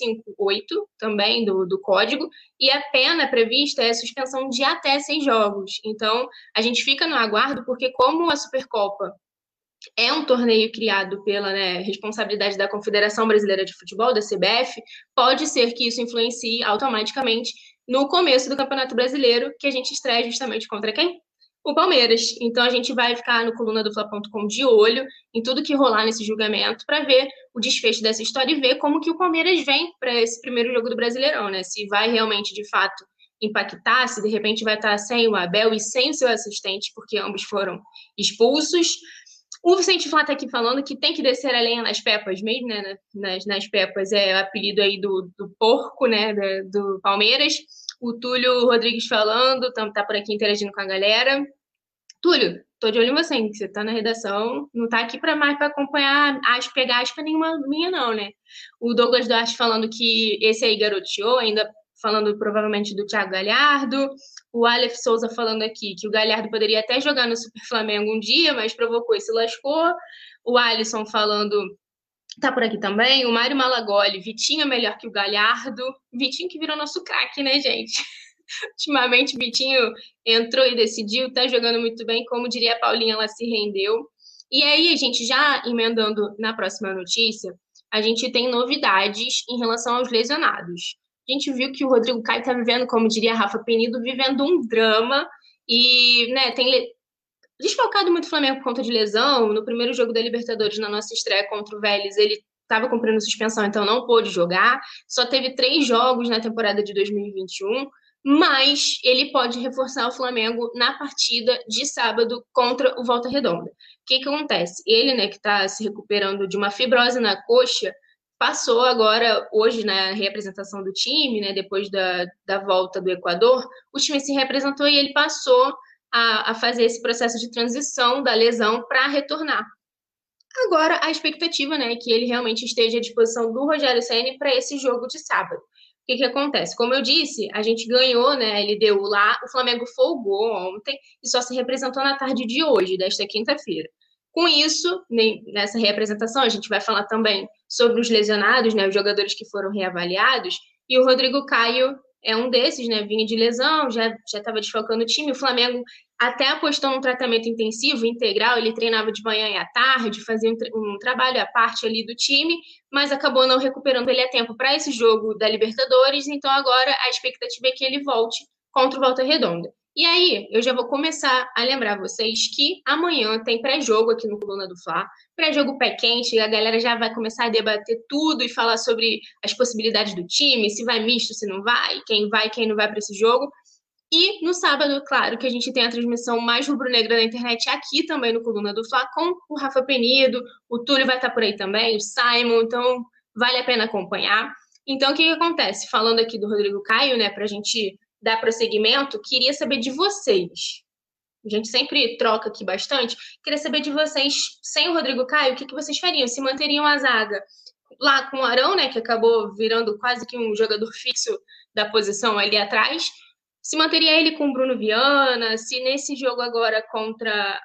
Speaker 4: 258, também do Código, e a pena prevista é suspensão de até 6 jogos. Então, a gente fica no aguardo, porque como a Supercopa é um torneio criado pela, né, responsabilidade da Confederação Brasileira de Futebol, da CBF, pode ser que isso influencie automaticamente no começo do Campeonato Brasileiro, que a gente estreia justamente contra quem? O Palmeiras. Então a gente vai ficar no colunadofla.com de olho em tudo que rolar nesse julgamento para ver o desfecho dessa história e ver como que o Palmeiras vem para esse primeiro jogo do Brasileirão, né? Se vai realmente, de fato, impactar, se de repente vai estar sem o Abel e sem o seu assistente, porque ambos foram expulsos. O Vicente Flá está aqui falando que tem que descer a lenha nas Pepas mesmo, né? Nas Pepas é o apelido aí do porco, né? Do Palmeiras. O Túlio Rodrigues falando, tá por aqui interagindo com a galera. Túlio, tô de olho em você, hein? Você tá na redação, não tá aqui mais para acompanhar, pegar aspa nenhuma minha não, né? O Douglas Duarte falando que esse aí garoteou, ainda falando provavelmente do Thiago Galhardo, o Aleph Souza falando aqui que o Galhardo poderia até jogar no Super Flamengo um dia, mas provocou e se lascou, o Alisson falando, tá por aqui também, o Mário Malagoli, Vitinho é melhor que o Galhardo, Vitinho que virou nosso craque, né, gente? Ultimamente o Vitinho entrou e decidiu, tá jogando muito bem, como diria a Paulinha, ela se rendeu. E aí, a gente já emendando na próxima notícia, a gente tem novidades em relação aos lesionados. A gente viu que o Rodrigo Caio está vivendo, como diria a Rafa Penido, vivendo um drama e, né, tem desfalcado muito o Flamengo por conta de lesão. No primeiro jogo da Libertadores, na nossa estreia contra o Vélez, ele estava cumprindo suspensão, então não pôde jogar. Só teve 3 jogos na temporada de 2021, mas ele pode reforçar o Flamengo na partida de sábado contra o Volta Redonda. O que acontece? Ele, né, que está se recuperando de uma fibrose na coxa, passou agora, hoje, na reapresentação do time, né, depois da volta do Equador, o time se reapresentou e ele passou a fazer esse processo de transição da lesão para retornar. Agora, a expectativa, né, é que ele realmente esteja à disposição do Rogério Ceni para esse jogo de sábado. O que acontece? Como eu disse, a gente ganhou, né, a LDU lá, o Flamengo folgou ontem e só se representou na tarde de hoje, desta quinta-feira. Com isso, nessa reapresentação, a gente vai falar também sobre os lesionados, né, os jogadores que foram reavaliados, e o Rodrigo Caio é um desses, né, vinha de lesão, já estava desfalcando o time. O Flamengo até apostou num tratamento intensivo, integral, ele treinava de manhã e à tarde, fazia um trabalho à parte ali do time, mas acabou não recuperando ele a tempo para esse jogo da Libertadores, então agora a expectativa é que ele volte contra o Volta Redonda. E aí, eu já vou começar a lembrar vocês que amanhã tem pré-jogo aqui no Coluna do Fla, pré-jogo pé quente, a galera já vai começar a debater tudo e falar sobre as possibilidades do time, se vai misto, se não vai, quem não vai para esse jogo. E no sábado, claro, que a gente tem a transmissão mais rubro-negra da internet aqui também no Coluna do Fla, com o Rafa Penido, o Túlio vai estar por aí também, o Simon, então vale a pena acompanhar. Então, o que acontece? Falando aqui do Rodrigo Caio, né, para a gente dar prosseguimento, queria saber de vocês. A gente sempre troca aqui bastante. Queria saber de vocês, sem o Rodrigo Caio, o que vocês fariam? Se manteriam a zaga lá com o Arão, né, que acabou virando quase que um jogador fixo da posição ali atrás, se manteria ele com o Bruno Viana, se nesse jogo agora contra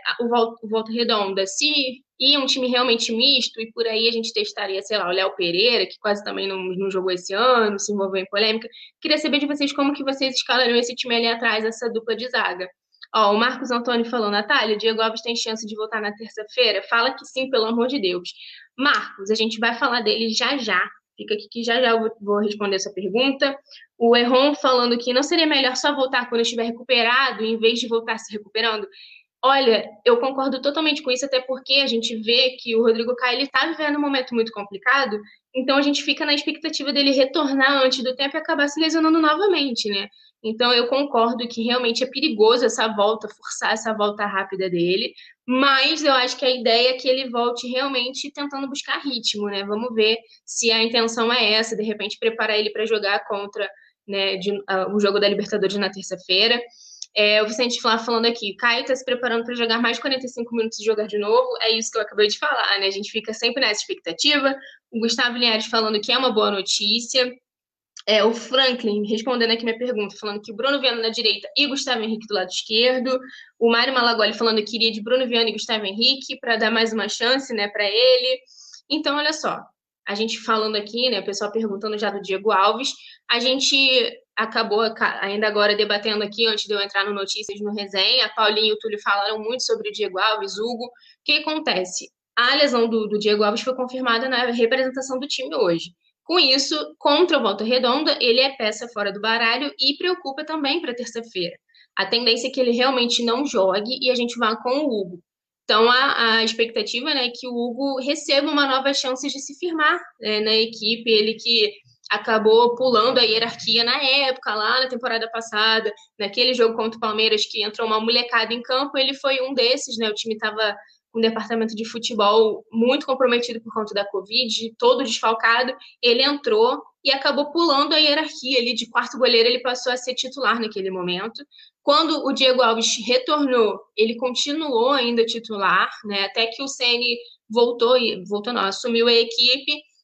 Speaker 4: o Volta Redonda, se ia um time realmente misto e por aí a gente testaria, sei lá, o Léo Pereira, que quase também não jogou esse ano, se envolveu em polêmica. Queria saber de vocês como que vocês escalariam esse time ali atrás, essa dupla de zaga. Ó, o Marcos Antônio falou, Natália, o Diego Alves tem chance de voltar na terça-feira? Fala que sim, pelo amor de Deus. Marcos, a gente vai falar dele já já. Fica aqui que já eu vou responder essa pergunta. O Erron falando que não seria melhor só voltar quando estiver recuperado, em vez de voltar se recuperando. Olha, eu concordo totalmente com isso, até porque a gente vê que o Rodrigo Caio está vivendo um momento muito complicado, então a gente fica na expectativa dele retornar antes do tempo e acabar se lesionando novamente, né? Então eu concordo que realmente é perigoso essa volta, forçar essa volta rápida dele, mas eu acho que a ideia é que ele volte realmente tentando buscar ritmo, né? Vamos ver se a intenção é essa, de repente preparar ele para jogar contra, né, o jogo da Libertadores na terça-feira. O Vicente Flá falando aqui, Caio está se preparando para jogar mais 45 minutos e jogar de novo, é isso que eu acabei de falar, né? A gente fica sempre nessa expectativa. O Gustavo Linhares falando que é uma boa notícia. O Franklin respondendo aqui minha pergunta, falando que o Bruno Viana na direita e Gustavo Henrique do lado esquerdo. O Mário Malagoli falando que iria de Bruno Viana e Gustavo Henrique para dar mais uma chance, né, para ele. Então, olha só, a gente falando aqui, né, o pessoal perguntando já do Diego Alves, a gente acabou ainda agora debatendo aqui, antes de eu entrar no Notícias no Resenha, a Paulinha e o Túlio falaram muito sobre o Diego Alves, Hugo. O que acontece? A lesão do Diego Alves foi confirmada na representação do time hoje. Com isso, contra o Volta Redonda, ele é peça fora do baralho e preocupa também para terça-feira. A tendência é que ele realmente não jogue e a gente vá com o Hugo. Então, a expectativa, né, é que o Hugo receba uma nova chance de se firmar, né, na equipe. Ele que acabou pulando a hierarquia na época, lá na temporada passada, naquele jogo contra o Palmeiras, que entrou uma molecada em campo, ele foi um desses, né? O time estava com um departamento de futebol muito comprometido por conta da Covid, todo desfalcado, ele entrou e acabou pulando a hierarquia ali de quarto goleiro, ele passou a ser titular naquele momento. Quando o Diego Alves retornou, ele continuou ainda titular, né? Até que o Ceni assumiu a equipe,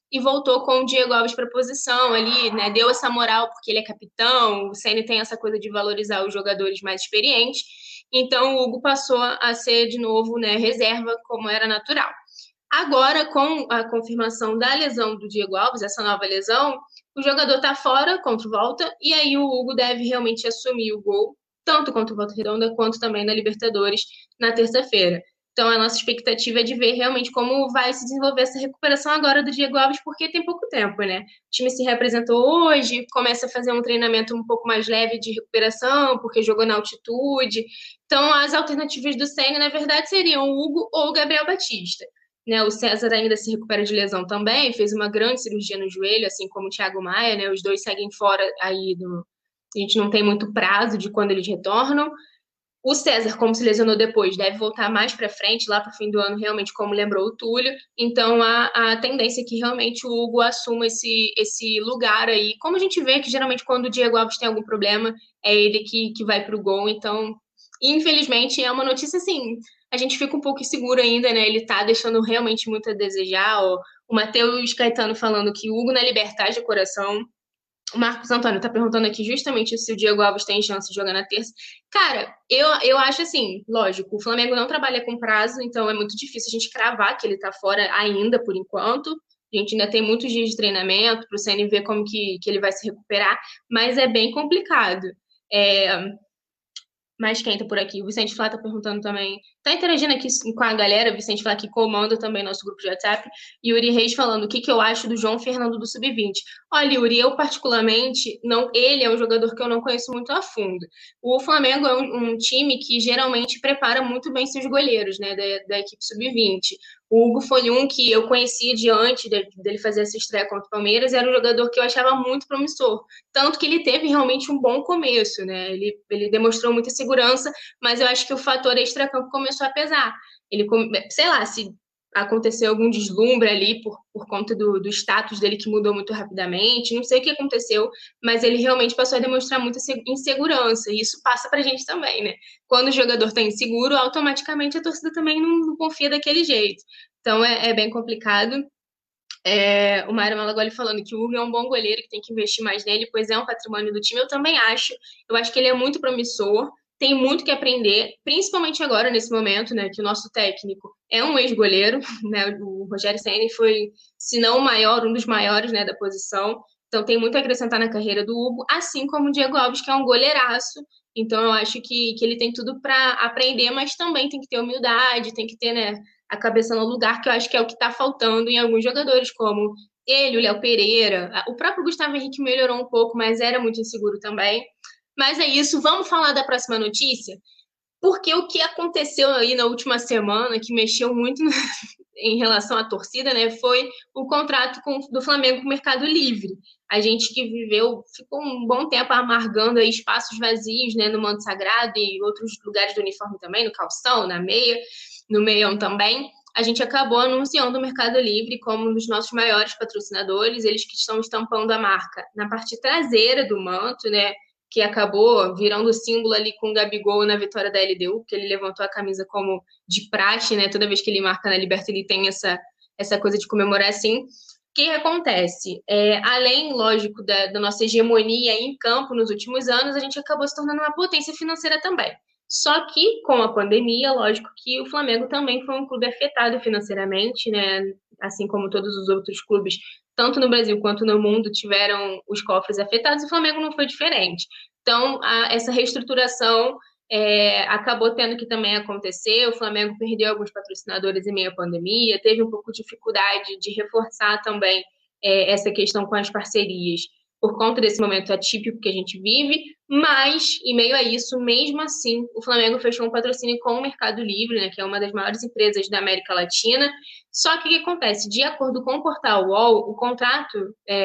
Speaker 4: e voltou com o Diego Alves para a posição ali, né? Deu essa moral porque ele é capitão, o Ceni tem essa coisa de valorizar os jogadores mais experientes, então o Hugo passou a ser de novo, né, reserva, como era natural. Agora, com a confirmação da lesão do Diego Alves, essa nova lesão, o jogador está fora contra o Volta, e aí o Hugo deve realmente assumir o gol, tanto contra o Volta Redonda, quanto também na Libertadores, na terça-feira. Então, a nossa expectativa é de ver realmente como vai se desenvolver essa recuperação agora do Diego Alves, porque tem pouco tempo, né? O time se reapresentou hoje, começa a fazer um treinamento um pouco mais leve de recuperação, porque jogou na altitude. Então, as alternativas do Ceni, na verdade, seriam o Hugo ou o Gabriel Batista. Né, o César ainda se recupera de lesão também, fez uma grande cirurgia no joelho, assim como o Thiago Maia, né? Os dois seguem fora aí a gente não tem muito prazo de quando eles retornam. O César, como se lesionou depois, deve voltar mais para frente, lá para o fim do ano, realmente, como lembrou o Túlio. Então, a tendência é que realmente o Hugo assuma esse lugar aí. Como a gente vê que geralmente quando o Diego Alves tem algum problema, é ele que vai para o gol. Então, infelizmente, é uma notícia assim. A gente fica um pouco inseguro ainda, né? Ele tá deixando realmente muito a desejar. O Matheus Caetano falando que o Hugo não é libertar de coração. O Marcos Antônio tá perguntando aqui justamente se o Diego Alves tem chance de jogar na terça. Cara, eu acho assim, lógico, o Flamengo não trabalha com prazo, então é muito difícil a gente cravar que ele tá fora ainda, por enquanto. A gente ainda tem muitos dias de treinamento para o Ceni ver como que ele vai se recuperar, mas é bem complicado. Mais quem tá por aqui? O Vicente Flá tá perguntando também. Tá interagindo aqui com a galera. O Vicente Flá que comanda também nosso grupo de WhatsApp. E Yuri Reis falando o que eu acho do João Fernando do Sub-20. Olha, Yuri, eu particularmente, não, ele é um jogador que eu não conheço muito a fundo. O Flamengo é um time que geralmente prepara muito bem seus goleiros, né, da equipe Sub-20. O Hugo foi um que eu conhecia de antes dele fazer essa estreia contra o Palmeiras, era um jogador que eu achava muito promissor. Tanto que ele teve realmente um bom começo, né? Ele demonstrou muita segurança, mas eu acho que o fator extracampo começou a pesar. Ele, sei lá, se aconteceu algum deslumbre ali por conta do status dele que mudou muito rapidamente, não sei o que aconteceu, mas ele realmente passou a demonstrar muita insegurança, e isso passa pra gente também, né? Quando o jogador tá inseguro, automaticamente a torcida também não confia daquele jeito. Então é bem complicado. O Mário Malagoli falando que o Hugo é um bom goleiro, que tem que investir mais nele, pois é um patrimônio do time. Eu também acho. Eu acho que ele é muito promissor, tem muito que aprender, principalmente agora, nesse momento, né, que o nosso técnico é um ex-goleiro, né, o Rogério Ceni foi, se não o maior, um dos maiores, né, da posição. Então tem muito a acrescentar na carreira do Hugo, assim como o Diego Alves, que é um goleiraço. Então eu acho que ele tem tudo para aprender, mas também tem que ter humildade, tem que ter, né, a cabeça no lugar, que eu acho que é o que está faltando em alguns jogadores, como ele, o Léo Pereira. O próprio Gustavo Henrique melhorou um pouco, mas era muito inseguro também. Mas é isso, vamos falar da próxima notícia? Porque o que aconteceu aí na última semana, que mexeu muito em relação à torcida, né, foi o contrato do Flamengo com o Mercado Livre. A gente que ficou um bom tempo amargando aí espaços vazios, né, no Manto Sagrado e outros lugares do uniforme também, no calção, na meia, no meião também. A gente acabou anunciando o Mercado Livre como um dos nossos maiores patrocinadores, eles que estão estampando a marca na parte traseira do manto, né, que acabou virando símbolo ali com o Gabigol na vitória da LDU, porque ele levantou a camisa como de praxe, né? Toda vez que ele marca na Liberta, ele tem essa coisa de comemorar assim. O que acontece? Além, lógico, da nossa hegemonia em campo nos últimos anos, a gente acabou se tornando uma potência financeira também. Só que, com a pandemia, lógico que o Flamengo também foi um clube afetado financeiramente, né? Assim como todos os outros clubes, tanto no Brasil quanto no mundo, tiveram os cofres afetados, e o Flamengo não foi diferente. Então, essa reestruturação acabou tendo que também acontecer. O Flamengo perdeu alguns patrocinadores em meio à pandemia, teve um pouco de dificuldade de reforçar também essa questão com as parcerias, por conta desse momento atípico que a gente vive, mas, em meio a isso, mesmo assim, o Flamengo fechou um patrocínio com o Mercado Livre, né, que é uma das maiores empresas da América Latina. Só que o que acontece? De acordo com o portal UOL, o contrato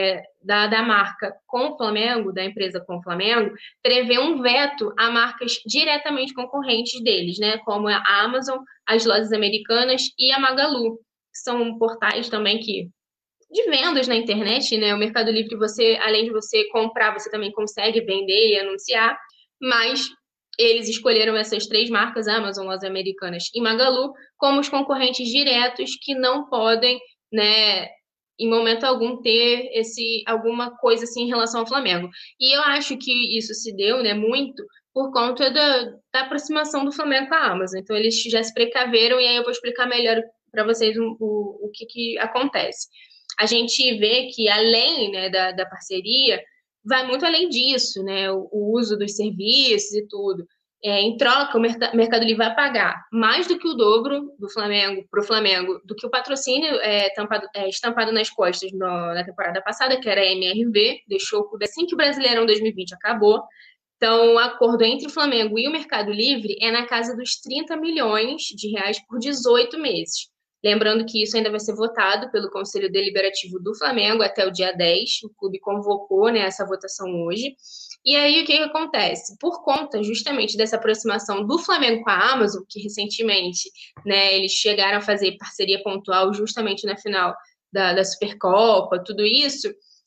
Speaker 4: da marca com o Flamengo, da empresa com o Flamengo, prevê um veto a marcas diretamente concorrentes deles, né, como a Amazon, as lojas americanas e a Magalu, que são portais também de vendas na internet, né? O Mercado Livre, além de você comprar, você também consegue vender e anunciar, mas eles escolheram essas 3 marcas, Amazon, Lojas Americanas e Magalu, como os concorrentes diretos que não podem, né, em momento algum, ter alguma coisa assim em relação ao Flamengo. E eu acho que isso se deu, né, muito por conta da aproximação do Flamengo com a Amazon. Então, eles já se precaveram, e aí eu vou explicar melhor para vocês o que acontece. A gente vê que, além, né, da parceria, vai muito além disso, né, o uso dos serviços e tudo. Em troca, o Mercado Livre vai pagar mais do que o dobro do Flamengo para o Flamengo, do que o patrocínio estampado nas costas na temporada passada, que era a MRV, deixou o clube assim que o Brasileirão 2020 acabou. Então, o acordo entre o Flamengo e o Mercado Livre é na casa dos 30 milhões de reais por 18 meses. Lembrando que isso ainda vai ser votado pelo Conselho Deliberativo do Flamengo até o dia 10. O clube convocou, né, essa votação hoje. E aí, o que acontece? Por conta justamente dessa aproximação do Flamengo com a Amazon, que recentemente, né, eles chegaram a fazer parceria pontual justamente na final da Supercopa, tudo isso,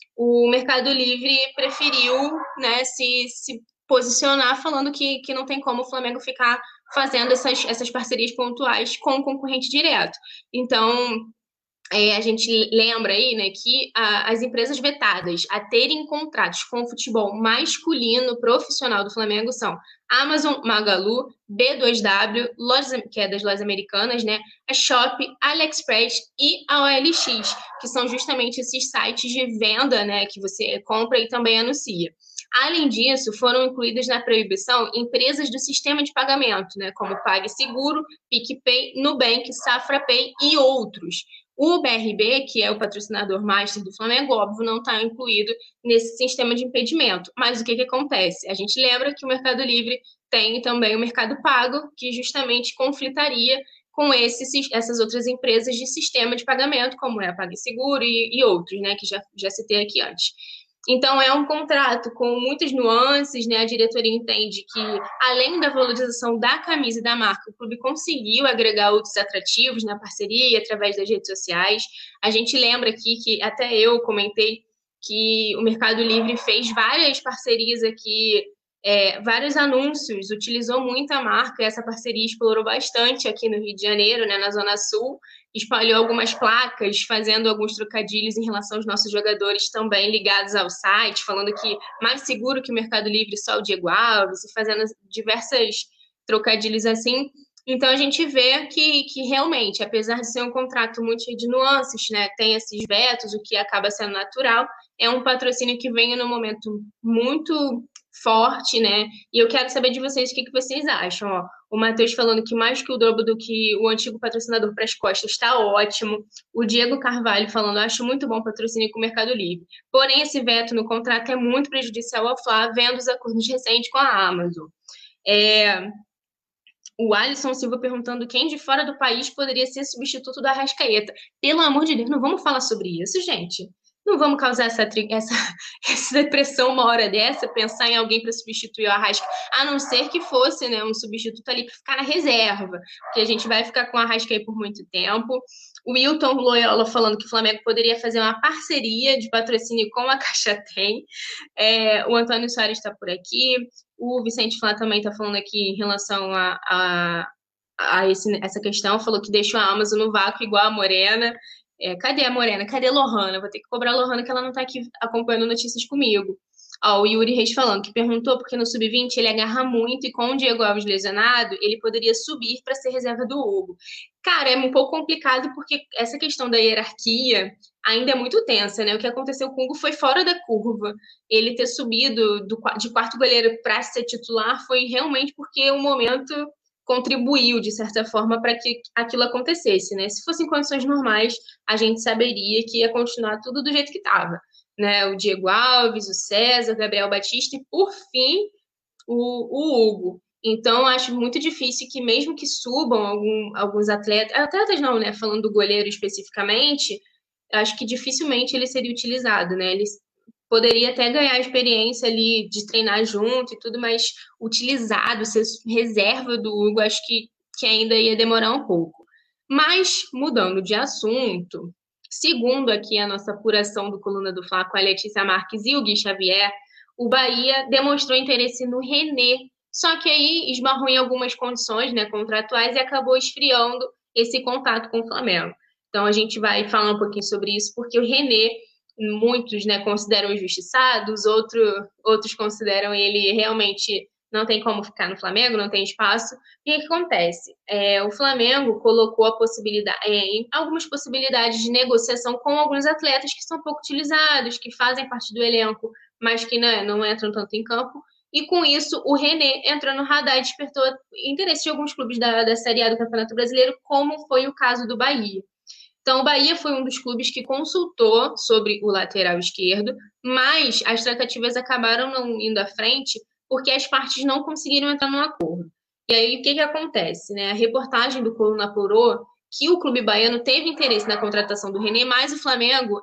Speaker 4: o Mercado Livre preferiu, né, se posicionar falando que não tem como o Flamengo ficar fazendo essas parcerias pontuais com o concorrente direto. Então, a gente lembra aí, né, que as empresas vetadas a terem contratos com o futebol masculino profissional do Flamengo são Amazon, Magalu, B2W, que é das lojas americanas, né, a Shop, AliExpress e a OLX, que são justamente esses sites de venda, né, que você compra e também anuncia. Além disso, foram incluídas na proibição empresas do sistema de pagamento, né, como PagSeguro, PicPay, Nubank, SafraPay e outros. O BRB, que é o patrocinador master do Flamengo, óbvio, não está incluído nesse sistema de impedimento. Mas o que acontece? A gente lembra que o Mercado Livre tem também o Mercado Pago, que justamente conflitaria com essas outras empresas de sistema de pagamento, como é a PagSeguro e outros, né, que já citei aqui antes. Então, é um contrato com muitas nuances, né? A diretoria entende que, além da valorização da camisa e da marca, o clube conseguiu agregar outros atrativos na parceria através das redes sociais. A gente lembra aqui que até eu comentei que o Mercado Livre fez várias parcerias aqui, vários anúncios, utilizou muito a marca, e essa parceria explorou bastante aqui no Rio de Janeiro, né, na Zona Sul, espalhou algumas placas, fazendo alguns trocadilhos em relação aos nossos jogadores também ligados ao site, falando que mais seguro que o Mercado Livre só o Diego Alves, e fazendo diversas trocadilhos assim. Então, a gente vê que realmente, apesar de ser um contrato muito cheio de nuances, né, tem esses vetos, o que acaba sendo natural, é um patrocínio que vem num momento muito forte, né? E eu quero saber de vocês o que vocês acham. Ó, o Matheus falando que mais que o dobro do que o antigo patrocinador para as costas está ótimo. O Diego Carvalho falando, acho muito bom patrocínio com o Mercado Livre. Porém, esse veto no contrato é muito prejudicial ao Fla, vendo os acordos recentes com a Amazon. O Alisson Silva perguntando quem de fora do país poderia ser substituto da Arrascaeta. Pelo amor de Deus, não vamos falar sobre isso, gente. Não vamos causar essa depressão uma hora dessa, pensar em alguém para substituir o Arrasca, a não ser que fosse, né, um substituto ali para ficar na reserva, porque a gente vai ficar com o Arrasca aí por muito tempo. O Wilton Loyola falando que o Flamengo poderia fazer uma parceria de patrocínio com a Caixa Tem. O Antônio Soares está por aqui. O Vicente Flá também está falando aqui em relação a essa questão, falou que deixou a Amazon no vácuo igual a Morena. Cadê a Morena? Cadê a Lohana? Vou ter que cobrar a Lohana, que ela não está aqui acompanhando notícias comigo. Ó, o Yuri Reis falando que perguntou porque no Sub-20 ele agarra muito e com o Diego Alves lesionado, ele poderia subir para ser reserva do Hugo. Cara, é um pouco complicado porque essa questão da hierarquia ainda é muito tensa, né? O que aconteceu com o Hugo foi fora da curva. Ele ter subido de quarto goleiro para ser titular foi realmente porque o momento contribuiu, de certa forma, para que aquilo acontecesse, né? Se fossem condições normais, a gente saberia que ia continuar tudo do jeito que estava, né? O Diego Alves, o César, o Gabriel Batista e, por fim, o Hugo. Então, acho muito difícil que, mesmo que subam alguns atletas não, né? Falando do goleiro especificamente, acho que dificilmente ele seria utilizado, né? Ele poderia até ganhar experiência ali de treinar junto e tudo, mas utilizado, ser reserva do Hugo, acho que ainda ia demorar um pouco. Mas, mudando de assunto, segundo aqui a nossa apuração do Coluna do Fla com a Letícia Marques e o Gui Xavier, o Bahia demonstrou interesse no René, só que aí esbarrou em algumas condições, né, contratuais e acabou esfriando esse contato com o Flamengo. Então, a gente vai falar um pouquinho sobre isso, porque o René, muitos, né, consideram injustiçado, outros consideram ele realmente não tem como ficar no Flamengo, não tem espaço. E o que acontece? O Flamengo colocou a possibilidade, algumas possibilidades de negociação com alguns atletas que são pouco utilizados, que fazem parte do elenco, mas que, né, não entram tanto em campo. E com isso, o René entrou no radar e despertou interesse de alguns clubes da Série A do Campeonato Brasileiro, como foi o caso do Bahia. Então, o Bahia foi um dos clubes que consultou sobre o lateral esquerdo, mas as tratativas acabaram não indo à frente porque as partes não conseguiram entrar num acordo. E aí, o que acontece? Né? A reportagem do Coluna apurou que o clube baiano teve interesse na contratação do René, mas o Flamengo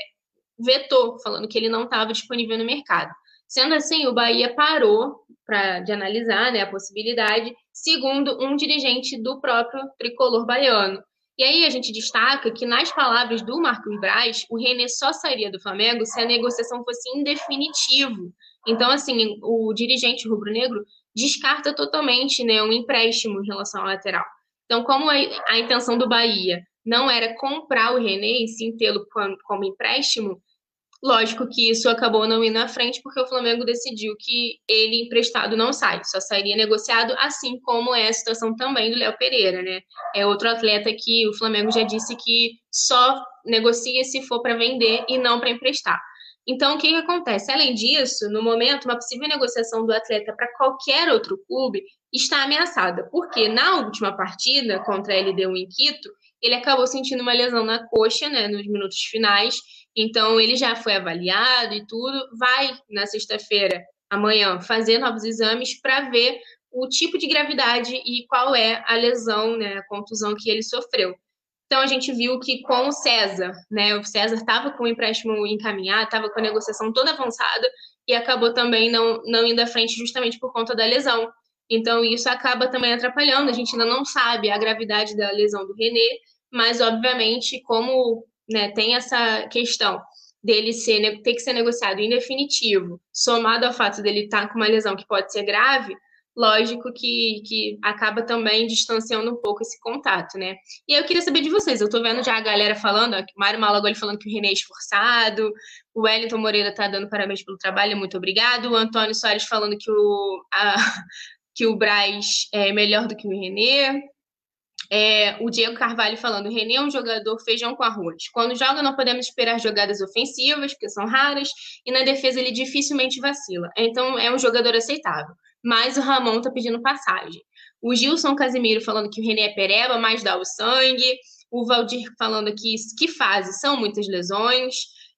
Speaker 4: vetou, falando que ele não estava disponível no mercado. Sendo assim, o Bahia parou de analisar, né, a possibilidade, segundo um dirigente do próprio tricolor baiano. E aí a gente destaca que, nas palavras do Marcos Braz, o René só sairia do Flamengo se a negociação fosse em definitivo. Então, assim, o dirigente rubro-negro descarta totalmente, né, um empréstimo em relação ao lateral. Então, como a intenção do Bahia não era comprar o René e sim tê-lo como empréstimo, lógico que isso acabou não indo à frente, porque o Flamengo decidiu que ele emprestado não sai, só sairia negociado, assim como é a situação também do Léo Pereira, né? É outro atleta que o Flamengo já disse que só negocia se for para vender e não para emprestar. Então, o que acontece? Além disso, no momento, uma possível negociação do atleta para qualquer outro clube está ameaçada, porque na última partida contra a LDU em Quito, ele acabou sentindo uma lesão na coxa, né, nos minutos finais. Então, ele já foi avaliado e tudo, vai na sexta-feira, amanhã, fazer novos exames para ver o tipo de gravidade e qual é a lesão, né, a contusão que ele sofreu. Então, a gente viu que com o César, né, o César estava com o empréstimo encaminhado, estava com a negociação toda avançada e acabou também não indo à frente justamente por conta da lesão. Então, isso acaba também atrapalhando. A gente ainda não sabe a gravidade da lesão do René, mas, obviamente, como, né, tem essa questão dele ter que ser negociado em definitivo, somado ao fato dele estar com uma lesão que pode ser grave, lógico que acaba também distanciando um pouco esse contato, né? E eu queria saber de vocês, eu tô vendo já a galera falando, ó, o Mário Malagoli falando que o René é esforçado, o Wellington Moreira tá dando parabéns pelo trabalho, muito obrigado, o Antônio Soares falando que o Braz é melhor do que o René, o Diego Carvalho falando, o René é um jogador feijão com arroz. Quando joga, não podemos esperar jogadas ofensivas, porque são raras, e na defesa ele dificilmente vacila. Então, é um jogador aceitável. Mas o Ramon tá pedindo passagem. O Gilson Casimiro falando que o René é pereba, mas dá o sangue. O Valdir falando que fase, são muitas lesões.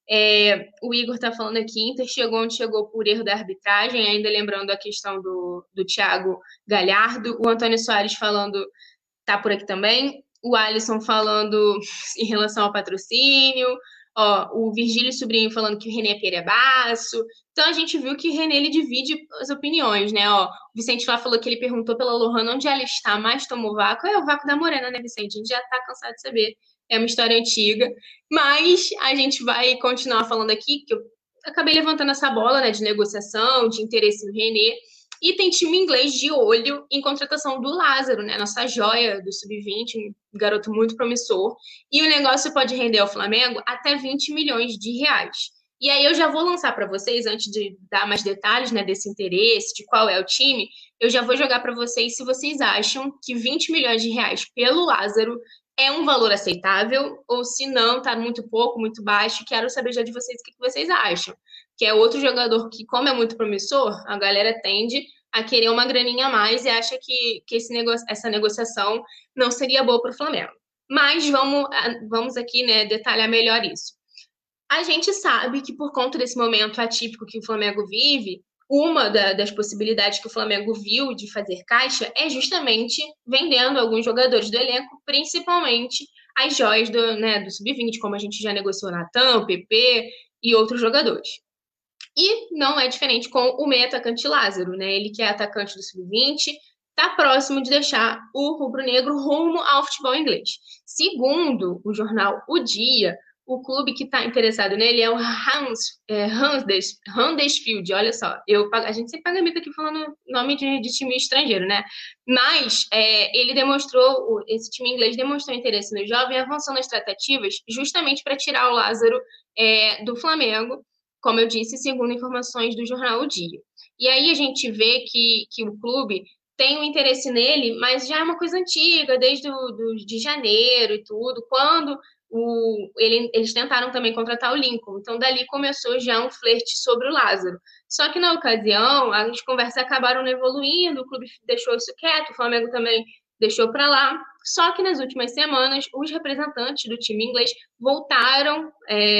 Speaker 4: O Igor tá falando aqui, Inter chegou onde chegou por erro da arbitragem, ainda lembrando a questão do Thiago Galhardo. O Antônio Soares falando... tá por aqui também. O Alisson falando em relação ao patrocínio. O Virgílio Sobrinho falando que o René é perebaço. Então, a gente viu que o René, ele divide as opiniões, né? O Vicente Flá falou que ele perguntou pela Lohana onde ela está, mas tomou vácuo. É o vácuo da Morena, né, Vicente? A gente já tá cansado de saber. É uma história antiga. Mas a gente vai continuar falando aqui, que eu acabei levantando essa bola, né, de negociação, de interesse no René. E tem time inglês de olho em contratação do Lázaro, né? Nossa joia do Sub-20, um garoto muito promissor. E o negócio pode render ao Flamengo até 20 milhões de reais. E aí eu já vou lançar para vocês, antes de dar mais detalhes, né, desse interesse, de qual é o time, eu já vou jogar para vocês se vocês acham que 20 milhões de reais pelo Lázaro é um valor aceitável ou se não, tá muito pouco, muito baixo. Quero saber já de vocês o que vocês acham. Que é outro jogador que, como é muito promissor, a galera tende a querer uma graninha a mais e acha que essa negociação não seria boa para o Flamengo. Mas vamos aqui, né, detalhar melhor isso. A gente sabe que por conta desse momento atípico que o Flamengo vive, uma das possibilidades que o Flamengo viu de fazer caixa é justamente vendendo alguns jogadores do elenco, principalmente as joias do Sub-20, como a gente já negociou Natan, PP e outros jogadores. E não é diferente com o meio atacante Lázaro, né? Ele que é atacante do Sub-20, está próximo de deixar o rubro-negro rumo ao futebol inglês. Segundo o jornal O Dia, o clube que está interessado nele é o Huddersfield. Olha só, a gente sempre paga mico aqui falando nome de time estrangeiro, né? Mas esse time inglês demonstrou interesse no jovem, avançando as tratativas justamente para tirar o Lázaro do Flamengo, como eu disse, segundo informações do jornal O Dia. E aí a gente vê que o clube tem um interesse nele, mas já é uma coisa antiga, desde de janeiro e tudo, quando eles tentaram também contratar o Lincoln. Então, dali começou já um flerte sobre o Lázaro. Só que, na ocasião, as conversas acabaram não evoluindo, o clube deixou isso quieto, o Flamengo também deixou para lá. Só que, nas últimas semanas, os representantes do time inglês voltaram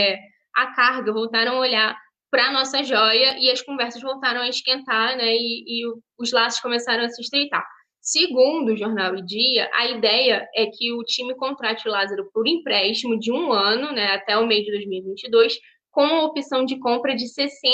Speaker 4: à carga, voltaram a olhar para a nossa joia e as conversas voltaram a esquentar, né? E os laços começaram a se estreitar. Segundo o jornal O Dia, a ideia é que o time contrate o Lázaro por empréstimo de 1 ano, né, até o mês de 2022, com a opção de compra de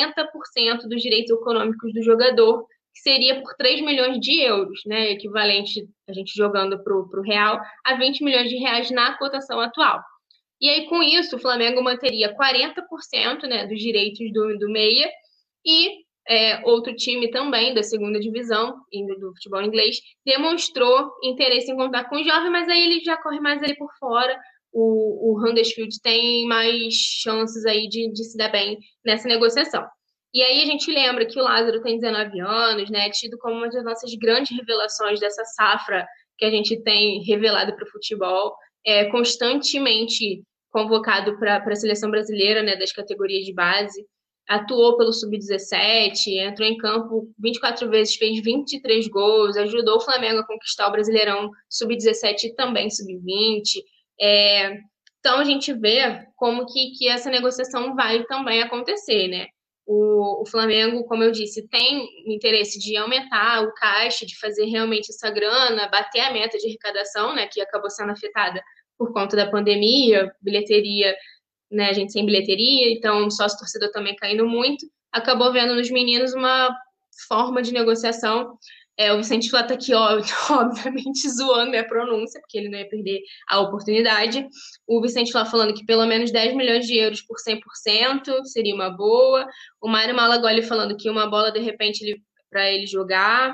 Speaker 4: 60% dos direitos econômicos do jogador, que seria por 3 milhões de euros, né, equivalente, a gente jogando para o real, a 20 milhões de reais na cotação atual. E aí, com isso, o Flamengo manteria 40%, né, dos direitos do meia e outro time também da segunda divisão do futebol inglês demonstrou interesse em contar com o jovem, mas aí ele já corre mais ali por fora. O Huddersfield tem mais chances aí de se dar bem nessa negociação. E aí a gente lembra que o Lázaro tem 19 anos, né, tido como uma das nossas grandes revelações dessa safra que a gente tem revelado para o futebol, constantemente convocado para a seleção brasileira, né, das categorias de base. Atuou pelo Sub-17, entrou em campo 24 vezes, fez 23 gols, ajudou o Flamengo a conquistar o Brasileirão Sub-17 e também Sub-20. Então, a gente vê como que essa negociação vai também acontecer, né? O Flamengo, como eu disse, tem interesse de aumentar o caixa, de fazer realmente essa grana, bater a meta de arrecadação, né, que acabou sendo afetada por conta da pandemia, bilheteria, né, a gente sem bilheteria, então sócio torcedor também caindo muito, acabou vendo nos meninos uma forma de negociação. O Vicente Flá tá aqui, obviamente, zoando minha pronúncia, porque ele não ia perder a oportunidade. O Vicente Flá falando que pelo menos 10 milhões de euros por 100% seria uma boa. O Mário Malagoli falando que uma bola, de repente, para ele jogar.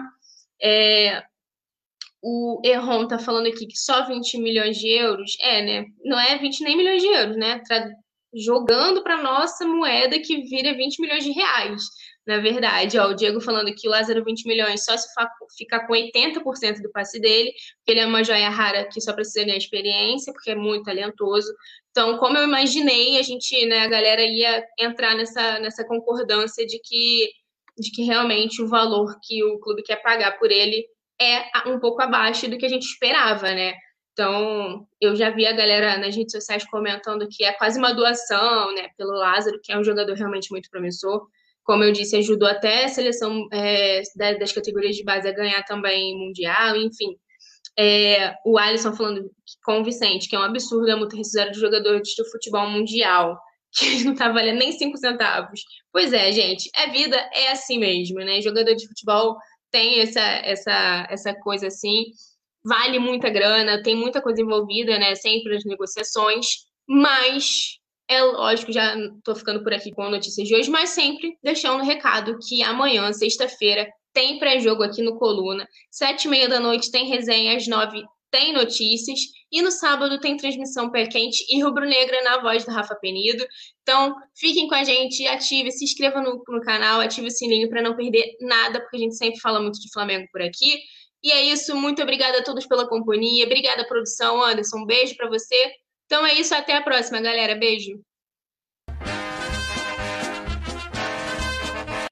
Speaker 4: O Erron tá falando aqui que só 20 milhões de euros, né? Não é 20 nem milhões de euros, né? Jogando para nossa moeda que vira 20 milhões de reais, na verdade. O Diego falando que o Lázaro 20 milhões só se ficar com 80% do passe dele, porque ele é uma joia rara que só precisa ganhar experiência, porque é muito talentoso. Então, como eu imaginei, a gente, né, a galera ia entrar nessa concordância de que realmente o valor que o clube quer pagar por ele é um pouco abaixo do que a gente esperava, né? Então, eu já vi a galera nas redes sociais comentando que é quase uma doação, né, pelo Lázaro, que é um jogador realmente muito promissor. Como eu disse, ajudou até a seleção das categorias de base a ganhar também mundial, enfim. O Alisson falando com o Vicente, que é um absurdo a multa rescisória de jogadores do futebol mundial, que não tá valendo nem 5 centavos. Pois é, gente, a vida é assim mesmo, né? Jogador de futebol tem essa coisa assim, vale muita grana, tem muita coisa envolvida, né? Sempre as negociações, mas é lógico, já estou ficando por aqui com a notícia de hoje, mas sempre deixando o recado que amanhã, sexta-feira, tem pré-jogo aqui no Coluna, 7h30 da noite tem resenha, às 9h tem notícias, e no sábado tem transmissão pé quente e rubro-negra na voz do Rafa Penido. Então, fiquem com a gente, se inscreva no canal, ative o sininho para não perder nada, porque a gente sempre fala muito de Flamengo por aqui. E é isso, muito obrigada a todos pela companhia, obrigada produção, Anderson, um beijo para você. Então é isso, até a próxima, galera, beijo.